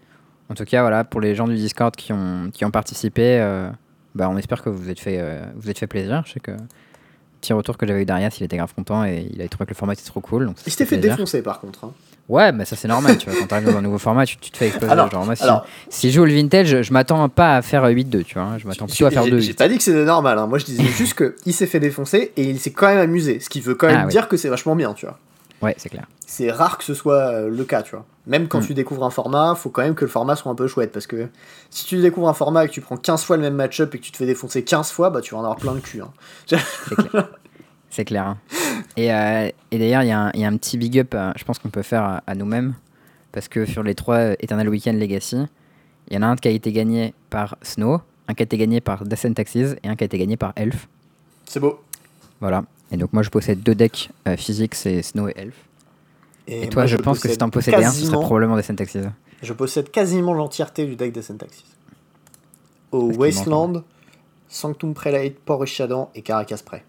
En tout cas, voilà, pour les gens du Discord qui ont, qui ont participé, euh, bah, on espère que vous vous êtes fait, euh, vous êtes fait plaisir. Je sais que petit retour que j'avais eu d'Arias, il était grave content et il a trouvé que le format était trop cool. Donc il s'était fait plaisir. Défoncer par contre. Hein. Ouais, mais ça c'est normal, tu vois, quand t'arrives dans un nouveau format, tu, tu te fais exploser. Alors, genre, moi, si, alors, si je joue le vintage, je m'attends pas à faire huit deux, tu vois, je m'attends plutôt à faire deux. J'ai pas dit que c'était normal, hein. Moi je disais juste qu'il s'est fait défoncer et il s'est quand même amusé, ce qui veut quand même ah, dire oui. que c'est vachement bien, tu vois. Ouais, c'est clair. C'est rare que ce soit le cas, tu vois. Même quand mm. tu découvres un format, faut quand même que le format soit un peu chouette, parce que si tu découvres un format et que tu prends quinze fois le même match-up et que tu te fais défoncer quinze fois, bah tu vas en avoir plein le cul. Hein. C'est clair. C'est clair. Hein. Et, euh, et d'ailleurs, il y, y a un petit big up, euh, je pense qu'on peut faire à, à nous-mêmes, parce que sur les trois Eternal Weekend Legacy, il y en a un qui a été gagné par Snow, un qui a été gagné par Descent Taxes et un qui a été gagné par Elf. C'est beau. Voilà. Et donc moi, je possède deux decks euh, physiques, c'est Snow et Elf. Et, et toi, moi, je, je pense que si t'en possédais un, ce serait probablement Descent Taxes. Je possède quasiment l'entièreté du deck Descent Taxes. Au parce Wasteland, Sanctum Prelate, Port Shadow et Caracas Prey.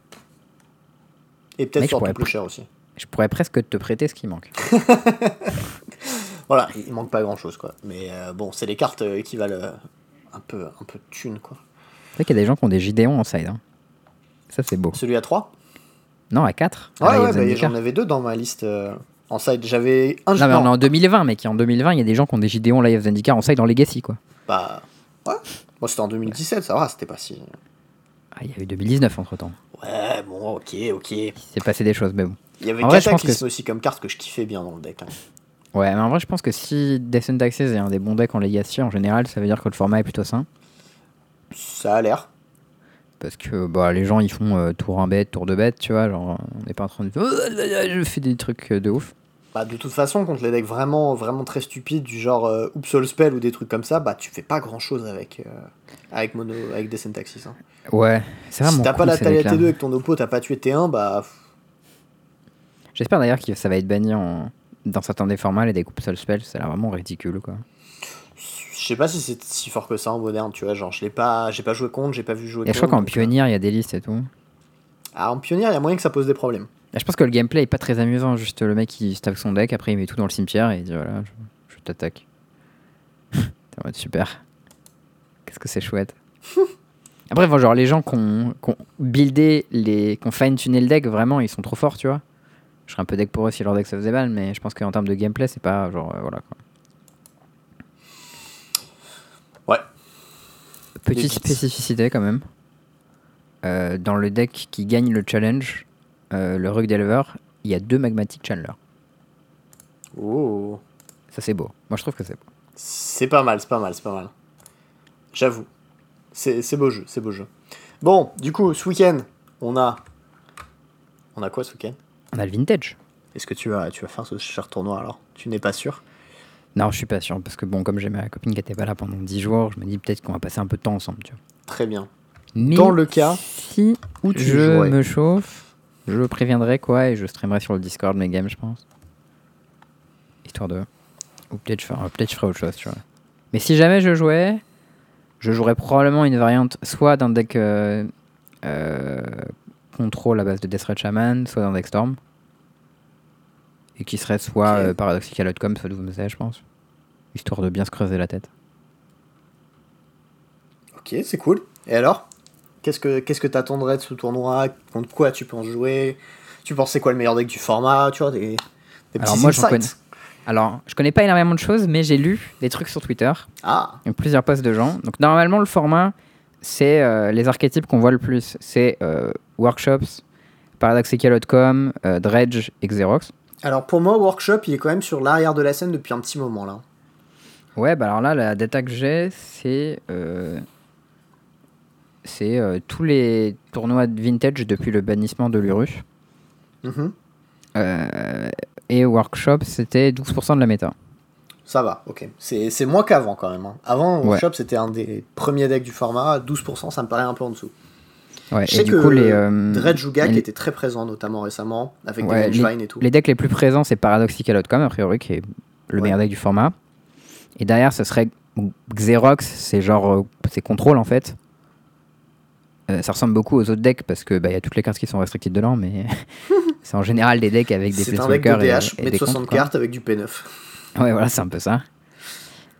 Et peut-être sur tout plus cher aussi. Je pourrais presque te prêter ce qui manque. Voilà, il manque pas grand chose quoi. Mais euh, bon, c'est les cartes euh, qui valent euh, un peu un peu de thunes quoi. C'est vrai qu'il y a des gens qui ont des Gideon en side. Hein. Ça c'est beau. Celui à trois ? Non, à quatre. Ouais, ah, ouais, bah, j'en avais deux dans ma liste euh, en side. J'avais un Non, mais on est en deux mille vingt, mec. En deux mille vingt, il y a des gens qui ont des Gideon Live of Zendikar en side en Legacy quoi. Bah, ouais. Moi c'était en deux mille dix-sept, ouais. Ça va, c'était pas si. Ah, il y a eu deux mille dix-neuf entre temps. Ouais, bon, ok, ok. Il s'est passé des choses, mais bon. Il y avait Cataclysme que... aussi comme carte que je kiffais bien dans le deck. Hein. Ouais, mais en vrai, je pense que si Descent Taxes est un des bons decks en Legacy, en général, ça veut dire que le format est plutôt sain. Ça a l'air. Parce que bah, les gens, ils font euh, tour un bête, tour deux bêtes, tu vois. Genre, on n'est pas en train de dire oh, je fais des trucs de ouf. Bah, de toute façon, contre les decks vraiment, vraiment très stupides, du genre euh, Oops Soul Spell ou des trucs comme ça, bah tu fais pas grand chose avec, euh, avec, mono, avec Descent Taxes. Hein. Ouais, c'est vraiment. Si t'as cool, pas la taille à T deux et que ton oppo t'as pas tué T un, bah. J'espère d'ailleurs que ça va être banni en... dans certains des formats, les decks Oops Soul Spell, ça a l'air vraiment ridicule quoi. Je sais pas si c'est si fort que ça en moderne, tu vois, genre je l'ai pas, j'ai pas joué contre, j'ai pas vu jouer contre. Et je crois qu'en pionnier, il y a des listes et tout. Ah, en pionnier, il y a moyen que ça pose des problèmes. Et je pense que le gameplay est pas très amusant, juste le mec il stack son deck, après il met tout dans le cimetière et il dit voilà, je, je t'attaque. T'es en mode super. Qu'est-ce que c'est chouette. Après, bon, genre les gens qui ont buildé, les, qui ont fine-tuné le deck, vraiment ils sont trop forts, tu vois. Je serais un peu deck pour eux si leur deck ça faisait mal, mais je pense qu'en termes de gameplay, c'est pas genre euh, voilà quoi. Ouais. Petite spécificité quand même. Euh, dans le deck qui gagne le challenge, euh, le Rug Delver, il y a deux Magmatic Chandler. Oh. Ça c'est beau. Moi je trouve que c'est beau. C'est pas mal, c'est pas mal, c'est pas mal. J'avoue. C'est, c'est beau jeu, c'est beau jeu. Bon, du coup, ce week-end, on a... On a quoi ce week-end ? On a le Vintage. Est-ce que tu vas, tu vas faire ce cher tournoi alors ? Tu n'es pas sûr ? Non, je suis pas sûr, parce que bon, comme j'ai ma copine qui était pas là pendant dix jours, je me dis peut-être qu'on va passer un peu de temps ensemble, tu vois. Très bien. Mais dans le cas si où tu je jouerais. me chauffe, je préviendrai quoi et je streamerai sur le Discord mes games, je pense. Histoire de... Ou peut-être je, ferai, peut-être je ferai autre chose, tu vois. Mais si jamais je jouais, je jouerais probablement une variante soit d'un deck euh, euh, contrôle à base de Death Red Shaman, soit d'un deck Storm. Et qui serait soit okay. euh, Paradoxical Outcome, soit Doomsday, je pense. Histoire de bien se creuser la tête. Ok, c'est cool. Et alors ? Qu'est-ce que qu'est-ce que t'attendrais de ce tournoi ? Contre quoi tu penses jouer ? Tu penses c'est quoi le meilleur deck du format ? Tu vois, des, des petits Alors moi, insights. je connais. Alors, je connais pas énormément de choses, mais j'ai lu des trucs sur Twitter. Ah. Il y a plusieurs posts de gens. Donc normalement, le format, c'est euh, les archétypes qu'on voit le plus. C'est euh, Workshops, Paradoxical Outcome, euh, Dredge et Xerox. Alors pour moi, Workshop, il est quand même sur l'arrière de la scène depuis un petit moment là. Ouais, bah alors là, la data que j'ai, c'est... Euh, c'est euh, tous les tournois de Vintage depuis le bannissement de l'Uru. Mm-hmm. Euh, et Workshop, c'était douze pour cent de la méta. Ça va, ok. C'est, c'est moins qu'avant quand même. Hein. Avant, Workshop, ouais. C'était un des premiers decks du format. douze pour cent, ça me paraît un peu en dessous. Ouais, je sais et du que coup, les, euh, Dredge Ugak les... était très présent, notamment récemment, avec ouais, des Vengevine et tout. Les decks les plus présents, c'est Paradoxical Outcome, a priori, qui est le ouais. meilleur deck du format. Et derrière, ce serait Xerox, c'est genre... Euh, c'est contrôle, en fait. Euh, ça ressemble beaucoup aux autres decks, parce que bah, y a toutes les cartes qui sont restricted dedans, mais c'est en général des decks avec des C'est un deck de D H, et, et mais des soixante comptes, cartes avec du P neuf. Ouais, voilà, c'est un peu ça.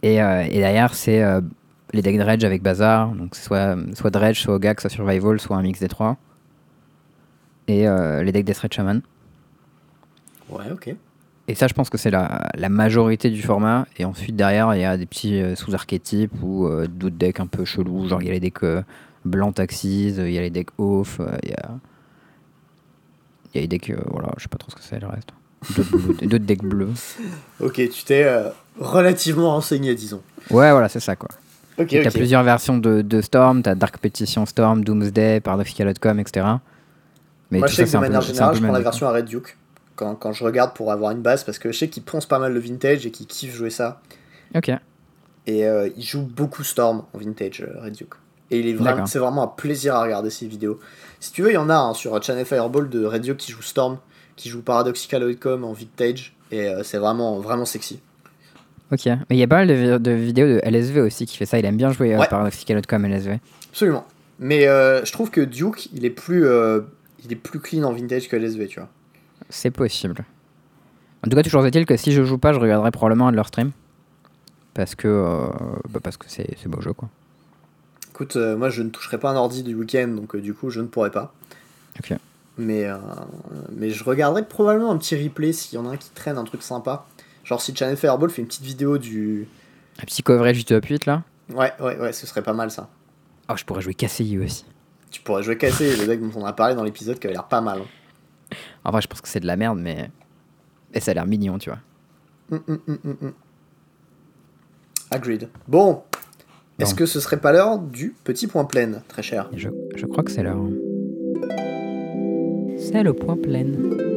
Et, euh, et derrière, c'est euh, les decks Dredge avec Bazar. Donc, soit, soit Dredge, soit Ogak, soit Survival, soit un mix des trois. Et euh, les decks Death Shaman. Ouais, ok. Et ça, je pense que c'est la, la majorité du format. Et ensuite, derrière, il y a des petits euh, sous-archétypes ou euh, d'autres decks un peu chelous. Genre, il y a les decks euh, blancs taxis, il y a les decks off, il euh, y a... Il y a les decks... Euh, voilà, je sais pas trop ce que c'est le reste. D'autres, bleus, d'autres decks bleus. Ok, tu t'es euh, relativement renseigné, disons. Ouais, voilà, c'est ça, quoi. Ok, tu as ok. plusieurs versions de, de Storm. Tu as Dark Petition Storm, Doomsday, Paradoxical Outcome, et cetera. Mais Moi, tout je sais ça, que c'est de un manière peu, générale, c'est un je peu prends la le même version à Red Duke quand, quand je regarde pour avoir une base, parce que je sais qu'il ponce pas mal le vintage et qu'il kiffe jouer ça. Ok. Et euh, il joue beaucoup Storm en vintage, euh, Red Duke. Et il est vraiment, D'accord. c'est vraiment un plaisir à regarder ces vidéos. Si tu veux, il y en a hein, sur Channel Fireball de Red Duke qui joue Storm, qui joue Paradoxical Outcome en vintage, et euh, c'est vraiment, vraiment sexy. Ok. Mais il y a pas mal de, vi- de vidéos de L S V aussi qui fait ça. Il aime bien jouer euh, Ouais. Paradoxical Outcome L S V. Absolument. Mais euh, je trouve que Duke, il est plus, euh, il est plus clean en vintage que L S V, tu vois. C'est possible. En tout cas, toujours est-il que si je joue pas, je regarderai probablement un de leurs streams. Parce que euh, bah parce que c'est, c'est beau jeu, quoi. Écoute, euh, moi je ne toucherai pas un ordi du week-end, donc euh, du coup je ne pourrai pas. Ok. Mais, euh, mais je regarderai probablement un petit replay s'il y en a un qui traîne un truc sympa. Genre si Channel Fireball fait une petite vidéo du... Un petit coverage du top huit, là. Ouais, ouais, ouais, ce serait pas mal ça. Oh, je pourrais jouer K C I aussi. Tu pourrais jouer cassé, le deck dont on a parlé dans l'épisode qui avait l'air pas mal. Hein. En vrai, je pense que c'est de la merde, mais... Et ça a l'air mignon, tu vois. Hum, hum, hum, hum, hum. Agreed. Bon. Est-ce Bon. que ce serait pas l'heure du petit point plein, très cher? Je, je crois que c'est l'heure. C'est le point plein.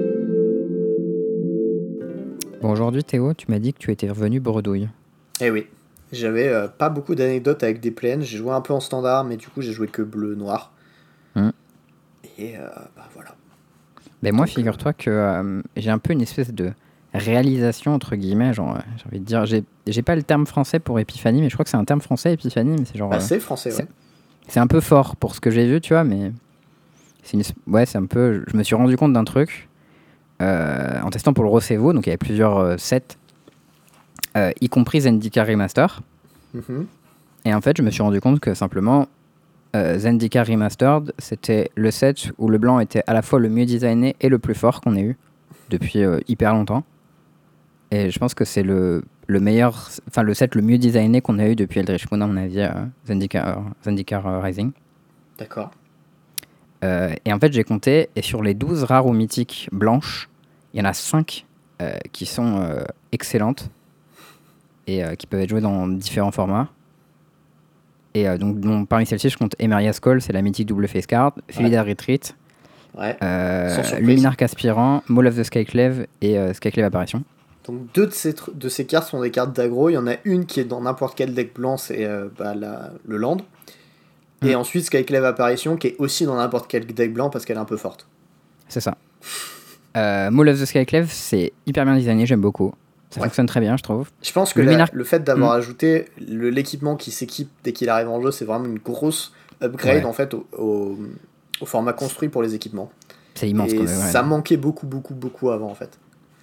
Bon, aujourd'hui, Théo, tu m'as dit que tu étais revenu bredouille. Eh oui. J'avais euh, pas beaucoup d'anecdotes avec des plaines. J'ai joué un peu en standard, mais du coup j'ai joué que bleu-noir. Hum. Et euh, bah voilà. Ben moi, Donc, figure-toi que euh, j'ai un peu une espèce de réalisation, entre guillemets, genre, euh, j'ai envie de dire, j'ai, j'ai pas le terme français pour épiphanie, mais je crois que c'est un terme français, épiphanie, mais c'est genre... Bah, euh, c'est français, c'est, ouais. c'est un peu fort pour ce que j'ai vu, tu vois, mais... C'est une, ouais, c'est un peu... Je me suis rendu compte d'un truc, euh, en testant pour le Rosevo, donc il y avait plusieurs euh, sets, euh, y compris Zendikar Remaster, Mm-hmm. et en fait, je me suis rendu compte que simplement, euh, Zendikar Remastered, c'était le set où le blanc était à la fois le mieux designé et le plus fort qu'on ait eu depuis euh, hyper longtemps. Et je pense que c'est le, le meilleur, enfin le set le mieux designé qu'on a eu depuis Eldritch Moon, à mon avis, euh, Zendikar, Zendikar euh, Rising. D'accord. Euh, et en fait, j'ai compté, et sur les douze rares ou mythiques blanches, il y en a cinq euh, qui sont euh, excellentes et euh, qui peuvent être jouées dans différents formats. Et euh, donc, bon, parmi celles-ci, je compte Emeria's Call, c'est la mythique double face card, Felidar Retreat, Ouais. euh, Sans surprise. Luminarch Aspirant, Maul of the Skyclave et euh, Skyclave Apparition. Donc deux de ces, tr- de ces cartes sont des cartes d'aggro. Il y en a une qui est dans n'importe quel deck blanc, c'est euh, bah, la, le land. Et Mm. ensuite Skyclave Apparition qui est aussi dans n'importe quel deck blanc parce qu'elle est un peu forte. C'est ça. Euh, Maul of the Skyclave, c'est hyper bien designé, j'aime beaucoup. Ça Ouais. fonctionne très bien, je trouve. Je pense que Le la- Luminar- le fait d'avoir Mm. ajouté le- l'équipement qui s'équipe dès qu'il arrive en jeu, c'est vraiment une grosse upgrade Ouais. en fait au, au, au format construit pour les équipements. C'est immense. Et quoi, ouais. ça manquait beaucoup, beaucoup, beaucoup avant en fait.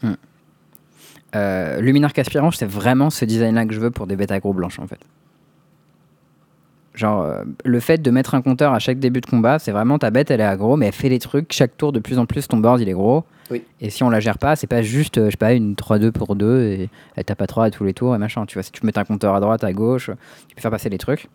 Euh, Luminarch Aspirant, c'est vraiment ce design-là que je veux pour des bêtes aggro blanches, en fait. Genre, euh, le fait de mettre un compteur à chaque début de combat, c'est vraiment ta bête, elle est aggro, mais elle fait des trucs. Chaque tour, de plus en plus, ton board, il est gros. Oui. Et si on la gère pas, c'est pas juste, euh, je sais pas, une trois deux pour deux et elle tape à trois à tous les tours et machin. Tu vois, si tu mets un compteur à droite, à gauche, tu peux faire passer des trucs.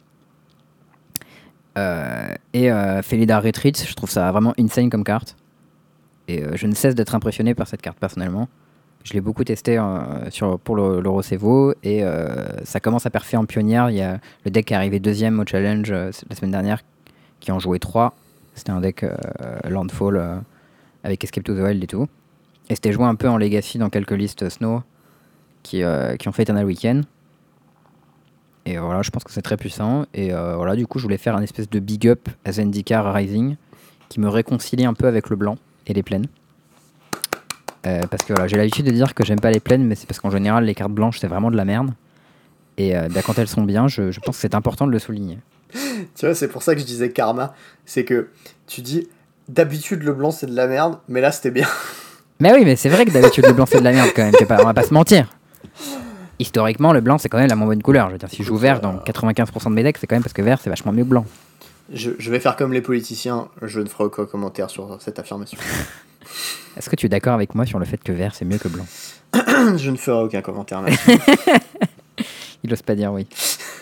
Euh, et euh, Felidar Retreat, je trouve ça vraiment insane comme carte. Et euh, je ne cesse d'être impressionné par cette carte personnellement. Je l'ai beaucoup testé euh, sur, pour le, le Rosevo et euh, ça commence à perfer en pionnière. Il y a le deck qui est arrivé deuxième au challenge euh, la semaine dernière qui en jouait trois. C'était un deck euh, Landfall euh, avec Escape to the Wild et tout. Et c'était joué un peu en Legacy dans quelques listes Snow qui, euh, qui ont fait Eternal Weekend. Et euh, voilà, je pense que c'est très puissant. Et euh, voilà, du coup, je voulais faire un espèce de big up à Zendikar Rising qui me réconcilie un peu avec le blanc et les plaines. Euh, parce que voilà, j'ai l'habitude de dire que j'aime pas les plaines, mais c'est parce qu'en général, les cartes blanches, c'est vraiment de la merde. Et euh, bah, quand elles sont bien, je, je pense que c'est important de le souligner. Tu vois, c'est pour ça que je disais karma. C'est que tu dis, d'habitude le blanc c'est de la merde, mais là c'était bien. Mais oui, mais c'est vrai que d'habitude, le blanc, c'est de la merde quand même. C'est pas, on va pas se mentir. historiquement, le blanc, c'est quand même la moins bonne couleur. Je veux dire, si je joue vert dans quatre-vingt-quinze pour cent de mes decks, c'est quand même parce que vert, c'est vachement mieux que blanc. Je, je vais faire comme les politiciens, je ne ferai aucun commentaire sur cette affirmation. Est-ce que tu es d'accord avec moi sur le fait que vert, c'est mieux que blanc? Je ne ferai aucun commentaire là-dessus. Il ose pas dire oui.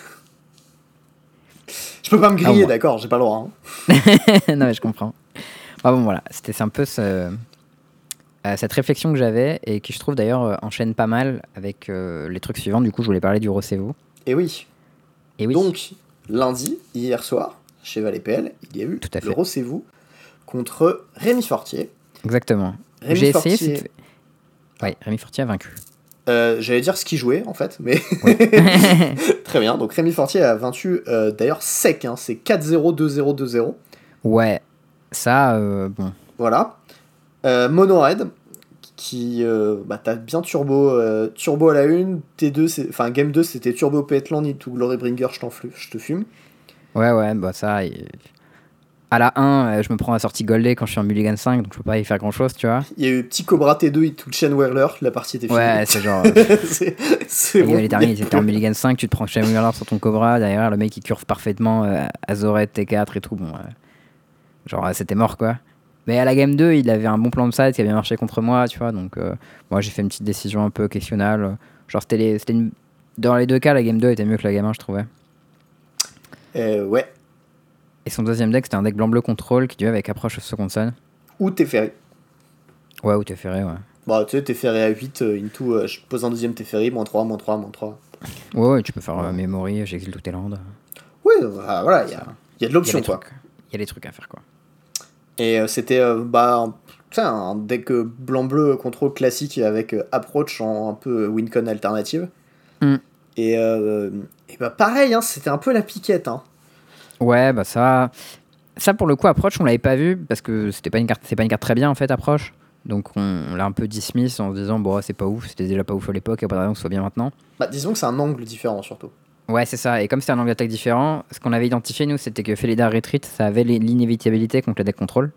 Je peux pas me griller, ah, d'accord, j'ai pas le droit. Hein. Non, mais je comprends. Ah bon, voilà, c'était c'est un peu ce, euh, cette réflexion que j'avais et qui, je trouve d'ailleurs, euh, enchaîne pas mal avec euh, les trucs suivants. Du coup, je voulais parler du Rossez-vous. Et oui. Et oui. Donc, lundi, hier soir, chez Valais P L, il y a eu Tout à fait. le Rossez-vous contre Rémi Fortier. Exactement. Rémi J'ai Fortier... essayé. Cette... Ouais, Rémi Fortier a vaincu. Euh, j'allais dire ce qu'il jouait en fait, mais oui. Très bien. Donc Rémi Fortier a vaincu euh, d'ailleurs sec, hein, c'est quatre zéro, deux zéro, deux zéro. Ouais, ça, euh, bon. Voilà. Euh, Mono Red, qui euh, bah, t'as bien turbo, euh, turbo à la une, T deux, enfin Game deux c'était Turbo Petland, Need to Glorybringer, je t'en je te fume. Ouais, ouais, bah ça. Il... À la un, je me prends la sortie Goldé quand je suis en Mulligan cinq, donc je peux pas y faire grand chose, tu vois. Il y a eu Petit Cobra T deux, il touche Chain Whirler, la partie était finie. Ouais, c'est genre. c'est c'est bon. Les derniers, il étaient en Mulligan cinq, tu te prends Chain Whirler sur ton Cobra, derrière le mec il curve parfaitement euh, Azoret T quatre et tout, bon. Euh, genre, c'était mort quoi. Mais à la game deux, il avait un bon plan de side qui a bien marché contre moi, tu vois, donc euh, moi j'ai fait une petite décision un peu questionnable. Genre, c'était les, c'était une... dans les deux cas, la game deux était mieux que la game un, je trouvais. Euh, ouais. Et son deuxième deck, c'était un deck blanc-bleu contrôle qui jouait avec approche Second Sun. Ou Teferi. Ouais, ou Teferi, ouais. Bah, tu sais, Teferi à huit, euh, into, euh, je pose un deuxième Teferi, moins trois, moins trois, moins trois. Ouais, ouais, tu peux faire euh, Memory, j'exile toutes tes landes. Ouais, bah, voilà, il y a, y a de l'option, quoi. Il y a des trucs à faire, quoi. Et euh, c'était, euh, bah, un, un deck euh, blanc-bleu contrôle classique avec euh, approach en un peu Wincon alternative. Mm. Et, euh, et bah, pareil, hein, c'était un peu la piquette, hein. Ouais, bah ça, ça pour le coup, Approach, on l'avait pas vu parce que c'était pas une carte, c'est pas une carte très bien en fait, Approach. Donc on, on l'a un peu dismiss en se disant bon, c'est pas ouf, c'était déjà pas ouf à l'époque, et pas de raison que ce soit bien maintenant. Bah, disons que c'est un angle différent surtout. Ouais, c'est ça. Et comme c'était un angle d'attaque différent, ce qu'on avait identifié nous, c'était que Felidar Retreat, ça avait l'inévitabilité contre le deck contrôle.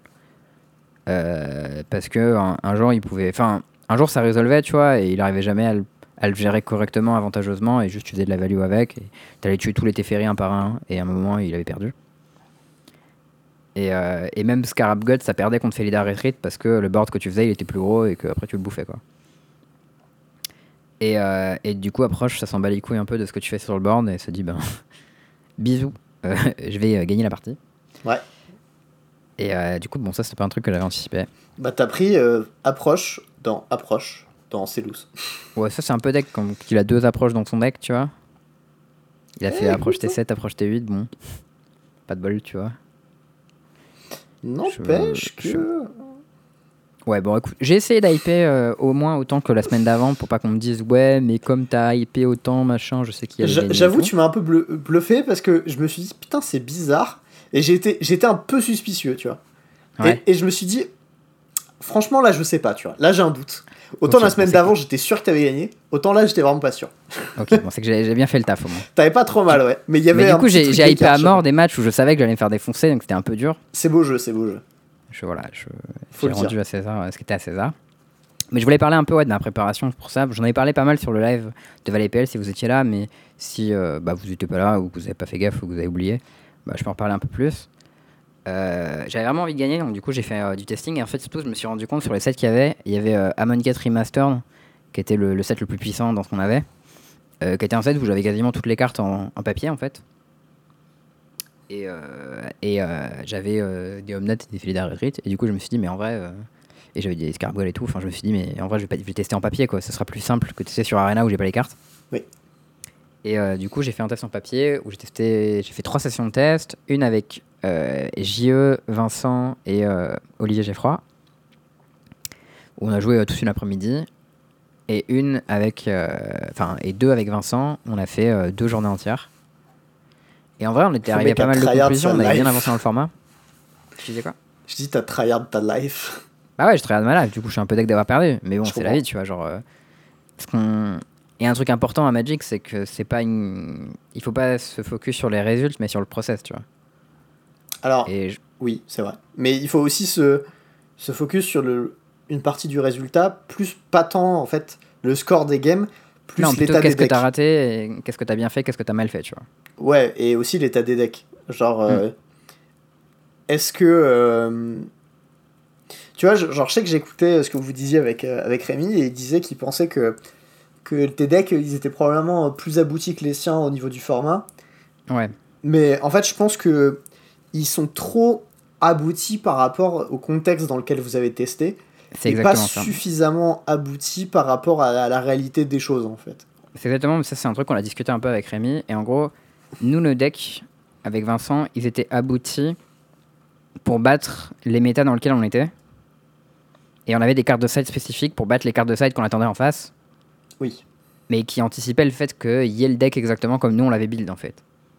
Euh, parce que un, un jour, il pouvait, enfin, un jour ça résolvait, tu vois, et il arrivait jamais à le, à le gérer correctement, avantageusement, et juste tu faisais de la value avec. Et t'allais tuer tous les Teferi un par un, et à un moment, il avait perdu. Et, euh, et même Scarab God, ça perdait contre Felidar Retreat parce que le board que tu faisais, il était plus gros et qu'après tu le bouffais, quoi. Et, euh, et du coup, Approche, ça s'en bat les couilles un peu de ce que tu fais sur le board et se dit, ben, bisous, euh, je vais euh, gagner la partie. Ouais. Et euh, du coup, bon, ça, c'était pas un truc que j'avais anticipé. Bah, t'as pris euh, Approche dans Approche, dans Célous. Ouais, ça, c'est un peu deck, comme qu'il a deux approches dans son deck, tu vois. Il a Eh, fait Approche écoute, T sept, Approche T huit, bon, pas de bol, tu vois. N'empêche je, que... Je... Ouais, bon, écoute, j'ai essayé d'hyper euh, au moins autant que la semaine d'avant pour pas qu'on me dise ouais, mais comme t'as hypé autant, machin, je sais qu'il y a des. J'avoue, tu m'as un peu bluffé parce que je me suis dit putain, c'est bizarre. Et j'étais, j'étais un peu suspicieux, tu vois. Ouais. Et, et je me suis dit, franchement, là, je sais pas, tu vois. Là, j'ai un doute. Autant okay, la semaine bon, d'avant, j'étais sûr que t'avais gagné. Autant là, j'étais vraiment pas sûr. Ok, bon, c'est que j'ai, j'ai bien fait le taf au moins. T'avais pas trop mal, ouais. Mais il y avait. Mais un du coup, j'ai, j'ai hypé à carte, mort des matchs où je savais que j'allais me faire défoncer, donc c'était un peu dur. C'est beau jeu, c'est beau jeu. Je, voilà, je, j'ai rendu à César euh, ce qui était à César. Mais je voulais parler un peu ouais, de ma préparation pour ça. J'en avais parlé pas mal sur le live de Valais P L si vous étiez là, mais si euh, bah, vous n'étiez pas là ou que vous n'avez pas fait gaffe ou que vous avez oublié, bah, je peux en parler un peu plus. Euh, j'avais vraiment envie de gagner, donc du coup j'ai fait euh, du testing et en fait surtout je me suis rendu compte sur les sets qu'il y avait, il y avait euh, Amonkhet Remastered qui était le, le set le plus puissant dans ce qu'on avait, euh, qui était un set où j'avais quasiment toutes les cartes en, en papier en fait. Et, euh, et euh, j'avais euh, des Omnat et des Felidar Retreat et du coup je me suis dit mais en vrai... Euh, et j'avais des Scarab God et tout, enfin je me suis dit mais en vrai je vais, pas, je vais tester en papier quoi, ça sera plus simple que tester sur Arena où j'ai pas les cartes. Oui. Et euh, du coup j'ai fait un test en papier où j'ai testé, j'ai fait trois sessions de test, une avec euh, J E, Vincent et euh, Olivier Geffroy, où on a joué euh, tous une après-midi, et une avec, enfin euh, et deux avec Vincent, on a fait euh, deux journées entières. Et en vrai on était arrivé à pas mal de conclusions, on avait bien avancé dans le format. Tu disais quoi? Je dis t'as tryhard ta life. Ah ouais, je tryhard ma life, du coup je suis un peu deck d'avoir perdu, mais bon je c'est comprends. La vie tu vois, genre... Euh, parce qu'on... Et un truc important à Magic, c'est que c'est pas une... Il faut pas se focus sur les résultats, mais sur le process, tu vois. Alors, je... oui, c'est vrai. Mais il faut aussi se, se focus sur le... une partie du résultat, plus pas tant, en fait, le score des games, plus non, plutôt l'état qu'est-ce des que t'as decks. raté, et qu'est-ce que t'as bien fait, qu'est-ce que t'as mal fait, tu vois. Ouais, et aussi l'état des decks. Genre, euh, est-ce que... euh, Tu vois, je- genre, je sais que j'écoutais ce que vous disiez avec, euh, avec Rémi, et il disait qu'il pensait que, que tes decks, ils étaient probablement plus aboutis que les siens au niveau du format. Ouais, Mais en fait, je pense que ils sont trop aboutis par rapport au contexte dans lequel vous avez testé, c'est et pas exactement ça. suffisamment aboutis par rapport à, à la réalité des choses, en fait. C'est exactement, ça c'est un truc qu'on a discuté un peu avec Rémi, et en gros, nous, nos decks, avec Vincent, ils étaient aboutis pour battre les méta dans lesquels on était, et on avait des cartes de side spécifiques pour battre les cartes de side qu'on attendait en face, Oui. mais qui anticipaient le fait qu'il y ait le deck exactement comme nous on l'avait build en fait.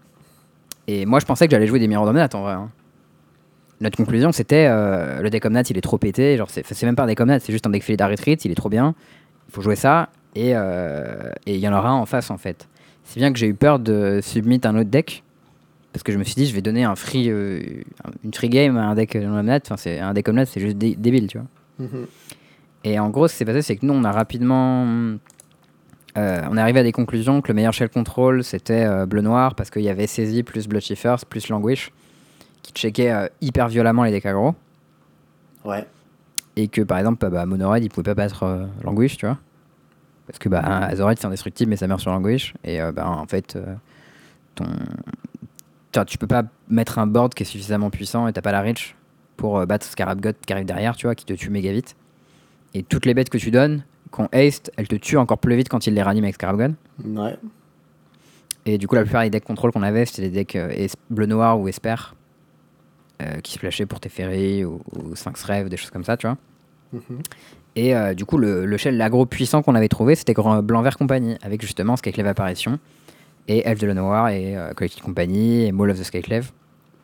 Et moi je pensais que j'allais jouer des Mirror Dominat en vrai. hein. Notre conclusion c'était euh, le deck Omnat il est trop pété, genre c'est, c'est même pas un deck Omnat, c'est juste un deck Felidar Retreat, il est trop bien, il faut jouer ça, et euh, et il y en aura un en face en fait. Si bien que j'ai eu peur de submit un autre deck, parce que je me suis dit je vais donner un free, euh, une free game à un deck Omnat, enfin c'est, un deck Omnat c'est juste dé- débile tu vois. Mhm. Et en gros, ce qui s'est passé, c'est que nous, on a rapidement. Euh, on est arrivé à des conclusions que le meilleur shell control, c'était euh, bleu-noir, parce qu'il y avait Saisie plus Bloodchiefers plus Languish, qui checkait euh, hyper violemment les decks aggro. Ouais. Et que par exemple, bah, Mono Red, il pouvait pas battre euh, Languish, tu vois. Parce que bah, Azor c'est indestructible, mais ça meurt sur Languish. Et euh, bah, en fait, euh, ton. Tiens, tu peux pas mettre un board qui est suffisamment puissant et t'as pas la reach pour euh, battre Scarab God qui arrive derrière, tu vois, qui te tue méga vite. Et toutes les bêtes que tu donnes, qu'on haste, elles te tuent encore plus vite quand il les ranime avec Scarab God. Ouais. Et du coup, la plupart des decks contrôle qu'on avait, c'était des decks euh, es- bleu-noir ou Esper, euh, qui splashaient pour Teferi ou, ou Sphinx Rêve, des choses comme ça, tu vois. Mhm. Et euh, du coup, le, le shell l'aggro puissant qu'on avait trouvé, c'était Grand- Blanc-Vert Compagnie, avec justement Skyclave Apparition, et Elf de la Noir, et euh, Collective Company, et Maul of the Skyclave.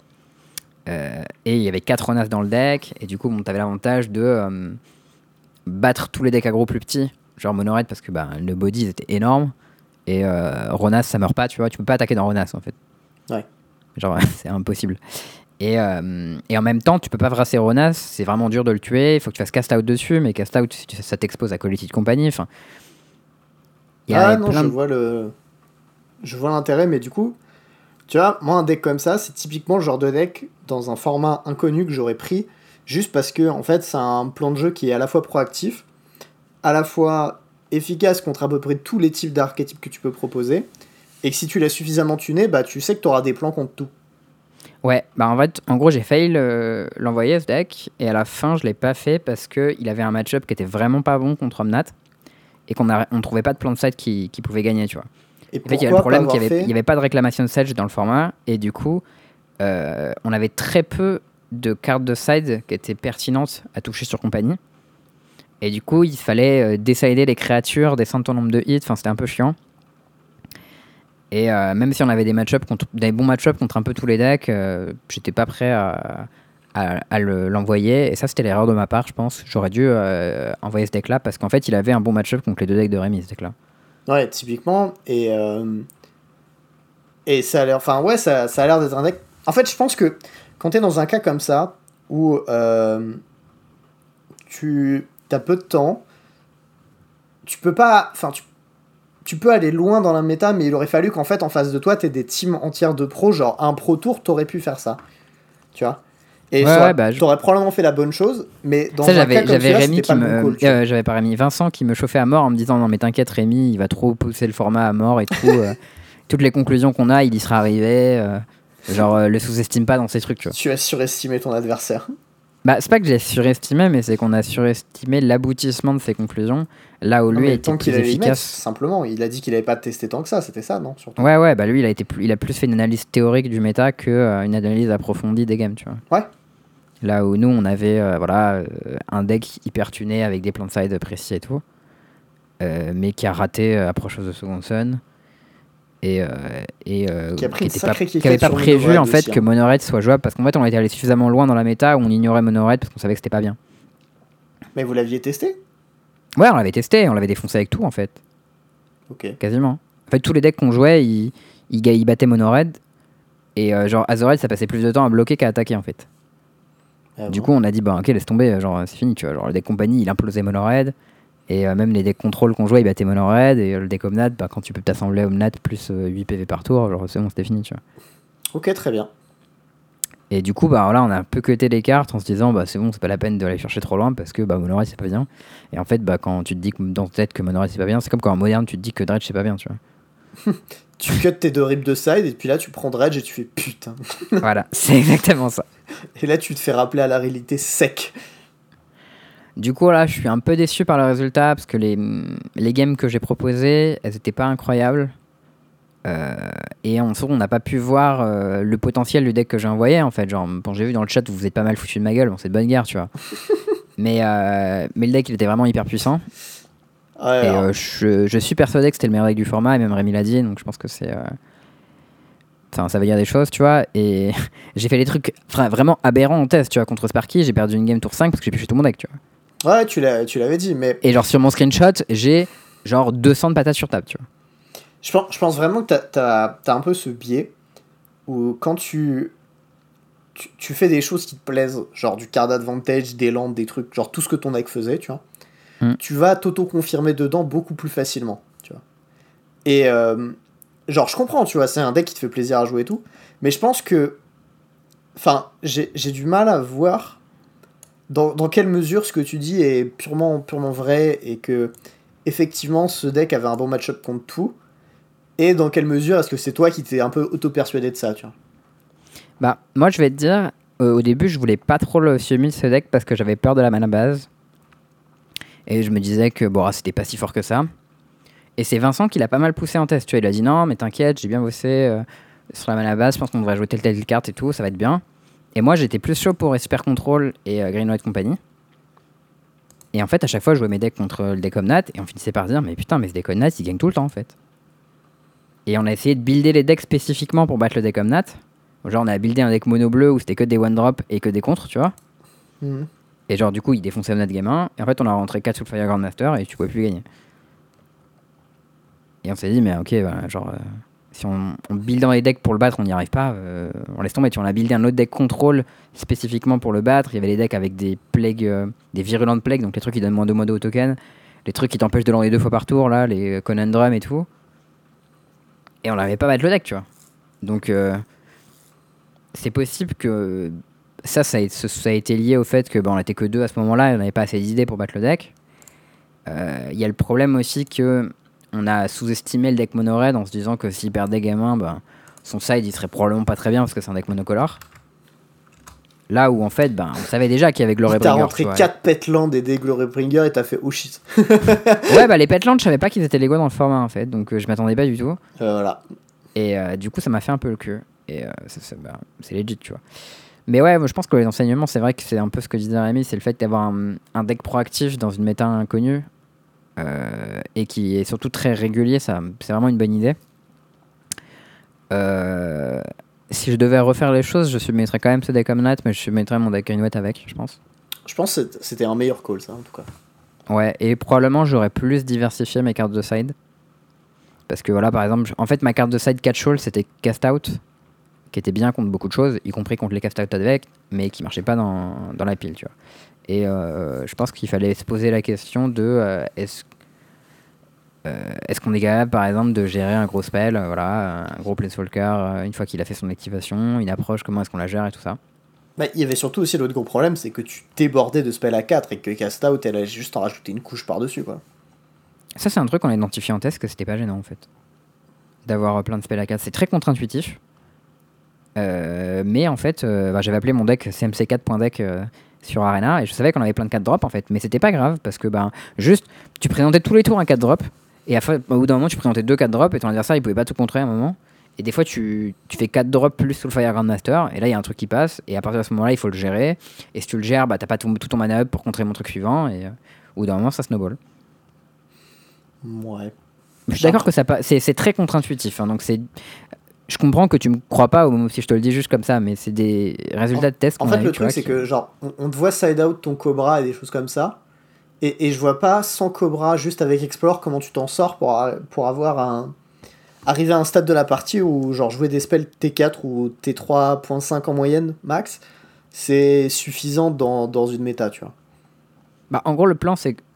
Euh, et il y avait quatre Ronas dans le deck, et du coup, bon, t'avais l'avantage de euh, battre tous les decks aggro plus petits, genre Mono Red, parce que bah, le body était énorme, et euh, Ronas, ça meurt pas, tu vois, tu peux pas attaquer dans Ronas en fait. Ouais. Genre, c'est impossible. Et, euh, et en même temps, tu peux pas vrasser Ronas, c'est vraiment dur de le tuer, il faut que tu fasses cast out dessus, mais cast out, ça t'expose à Collective Company, enfin. Il y a Ah non, plein je de... vois le... Je vois l'intérêt, mais du coup, tu vois, moi, un deck comme ça, c'est typiquement le genre de deck dans un format inconnu que j'aurais pris, juste parce que, en fait, c'est un plan de jeu qui est à la fois proactif, à la fois efficace contre à peu près tous les types d'archétypes que tu peux proposer, et que si tu l'as suffisamment tuné, bah tu sais que tu auras des plans contre tout. Ouais, bah en fait, en gros, j'ai failli le- l'envoyer ce deck, et à la fin, je l'ai pas fait parce qu'il avait un match-up qui était vraiment pas bon contre Omnat, et qu'on a, on trouvait pas de plan de side qui, qui pouvait gagner, tu vois. Et En fait, il y avait le pourquoi pas problème qu'il avoir n'y avait, fait il y avait pas de réclamation de Sedge dans le format, et du coup, euh, on avait très peu de cartes de side qui étaient pertinentes à toucher sur compagnie. Et du coup, il fallait euh, décider les créatures, descendre ton nombre de hits, enfin, c'était un peu chiant. Et euh, même si on avait des match-ups contre, des bons match-ups contre un peu tous les decks, euh, j'étais pas prêt à, à, à le- l'envoyer. Et ça, c'était l'erreur de ma part, je pense. J'aurais dû euh, envoyer ce deck-là parce qu'en fait, il avait un bon match-up contre les deux decks de Rémi, ce deck-là. Ouais, typiquement, et... euh, Et ça a l'air... Enfin, ouais, ça, ça a l'air d'être un deck... En fait, je pense que quand t'es dans un cas comme ça, où euh, tu as peu de temps, tu peux pas... Enfin, tu tu peux aller loin dans la méta, mais il aurait fallu qu'en fait, en face de toi, t'aies des teams entières de pros, genre un pro tour, t'aurais pu faire ça. Tu vois. Et Ouais, ça aurait- ouais, bah, je- t'aurais probablement fait la bonne chose, mais dans Ça, un cas j'avais, comme j'avais celui-là, Rémi c'était qui pas le me. bon call. tu vois. euh, j'avais pas Rémi, Vincent qui me chauffait à mort en me disant non, mais t'inquiète, Rémi, il va trop pousser le format à mort et tout. euh, toutes les conclusions qu'on a, il y sera arrivé. euh, genre, euh, le sous-estime pas dans ces trucs, tu vois. Tu as surestimé ton adversaire. Bah, c'est pas que j'ai surestimé, mais c'est qu'on a surestimé l'aboutissement de ses conclusions, là où Non, lui mais était tant qu'il plus allait y mettre, efficace. simplement. Il a dit qu'il avait pas testé tant que ça, c'était ça, non surtout. Ouais, ouais, bah lui, il a, été plus, il a plus fait une analyse théorique du méta que euh, une analyse approfondie des games, tu vois. Ouais. Là où nous, on avait euh, voilà, euh, un deck hyper tuné avec des plans de side précis et tout, euh, mais qui a raté euh, Approach of the Second Sun. Et, euh, et euh, Qui a pris une était pas, sacrée qui avait kickette pas sur prévu Mono Red en fait aussi, que hein. Mono Red soit jouable parce qu'en fait on était allé suffisamment loin dans la méta où on ignorait Mono Red parce qu'on savait que c'était pas bien. Mais vous l'aviez testé? Ouais, on l'avait testé, on l'avait défoncé avec tout en fait, Ok. quasiment. En fait, tous les decks qu'on jouait, ils, ils, ga- ils battaient Mono Red et euh, genre Azored ça passait plus de temps à bloquer qu'à attaquer en fait. Ah Du bon. coup, on a dit bah ok, laisse tomber, genre c'est fini, tu vois. Genre le deck compagnie, il implosait Mono Red Et euh, même les decks contrôle qu'on jouait, ils battaient mono red. Et euh, le deck Omnat, bah, quand tu peux t'assembler Omnat plus euh, huit P V par tour, genre c'est bon, c'était fini, tu vois. Ok, très bien. Et du coup, bah là, on a un peu cuté les cartes en se disant, bah c'est bon, c'est pas la peine d'aller chercher trop loin parce que bah, mono red c'est pas bien. Et en fait, bah quand tu te dis que dans ta tête que mono red c'est pas bien, c'est comme quand en moderne tu te dis que dredge c'est pas bien, tu vois. Tu cut tes deux rips de side et puis là tu prends dredge et tu fais putain. Voilà, c'est exactement ça. Et là tu te fais rappeler à la réalité sec. Du coup, là, je suis un peu déçu par le résultat parce que les, les games que j'ai proposées, elles étaient pas incroyables. Euh, et en soi, on n'a pas pu voir euh, le potentiel du deck que j'ai envoyé, en fait. Genre, bon, j'ai vu dans le chat, vous vous êtes pas mal foutu de ma gueule, bon, c'est de bonne guerre, tu vois. mais, euh, mais le deck, il était vraiment hyper puissant. Ouais, et alors, euh, je, je suis persuadé que c'était le meilleur deck du format, et même Rémi l'a dit, donc je pense que c'est. Euh... Enfin, ça veut dire des choses, tu vois. Et j'ai fait des trucs enfin, vraiment aberrants en test, tu vois. Contre Sparky, j'ai perdu une game tour cinq parce que j'ai pioché tout mon deck, tu vois. ouais, tu, l'as, tu l'avais dit, mais Et genre, sur mon screenshot, j'ai genre deux cents de patates sur table, tu vois. je pense, je pense vraiment que t'as, t'as, t'as un peu ce biais où quand tu, tu, tu fais des choses qui te plaisent, genre du card advantage, des landes, des trucs, genre tout ce que ton deck faisait, tu vois, Mm. tu vas t'auto-confirmer dedans beaucoup plus facilement, tu vois. Et euh, genre, je comprends, tu vois, c'est un deck qui te fait plaisir à jouer et tout, mais je pense que, enfin, j'ai, j'ai du mal à voir dans, dans quelle mesure ce que tu dis est purement, purement vrai et que, effectivement, ce deck avait un bon match-up contre tout. Et dans quelle mesure est-ce que c'est toi qui t'es un peu auto-persuadé de ça, tu vois? Bah, moi, je vais te dire, euh, au début, je voulais pas trop le submit ce deck parce que j'avais peur de la mana base. Et je me disais que bon, c'était pas si fort que ça. Et c'est Vincent qui l'a pas mal poussé en test. Tu vois, il a dit non, mais t'inquiète, j'ai bien bossé euh, sur la mana base. Je pense qu'on devrait jouer telle telle carte et tout, ça va être bien. Et moi, j'étais plus chaud pour Super Control et euh, Green White Company. Et en fait, à chaque fois, je jouais mes decks contre le deck Omnat et on finissait par dire mais putain, mais ce deck Omnat, il gagne tout le temps en fait. Et on a essayé de builder les decks spécifiquement pour battre le deck Omnat. Genre, on a buildé un deck mono bleu où c'était que des one drop et que des contres, tu vois. Mmh. Et genre, du coup, il défonçait Omnat game un. Et en fait, on a rentré quatre sous le Fire Grandmaster et tu pouvais plus gagner. Et on s'est dit, mais ok, voilà, genre, euh, si on, on build dans les decks pour le battre, on n'y arrive pas, euh, on laisse tomber. Tu vois, on a buildé un autre deck contrôle spécifiquement pour le battre. Il y avait les decks avec des plagues, euh, des virulentes plagues, donc les trucs qui donnent moins de moins deux au token. Les trucs qui t'empêchent de lander deux fois par tour, là, les Conundrum et tout. Et on n'arrivait pas à battre le deck, tu vois. Donc, euh, c'est possible que ça, ça a, ça a été lié au fait que bah, on était que deux à ce moment-là et on n'avait pas assez d'idées pour battre le deck. Il euh, y a le problème aussi que on a sous-estimé le deck mono red en se disant que s'il perdait game un, bah, son side il serait probablement pas très bien parce que c'est un deck monocolore. Là où en fait, bah, on savait déjà qu'il y avait Glorybringer. T'as rentré quatre Petland et des Glorybringer et t'as fait oh shit. Ouais, bah les Petland, je savais pas qu'ils étaient légaux dans le format en fait, donc euh, je m'attendais pas du tout. Euh, voilà. Et euh, du coup, ça m'a fait un peu le cul. Et euh, ça, ça, bah, c'est legit, tu vois. Mais ouais, moi, je pense que les enseignements, c'est vrai que c'est un peu ce que disait Rémi, c'est le fait d'avoir un, un deck proactif dans une méta inconnue euh, et qui est surtout très régulier, ça, c'est vraiment une bonne idée. Euh, si je devais refaire les choses, je submettrais quand même ce deck Omnat, mais je submettrais mon deck Green White avec, je pense. Je pense que c'était un meilleur call, ça, en tout cas. Ouais, et probablement j'aurais plus diversifié mes cartes de side. Parce que voilà, par exemple, en fait, ma carte de side catch all, c'était Cast Out, qui était bien contre beaucoup de choses, y compris contre les Cast Out avec, mais qui marchait pas dans, dans la pile, tu vois. Et euh, je pense qu'il fallait se poser la question de euh, est-ce euh, est-ce qu'on est capable, par exemple, de gérer un gros spell, euh, voilà, un gros Planeswalker, euh, une fois qu'il a fait son activation, une approche, comment est-ce qu'on la gère et tout ça. Bah, il y avait surtout aussi l'autre gros problème, c'est que tu débordais de spell à quatre et que Cast Out, elle a juste en rajouté une couche par-dessus, quoi. Ça, c'est un truc qu'on a identifié en test, que c'était pas gênant, en fait. D'avoir plein de spells à quatre. C'est très contre-intuitif. Euh, mais en fait, euh, bah, j'avais appelé mon deck C M C quatre.deck euh, sur Arena et je savais qu'on avait plein de quatre drops en fait. Mais c'était pas grave parce que bah, juste, tu présentais tous les tours un quatre drop et à fa- au bout d'un moment, tu présentais deux quatre drops et ton adversaire il pouvait pas tout contrer à un moment. Et des fois, tu, tu fais quatre drops plus sous le Fire Grandmaster et là, il y a un truc qui passe et à partir de ce moment-là, il faut le gérer. Et si tu le gères, bah, t'as pas tout, tout ton mana up pour contrer mon truc suivant et euh, au bout d'un moment, ça snowball. Ouais. Je suis d'accord que ça pa- c'est, c'est très contre-intuitif. Hein, donc c'est. Je comprends que tu me crois pas au moment si je te le dis juste comme ça, mais c'est des résultats en, de tests qu'on En fait, a le eu, truc, vois, c'est qui... que, genre, on, on te voit side out ton Cobra et des choses comme ça, et, et je vois pas sans Cobra, juste avec Explore, comment tu t'en sors pour, pour avoir un. Arriver à un stade de la partie où, genre, jouer des spells T quatre ou T trois point cinq en moyenne, max, c'est suffisant dans, dans une méta, tu vois. Bah, en gros, le plan, c'est que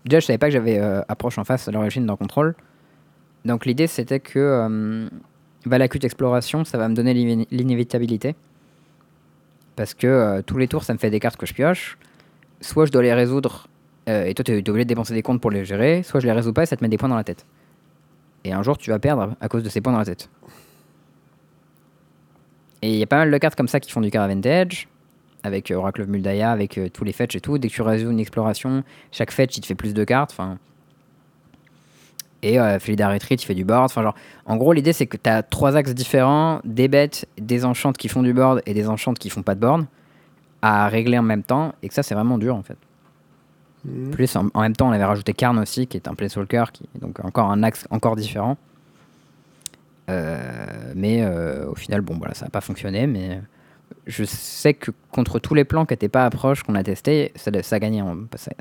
déjà, je savais pas que j'avais euh, approche en face à l'origine dans Control. Donc l'idée, c'était que euh, Valakut Exploration, ça va me donner l'iné- l'inévitabilité. Parce que euh, tous les tours, ça me fait des cartes que je pioche. Soit je dois les résoudre, euh, et toi, tu es obligé de dépenser des comptes pour les gérer. Soit je les résous pas et ça te met des points dans la tête. Et un jour, tu vas perdre à cause de ces points dans la tête. Et il y a pas mal de cartes comme ça qui font du Caravantage, avec euh, Oracle of Muldaya, avec euh, tous les fetch et tout. Dès que tu résous une exploration, chaque fetch, il te fait plus de cartes. Enfin. Et euh, Felidar Retreat, il fait du board. Enfin, genre, en gros, l'idée, c'est que tu as trois axes différents, des bêtes, des enchantes qui font du board et des enchantes qui font pas de board, à régler en même temps. Et que ça, c'est vraiment dur, en fait. Mmh. Plus, en, en même temps, on avait rajouté Karn aussi, qui est un Planeswalker, qui est donc encore un axe encore différent. Euh, mais euh, au final, bon, voilà, ça n'a pas fonctionné. Mais je sais que contre tous les plans qui n'étaient pas approches qu'on a testés, ça, ça a gagné en passé.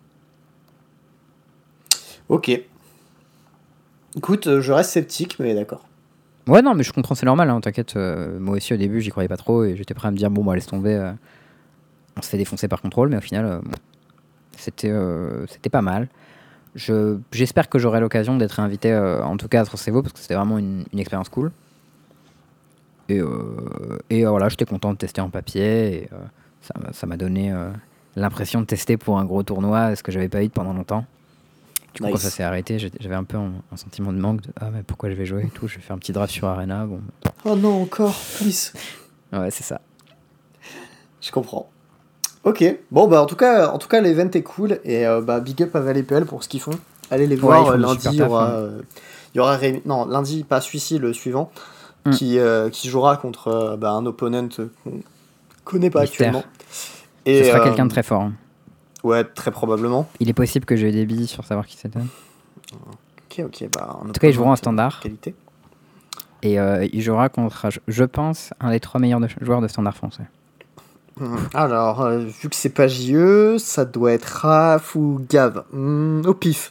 Ok. Écoute, euh, je reste sceptique, mais d'accord. Ouais, non, mais je comprends, c'est normal, hein, t'inquiète. Euh, moi aussi, au début, j'y croyais pas trop et j'étais prêt à me dire, bon, bah, laisse tomber. Euh, on se fait défoncer par contrôle, mais au final, euh, bon, c'était, euh, c'était pas mal. Je, j'espère que j'aurai l'occasion d'être invité, euh, en tout cas à Trocévo, parce que c'était vraiment une, une expérience cool. Et, euh, et euh, voilà, j'étais content de tester en papier. Et, euh, ça, m'a- ça m'a donné euh, l'impression de tester pour un gros tournoi, ce que j'avais pas eu pendant longtemps. Du coup, Nice. quand ça s'est arrêté, j'étais- j'avais un peu un, un sentiment de manque de ah, mais pourquoi je vais jouer et tout. Je vais faire un petit draft sur Arena. Bon, Oh non, encore, please. ouais, c'est ça. Je comprends. Ok, bon bah en tout cas, en tout cas l'event est cool et euh, bah big up à Valais P L pour ce qu'ils font. Allez les Ouais, voir ils font euh, du lundi, super il y taf, aura, hein. euh, il y aura Rémi- non lundi pas celui-ci le suivant Mm. qui euh, qui jouera contre euh, bah, un opponent qu'on connaît pas Mystère. actuellement. Ce Et sera euh, quelqu'un de très fort, hein. ouais très probablement. Il est possible que j'ai eu des billes sur savoir qui c'était. Ok ok bah. En tout cas, ils joueront en standard. Qualité. Et euh, il jouera contre, je- je pense, un des trois meilleurs de- joueurs de standard français. Hum, Alors euh, vu que c'est pas J E, ça doit être Raph ou Gav. Hum, au pif.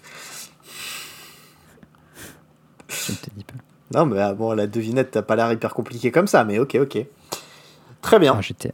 Je ne te dis pas. Non mais ah, bon la devinette t'as pas l'air hyper compliqué comme ça mais ok ok. Très bien. Ah, j'étais...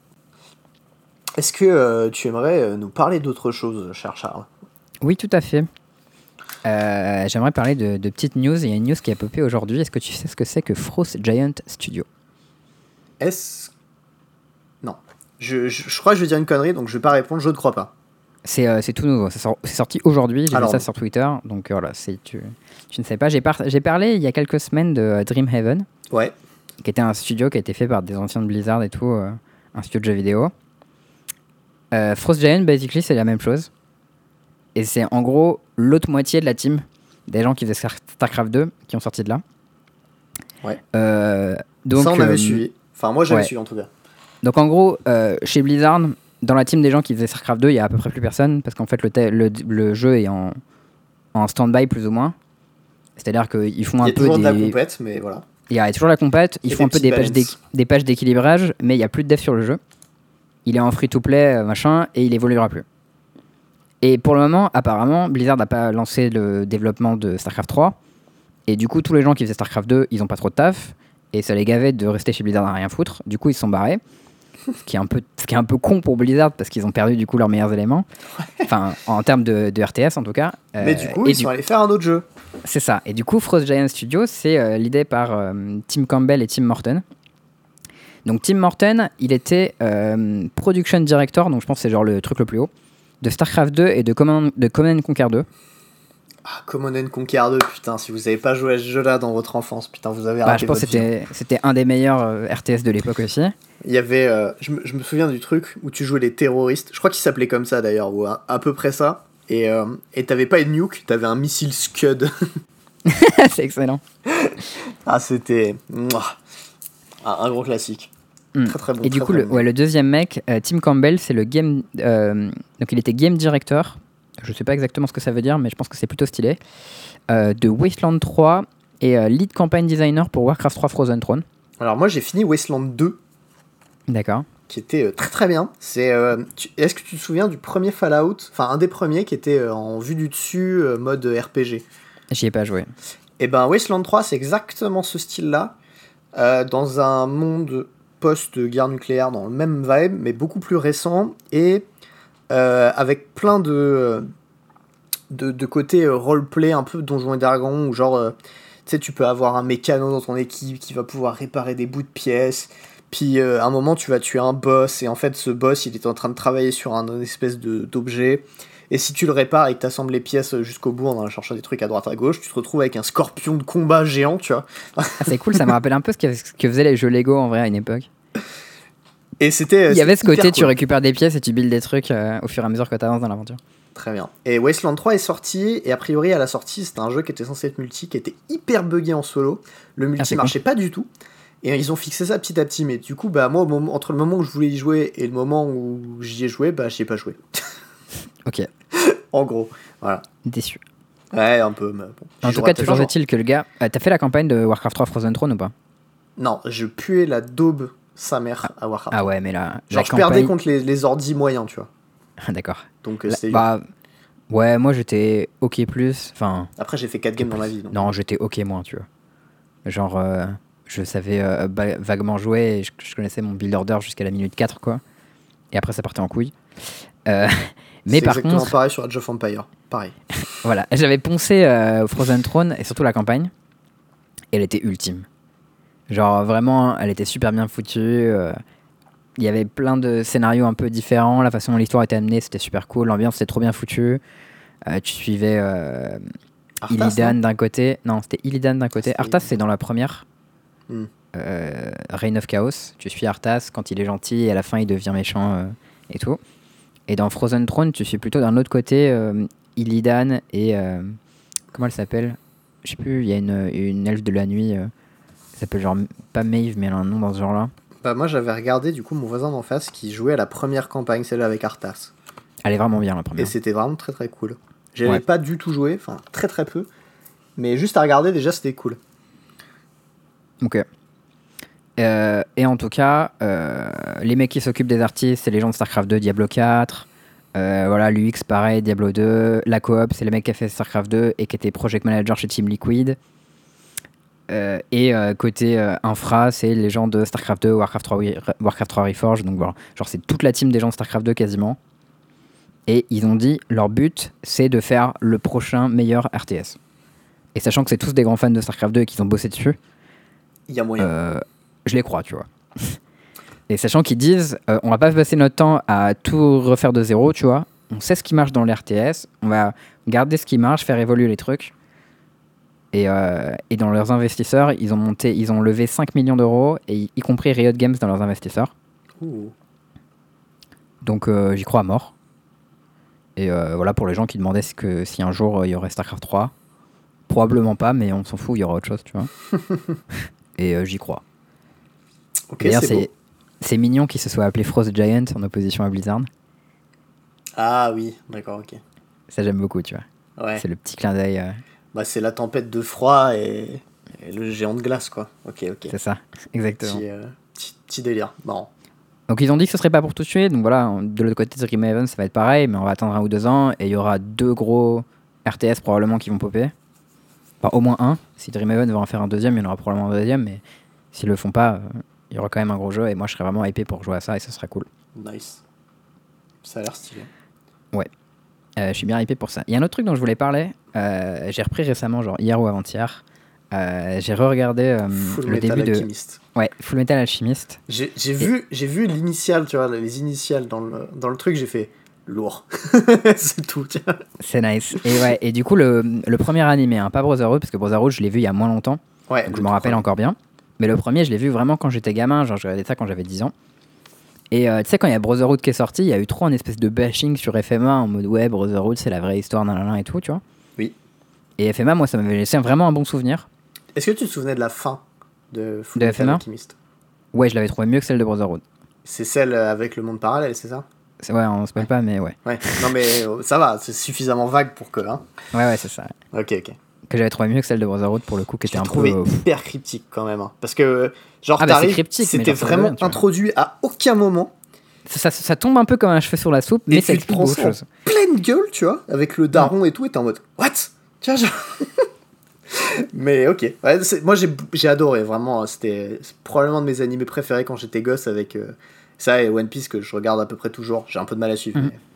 Est-ce que euh, tu aimerais euh, nous parler d'autre chose, cher Charles? Oui, tout à fait. Euh, j'aimerais parler de, de petites news. Il y a une news qui a popé aujourd'hui. Est-ce que tu sais ce que c'est que Frost Giant Studio? Est-ce... Non. Je, je, je crois que je vais dire une connerie, donc je vais pas répondre, je ne crois pas. C'est, euh, c'est tout nouveau. Ça sort- c'est sorti aujourd'hui. J'ai vu Alors, ça bon. sur Twitter. Donc euh, voilà, c'est, tu, tu ne sais pas. J'ai, par- j'ai parlé il y a quelques semaines de euh, Dreamhaven, Ouais. qui était un studio qui a été fait par des anciens de Blizzard et tout, euh, un studio de jeux vidéo. Euh, Frost Giant, basically, c'est la même chose. Et c'est en gros l'autre moitié de la team des gens qui faisaient Star- StarCraft deux qui ont sorti de là. Ouais. Euh, donc, ça, on avait euh, suivi. Enfin, moi, j'avais ouais. suivi en tout cas. Donc en gros, euh, chez Blizzard, dans la team des gens qui faisaient StarCraft deux, il y a à peu près plus personne, parce qu'en fait le, te- le, le jeu est en, en stand-by plus ou moins. C'est-à-dire qu'ils font Il un y a peu toujours des... de la compète, mais voilà. Il y a toujours la compète, ils Et font des un peu petits des pages, balance. d'équ- des pages d'équilibrage, mais il n'y a plus de dev sur le jeu. Il est en free-to-play, euh, machin, et il évoluera plus. Et pour le moment, apparemment, Blizzard n'a pas lancé le développement de StarCraft trois, et du coup, tous les gens qui faisaient StarCraft deux, ils n'ont pas trop de taf, et ça les gavait de rester chez Blizzard à rien foutre. Du coup, ils se sont barrés. Ce qui est un peu, ce qui est un peu con pour Blizzard, parce qu'ils ont perdu du coup leurs meilleurs éléments. Enfin, en termes de, de R T S en tout cas. Mais Euh, du coup, et ils sont allés faire un autre jeu. C'est ça. Et du coup, Frost Giant Studio, c'est euh, l'idée par euh, Tim Campbell et Tim Morton. Donc Tim Morton, il était euh, production director, donc je pense que c'est genre le truc le plus haut, de StarCraft deux et de Command, de Command and Conquer deux. Ah, Command and Conquer deux, putain, si vous avez pas joué à ce jeu-là dans votre enfance, putain, vous avez Bah, raté je pense que votre vie. c'était, c'était un des meilleurs euh, R T S de l'époque aussi. Il y avait, euh, je, me, je me souviens du truc où tu jouais les terroristes, je crois qu'il s'appelait comme ça d'ailleurs, ou à, à peu près ça, et euh, et t'avais pas une nuke, t'avais un missile Scud. C'est excellent. Ah, c'était mouah, un, un gros classique. Mm. Très très bon. Et du très, coup, très le, bon. ouais, le deuxième mec, euh, Tim Campbell, c'est le game. euh, donc, il était game director. Je sais pas exactement ce que ça veut dire, mais je pense que c'est plutôt stylé. Euh, de Wasteland trois et euh, lead campaign designer pour Warcraft trois Frozen Throne. Alors moi j'ai fini Wasteland deux, D'accord. qui était euh, très très bien. C'est, euh, tu- est-ce que tu te souviens du premier Fallout, enfin un des premiers qui était euh, en vue du dessus, euh, mode R P G. J'y ai pas joué. Et ben Wasteland trois c'est exactement ce style-là, euh, dans un monde post-guerre nucléaire, dans le même vibe, mais beaucoup plus récent, et euh, avec plein de, de, de côté euh, roleplay un peu Donjons et Dragons, où genre, euh, tu sais, tu peux avoir un mécano dans ton équipe qui va pouvoir réparer des bouts de pièces, puis euh, à un moment tu vas tuer un boss, et en fait ce boss il est en train de travailler sur un, une espèce de, d'objet, et si tu le répares et que tu assembles les pièces jusqu'au bout en allant chercher des trucs à droite à gauche, tu te retrouves avec un scorpion de combat géant, tu vois. Ah, c'est cool, ça me rappelle un peu ce que, ce que faisaient les jeux Lego en vrai à une époque. Et c'était, il y avait ce côté, cool. Tu récupères des pièces et tu builds des trucs euh, au fur et à mesure que tu avances dans l'aventure. Très bien. Et Wasteland trois est sorti, et a priori à la sortie c'était un jeu qui était censé être multi, qui était hyper buggé en solo. Le multi ah, marchait cool. pas du tout. Et ils ont fixé ça petit à petit, mais du coup, bah moi, au moment, entre le moment où je voulais y jouer et le moment où j'y ai joué, bah j'y ai pas joué. Ok. En gros, voilà. Déçu. Ouais, un peu. Mais bon, en tout cas, toujours est-il que le gars... Euh, t'as fait la campagne de Warcraft trois Frozen Throne ou pas? Non, je puais la daube sa mère à Warcraft. Ah ouais, mais là... Genre, la je campagne... perdais contre les, les ordis moyens, tu vois. D'accord. Donc, la, c'est... Bah... Ouais, moi, j'étais OK+. Enfin... Après, j'ai fait quatre games dans ma vie. Donc. Non, j'étais OK moins, tu vois. Genre... Euh... Je savais euh, ba- vaguement jouer, et je, je connaissais mon build order jusqu'à la minute quatre, quoi. Et après, ça partait en couille. Euh, mais c'est par exactement contre, pareil sur Age of Empires. Pareil. Voilà, j'avais poncé euh, Frozen Throne, et surtout la campagne. Et elle était ultime. Genre, vraiment, elle était super bien foutue. Euh, il y avait plein de scénarios un peu différents. La façon dont l'histoire était amenée, c'était super cool. L'ambiance, c'était trop bien foutu. Euh, tu suivais euh, Arthas, Illidan d'un côté. Non, c'était Illidan d'un côté. C'est... Arthas, c'est dans la première. Mm. Euh, Reign of Chaos, tu suis Arthas quand il est gentil et à la fin il devient méchant euh, et tout. Et dans Frozen Throne, tu suis plutôt d'un autre côté euh, Illidan et euh, comment elle s'appelle? Je sais plus, il y a une, une elfe de la nuit, euh, elle s'appelle genre pas Maeve, mais elle a un nom dans ce genre-là. Bah moi j'avais regardé du coup mon voisin d'en face qui jouait à la première campagne, celle avec Arthas. Elle est vraiment bien la première. Et c'était vraiment très très cool. J'avais ouais. pas du tout joué, enfin très très peu, mais juste à regarder déjà c'était cool. Ok. Euh, et en tout cas, euh, les mecs qui s'occupent des artistes, c'est les gens de StarCraft deux, Diablo quatre. Euh, voilà, l'U X pareil, Diablo deux. La coop, c'est les mecs qui ont fait StarCraft deux et qui étaient project manager chez Team Liquid. Euh, et euh, côté euh, infra, c'est les gens de StarCraft deux, Warcraft trois, Warcraft trois Reforged. Donc voilà, genre c'est toute la team des gens de StarCraft deux quasiment. Et ils ont dit, leur but, c'est de faire le prochain meilleur R T S. Et sachant que c'est tous des grands fans de StarCraft deux et qu'ils ont bossé dessus, il y a moyen. Euh, je les crois, tu vois. Et sachant qu'ils disent, euh, on va pas passer notre temps à tout refaire de zéro, tu vois. On sait ce qui marche dans l'R T S, on va garder ce qui marche, faire évoluer les trucs. Et, euh, et dans leurs investisseurs, ils ont monté, ils ont levé cinq millions d'euros, et y, y compris Riot Games dans leurs investisseurs. Ouh. Donc euh, j'y crois à mort. Et euh, voilà, pour les gens qui demandaient si, que, si un jour il euh, y aurait StarCraft trois, probablement pas, mais on s'en fout, il y aura autre chose, tu vois. Et euh, j'y crois. Ok, D'ailleurs, c'est, c'est, c'est mignon qu'il se soit appelé Frost Giant en opposition à Blizzard. Ah oui, d'accord, ok. Ça, j'aime beaucoup, tu vois. Ouais. C'est le petit clin d'œil. Euh... Bah, c'est la tempête de froid et, et le géant de glace, quoi. Ok, ok. C'est ça, exactement. Petit, euh, petit, petit délire, marrant. Donc, ils ont dit que ce serait pas pour tout tuer. Donc voilà, de l'autre côté de Dreamhaven, ça va être pareil, mais on va attendre un ou deux ans et il y aura deux gros R T S probablement qui vont popper. Enfin, au moins un. Si Dreamhaven veut en faire un deuxième, il y en aura probablement un deuxième, mais s'ils le font pas, euh, il y aura quand même un gros jeu et moi je serais vraiment hypé pour jouer à ça et ça serait cool. Nice. Ça a l'air stylé. Ouais. Euh, je suis bien hypé pour ça. Il y a un autre truc dont je voulais parler. Euh, j'ai repris récemment, genre hier ou avant-hier. Euh, j'ai re-regardé euh, Full le Metal début Alchemist. de. Ouais, Full Metal Alchemist. J'ai, j'ai, et... vu, j'ai vu l'initiale, tu vois, les initiales dans le, dans le truc, j'ai fait lourd. C'est tout, tiens. C'est nice. Et ouais, et du coup, le, le premier animé, hein, pas Brotherhood, parce que Brotherhood, je l'ai vu il y a moins longtemps. Ouais. Donc je m'en rappelle premier. encore bien. Mais le premier, je l'ai vu vraiment quand j'étais gamin. Genre, je regardais ça quand j'avais dix ans. Et euh, tu sais, quand il y a Brotherhood qui est sorti, il y a eu trop un espèce de bashing sur F M A en mode ouais, Brotherhood, c'est la vraie histoire, nanana et tout, tu vois. Oui. Et F M A, moi, ça m'avait laissé vraiment un bon souvenir. Est-ce que tu te souvenais de la fin de Full de Metal Alchemist? Ouais, je l'avais trouvé mieux que celle de Brotherhood. C'est celle avec le monde parallèle, c'est ça? C'est, ouais, on se spoil pas, mais ouais. Ouais, non mais ça va, c'est suffisamment vague pour que... Hein. Ouais, ouais, c'est ça. Ok, ok. Que j'avais trouvé mieux que celle de Brotherhood, pour le coup, qui était un peu... Je l'ai trouvé hyper cryptique, quand même. Hein. Parce que, genre, ah, bah, t'arrives, c'est cryptique, c'était vraiment bien, introduit à aucun moment. Ça, ça, ça tombe un peu comme un cheveu sur la soupe, mais et ça explique beaucoup de choses. Pleine gueule, tu vois, avec le daron ouais. et tout, et t'es en mode what? Tiens, genre. Mais ok, ouais, c'est, moi j'ai, j'ai adoré, vraiment, c'était probablement un de mes animés préférés quand j'étais gosse avec euh, ça et One Piece que je regarde à peu près toujours. J'ai un peu de mal à suivre. Mm-hmm.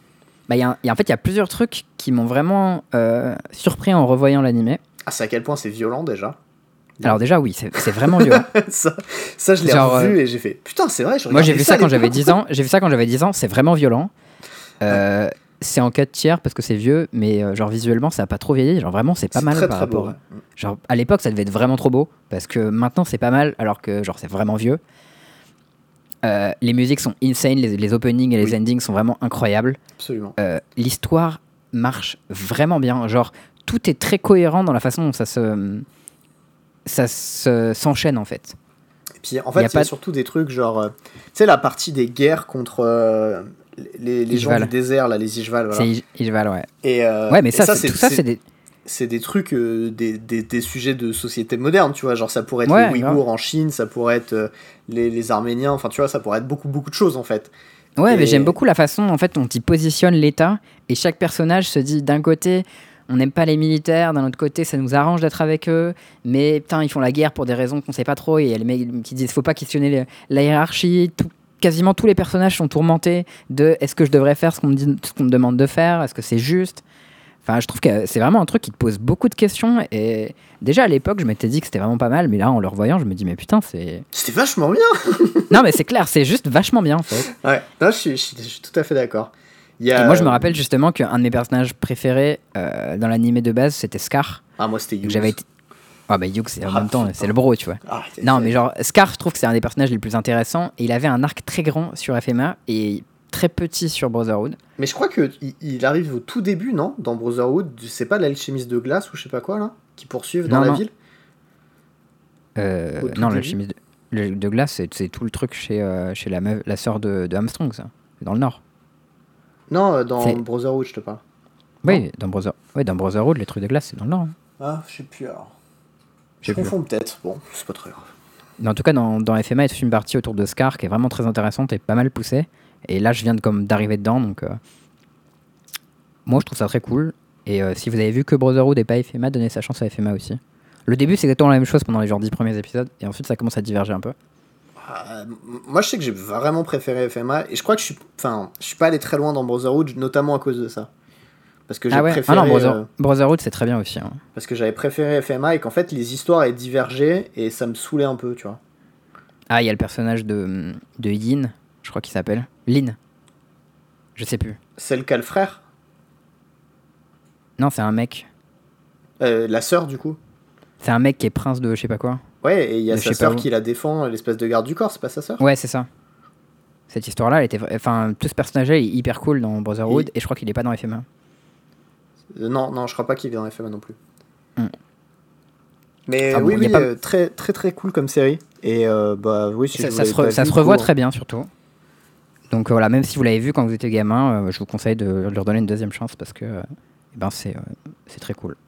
Bah, y a un- y a- en fait, il y a plusieurs trucs qui m'ont vraiment euh, surpris en revoyant l'animé. Ah, c'est à quel point c'est violent déjà. Alors déjà, oui, c'est c'est vraiment violent. ça, ça, je l'ai Genre, revu euh, et j'ai fait putain, c'est vrai. Je Moi, j'ai regardais vu ça à quand j'avais l'époque. dix ans. J'ai vu ça quand j'avais dix ans. C'est vraiment violent. Euh, c'est en quatre tiers parce que c'est vieux, mais euh, genre visuellement, ça a pas trop vieilli. Genre vraiment, c'est pas C'est mal très par très beau. rapport. Ouais. Genre à l'époque, ça devait être vraiment trop beau parce que maintenant, c'est pas mal, alors que genre c'est vraiment vieux. Euh, les musiques sont insane, les, les openings et les Oui. endings sont vraiment incroyables. Absolument. Euh, L'histoire marche vraiment bien. Genre tout est très cohérent dans la façon dont ça se ça se- s'enchaîne en fait. Et puis en Y fait, il a y a, pas de- surtout des trucs genre, euh, tu sais, la partie des guerres contre euh, les, les gens Ishval. du désert, là, les Ishval, voilà. C'est Ij- Ishval, ouais. Et, euh, Ouais, mais et ça, c'est- tout ça, c'est des. c'est des trucs, euh, des, des, des sujets de société moderne, tu vois. Genre, ça pourrait être Ouais, les Ouïghours grave. en Chine, ça pourrait être euh, les, les Arméniens, enfin, tu vois, ça pourrait être beaucoup, beaucoup de choses, en fait. Ouais, Et- mais j'aime beaucoup la façon en fait dont ils positionnent l'État et chaque personnage se dit d'un côté on n'aime pas les militaires, d'un autre côté ça nous arrange d'être avec eux, mais putain ils font la guerre pour des raisons qu'on sait pas trop et il y a les mecs qui disent faut pas questionner les- la hiérarchie. Tout- quasiment tous les personnages sont tourmentés de est-ce que je devrais faire ce qu'on me dit, ce qu'on me demande de faire, est-ce que c'est juste. Enfin, je trouve que c'est vraiment un truc qui te pose beaucoup de questions et déjà à l'époque je m'étais dit que c'était vraiment pas mal, mais là en le revoyant je me dis mais putain c'est C'était vachement bien. non mais c'est clair, c'est juste vachement bien en fait. Ouais, non, je suis, je suis, je suis tout à fait d'accord. Il y a, Et moi, je me euh, rappelle justement qu'un de mes personnages préférés euh, dans l'animé de base, c'était Scar. Ah, moi, c'était Donc Yous. J'avais été. Ah, bah, Yuk, c'est en Ah, même temps, putain. c'est le bro, tu vois. Ah, t'es- Non, t'es- mais genre, Scar, je trouve que c'est un des personnages les plus intéressants. Et il avait un arc très grand sur F M A et très petit sur Brotherhood. Mais je crois qu'il il arrive au tout début, non? Dans Brotherhood, c'est pas l'alchimiste de glace ou je sais pas quoi, là? Qui poursuivent dans Non, la non. ville? Euh, Au tout non, début. l'alchimiste de, le- de glace, c'est, c'est tout le truc chez, euh, chez la, meuf, la sœur de, de Armstrong, ça. C'est dans le nord. Non, euh, dans C'est- Brotherhood, je te parle. Oui, dans, Brother... ouais, dans Brotherhood, les trucs de glace, c'est dans le nord. hein. Ah, je sais plus alors. Je Je sais plus. confonds peut-être. Bon, c'est pas très grave. Mais en tout cas, dans, dans F M A, il y a toute une partie autour de Scar qui est vraiment très intéressante et pas mal poussée. Et là, je viens de, comme, d'arriver dedans, donc euh, moi, je trouve ça très cool. Et euh, si vous avez vu que Brotherhood et pas F M A, donnez sa chance à F M A aussi. Le début, c'est exactement la même chose pendant les genre dix premiers épisodes, et ensuite, ça commence à diverger un peu. Ah, m- moi, je sais que j'ai vraiment préféré F M A et je crois que je suis, enfin, je suis pas allé très loin dans Brotherhood, notamment à cause de ça. Parce que j'ai Ah ouais, préféré, ah non, Brother- euh, Brotherhood, c'est très bien aussi. hein. parce que j'avais préféré F M A et qu'en fait les histoires elles divergeaient et ça me saoulait un peu, tu vois. Ah, il y a le personnage de, de Yin, je crois qu'il s'appelle. Lin. Je sais plus. Celle qu'a le frère, Non, c'est un mec. euh, la sœur du coup. C'est un mec qui est prince de je sais pas quoi. Ouais, et il y a Mais je sa sais pas sœur où. qui la défend, l'espèce de garde du corps, c'est pas sa sœur? Ouais, c'est ça. Cette histoire-là, elle était. vra- Enfin, tout ce personnage-là il est hyper cool dans Brotherhood, et je crois qu'il est pas dans F M A. Euh, non, non, je crois pas qu'il est dans F M A non plus. Hmm. Mais Enfin, oui, bon, y a oui, pas- euh, très, très, très cool comme série. Et euh, bah oui, si ça, je ça vous se, l'avais re- pas ça vu, se du revoit coup, très bien surtout. Donc euh, voilà, même si vous l'avez vu quand vous étiez gamin, euh, je vous conseille de leur donner une deuxième chance parce que euh, eh ben c'est euh, c'est très cool.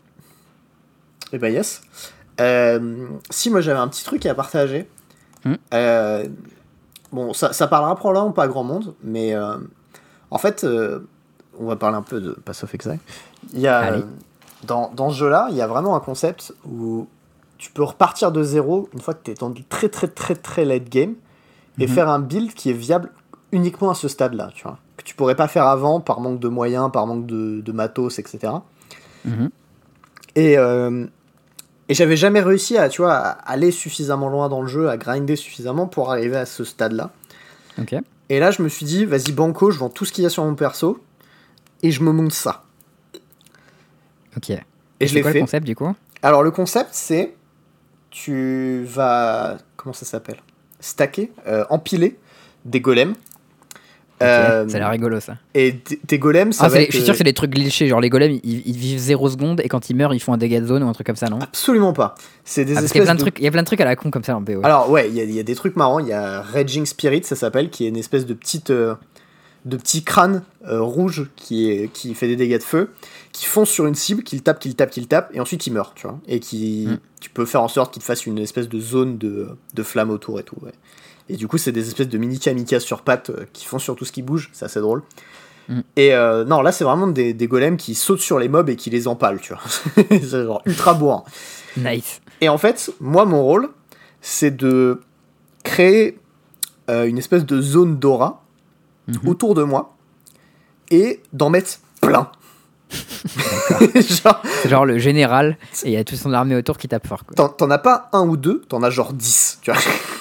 Et bah yes. Euh, si moi j'avais un petit truc à partager. Hmm. Euh, bon, ça, ça parlera probablement pas à grand monde, mais euh, en fait, euh, on va parler un peu de Pass of Exile. Il y a, Allez. euh, dans, dans ce jeu-là, il y a vraiment un concept où tu peux repartir de zéro une fois que tu es dans du très très très très late game et Mhm. faire un build qui est viable uniquement à ce stade-là, tu vois. Que tu pourrais pas faire avant par manque de moyens, par manque de, de matos, et cetera. Mhm. Et, euh, et j'avais jamais réussi à, tu vois, à aller suffisamment loin dans le jeu, à grinder suffisamment pour arriver à ce stade-là. Ok. Et là, je me suis dit, vas-y, banco, je vends tout ce qu'il y a sur mon perso et je me monte ça. Ok. Et je c'est l'ai quoi fait. le concept du coup? Alors, le concept, c'est tu vas. Comment ça s'appelle? Stacker, euh, empiler des golems. Ok, Euh, ça a l'air rigolo ça. et t- tes golems, ça Ah, va c'est les- être. je suis sûr que c'est des trucs glitchés, genre les golems ils, ils vivent zéro seconde et quand ils meurent ils font un dégât de zone ou un truc comme ça, non? Absolument pas. C'est des Ah, parce qu'il y a espèces plein de de trucs, il y a plein de trucs à la con comme ça en B O. Alors ouais, il y, a- il y a des trucs marrants. Il y a Raging Spirit, ça s'appelle, qui est une espèce de petite, euh, de petit crâne euh, rouge qui est qui fait des dégâts de feu, qui fonce sur une cible, qui le tape, qui le tape, qui le tape, et ensuite il meurt, tu vois. Et qui, Mm. tu peux faire en sorte qu'il te fasse une espèce de zone de, de flamme autour et tout. Ouais. Et du coup, c'est des espèces de mini kamikazes sur pattes euh, qui font sur tout ce qui bouge. C'est assez drôle. Mm. Et euh, non, là, c'est vraiment des, des golems qui sautent sur les mobs et qui les empalent, tu vois. C'est genre ultra bourrin. Nice. Et en fait, moi, mon rôle, c'est de créer euh, une espèce de zone d'aura Mhm. autour de moi et d'en mettre plein. genre, c'est genre le général et il y a toute son armée autour qui tape fort, quoi. T'en, t'en as pas un ou deux, t'en as genre dix, tu vois.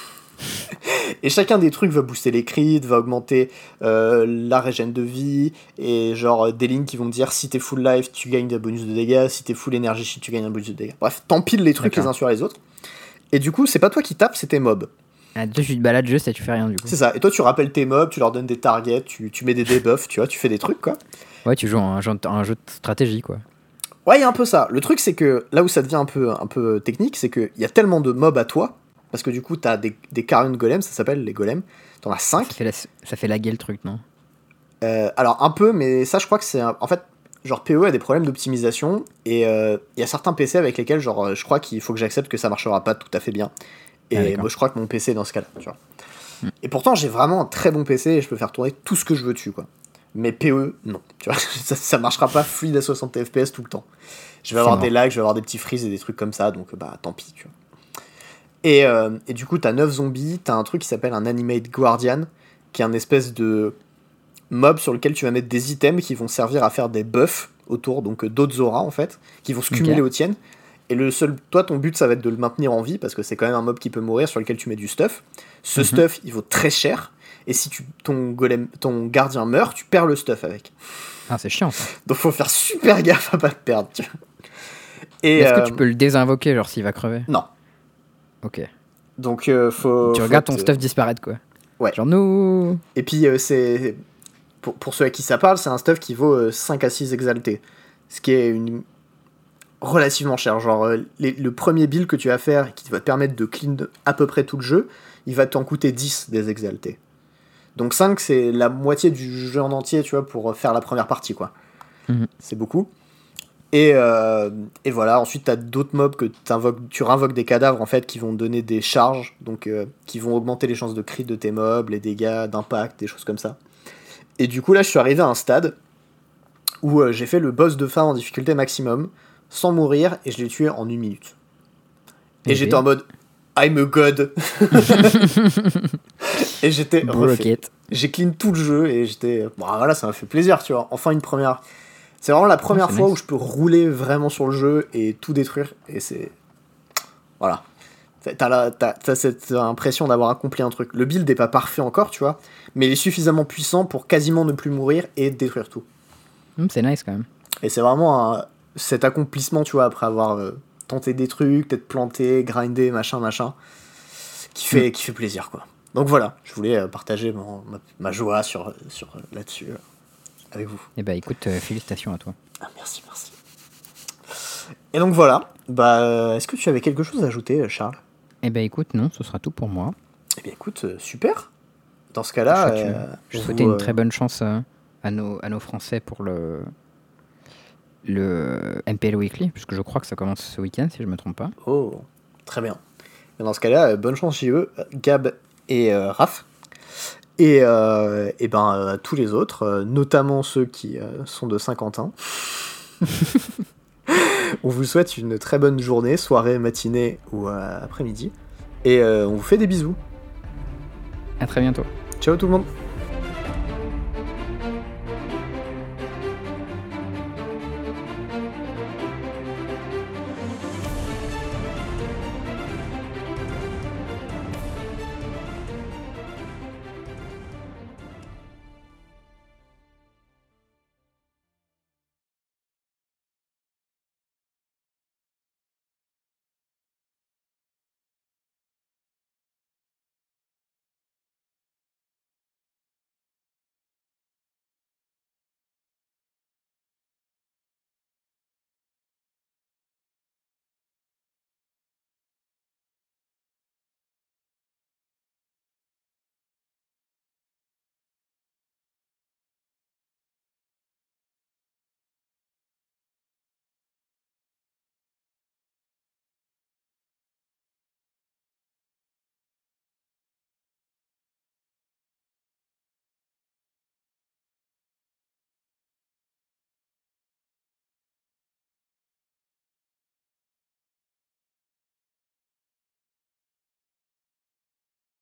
Et chacun des trucs va booster les crits, va augmenter euh, la régène de vie, et genre des lignes qui vont dire si t'es full life, tu gagnes des bonus de dégâts, si t'es full énergie shit, tu gagnes un bonus de dégâts. Bref, t'empiles les trucs D'accord. les uns sur les autres. Et du coup, c'est pas toi qui tapes, c'est tes mobs. Ah, toi, tu te balades juste et tu fais rien du coup. C'est ça, et toi tu rappelles tes mobs, tu leur donnes des targets, tu, tu mets des debuffs, tu vois, tu fais des trucs quoi. Ouais, tu joues à un jeu, un jeu de stratégie quoi. Ouais, il y a un peu ça. Le truc, c'est que là où ça devient un peu, un peu technique, c'est qu'il y a tellement de mobs à toi, parce que du coup, t'as des, des Carrion Golems, ça s'appelle les golems. T'en as cinq. Ça fait, la, ça fait laguer le truc, non euh, Alors, un peu, mais ça, je crois que c'est. Un... En fait, genre, P O E a des problèmes d'optimisation, et il euh, y a certains P C avec lesquels, genre, je crois qu'il faut que j'accepte que ça marchera pas tout à fait bien. Et ah, moi, je crois que mon P C est dans ce cas-là, tu vois. Hmm. Et pourtant, j'ai vraiment un très bon P C et je peux faire tourner tout ce que je veux dessus, quoi. Mais P O E, non. Tu vois, ça, ça marchera pas fluide à soixante F P S tout le temps. Je vais avoir des lags, je vais avoir des petits freezes et des trucs comme ça, donc bah tant pis, tu vois. Et, euh, et du coup, t'as neuf zombies, t'as un truc qui s'appelle un Animate Guardian, qui est un espèce de mob sur lequel tu vas mettre des items qui vont servir à faire des buffs autour, donc d'autres auras en fait, qui vont se cumuler okay. aux tiennes. Et le seul, toi, ton but, ça va être de le maintenir en vie, parce que c'est quand même un mob qui peut mourir, sur lequel tu mets du stuff. Ce mm-hmm. stuff, il vaut très cher, et si tu, ton, golem, ton gardien meurt, tu perds le stuff avec. Ah, c'est chiant ça. Donc faut faire super gaffe à pas te perdre, tu vois. Et est-ce euh... que tu peux le désinvoquer, genre s'il va crever ? Non. Ok. Donc euh, faut. Tu faut regardes ton te... stuff disparaître, quoi. Ouais. Genre nous. Et puis euh, c'est. Pour, pour ceux à qui ça parle, c'est un stuff qui vaut euh, cinq à six exaltés. Ce qui est une. Relativement cher. Genre euh, les, le premier build que tu vas faire, qui va te permettre de clean à peu près tout le jeu, il va t'en coûter dix des exaltés. Donc cinq, c'est la moitié du jeu en entier, tu vois, pour faire la première partie, quoi. Mmh. C'est beaucoup. Et, euh, et voilà, ensuite t'as d'autres mobs que tu réinvoques des cadavres en fait qui vont donner des charges, donc euh, qui vont augmenter les chances de crit de tes mobs, les dégâts, d'impact, des choses comme ça. Et du coup là je suis arrivé à un stade où euh, j'ai fait le boss de fin en difficulté maximum, sans mourir, et je l'ai tué en une minute. Et okay. J'étais en mode I'm a god. Et j'étais refait. J'ai clean tout le jeu et j'étais... Bon voilà, ça m'a fait plaisir, tu vois. Enfin une première... C'est vraiment la première oh, fois nice. Où je peux rouler vraiment sur le jeu et tout détruire. Et c'est... Voilà. T'as, la, t'as, t'as cette impression d'avoir accompli un truc. Le build n'est pas parfait encore, tu vois. Mais il est suffisamment puissant pour quasiment ne plus mourir et détruire tout. Mmh, c'est nice quand même. Et c'est vraiment un, cet accomplissement, tu vois, après avoir euh, tenté des trucs, peut-être planté, grindé, machin, machin, qui fait, mmh. qui fait plaisir, quoi. Donc voilà, je voulais euh, partager mon, ma, ma joie sur, sur, euh, là-dessus. Euh. Avec vous. Eh bah écoute, euh, félicitations à toi. Ah, merci, merci. Et donc voilà, bah, est-ce que tu avais quelque chose à ajouter, Charles ? Eh bah écoute, non, ce sera tout pour moi. Eh bien écoute, euh, super. Dans ce cas-là, je, euh, je souhaitais vous, une très bonne chance euh, à, nos, à nos Français pour le, le M P L Weekly, puisque je crois que ça commence ce week-end, si je ne me trompe pas. Oh, très bien. Et dans ce cas-là, euh, bonne chance chez eux, Gab et euh, Raph. Et, euh, et ben euh, tous les autres, euh, notamment ceux qui euh, sont de Saint-Quentin. On vous souhaite une très bonne journée, soirée, matinée ou euh, après-midi. Et euh, on vous fait des bisous. À très bientôt. Ciao tout le monde.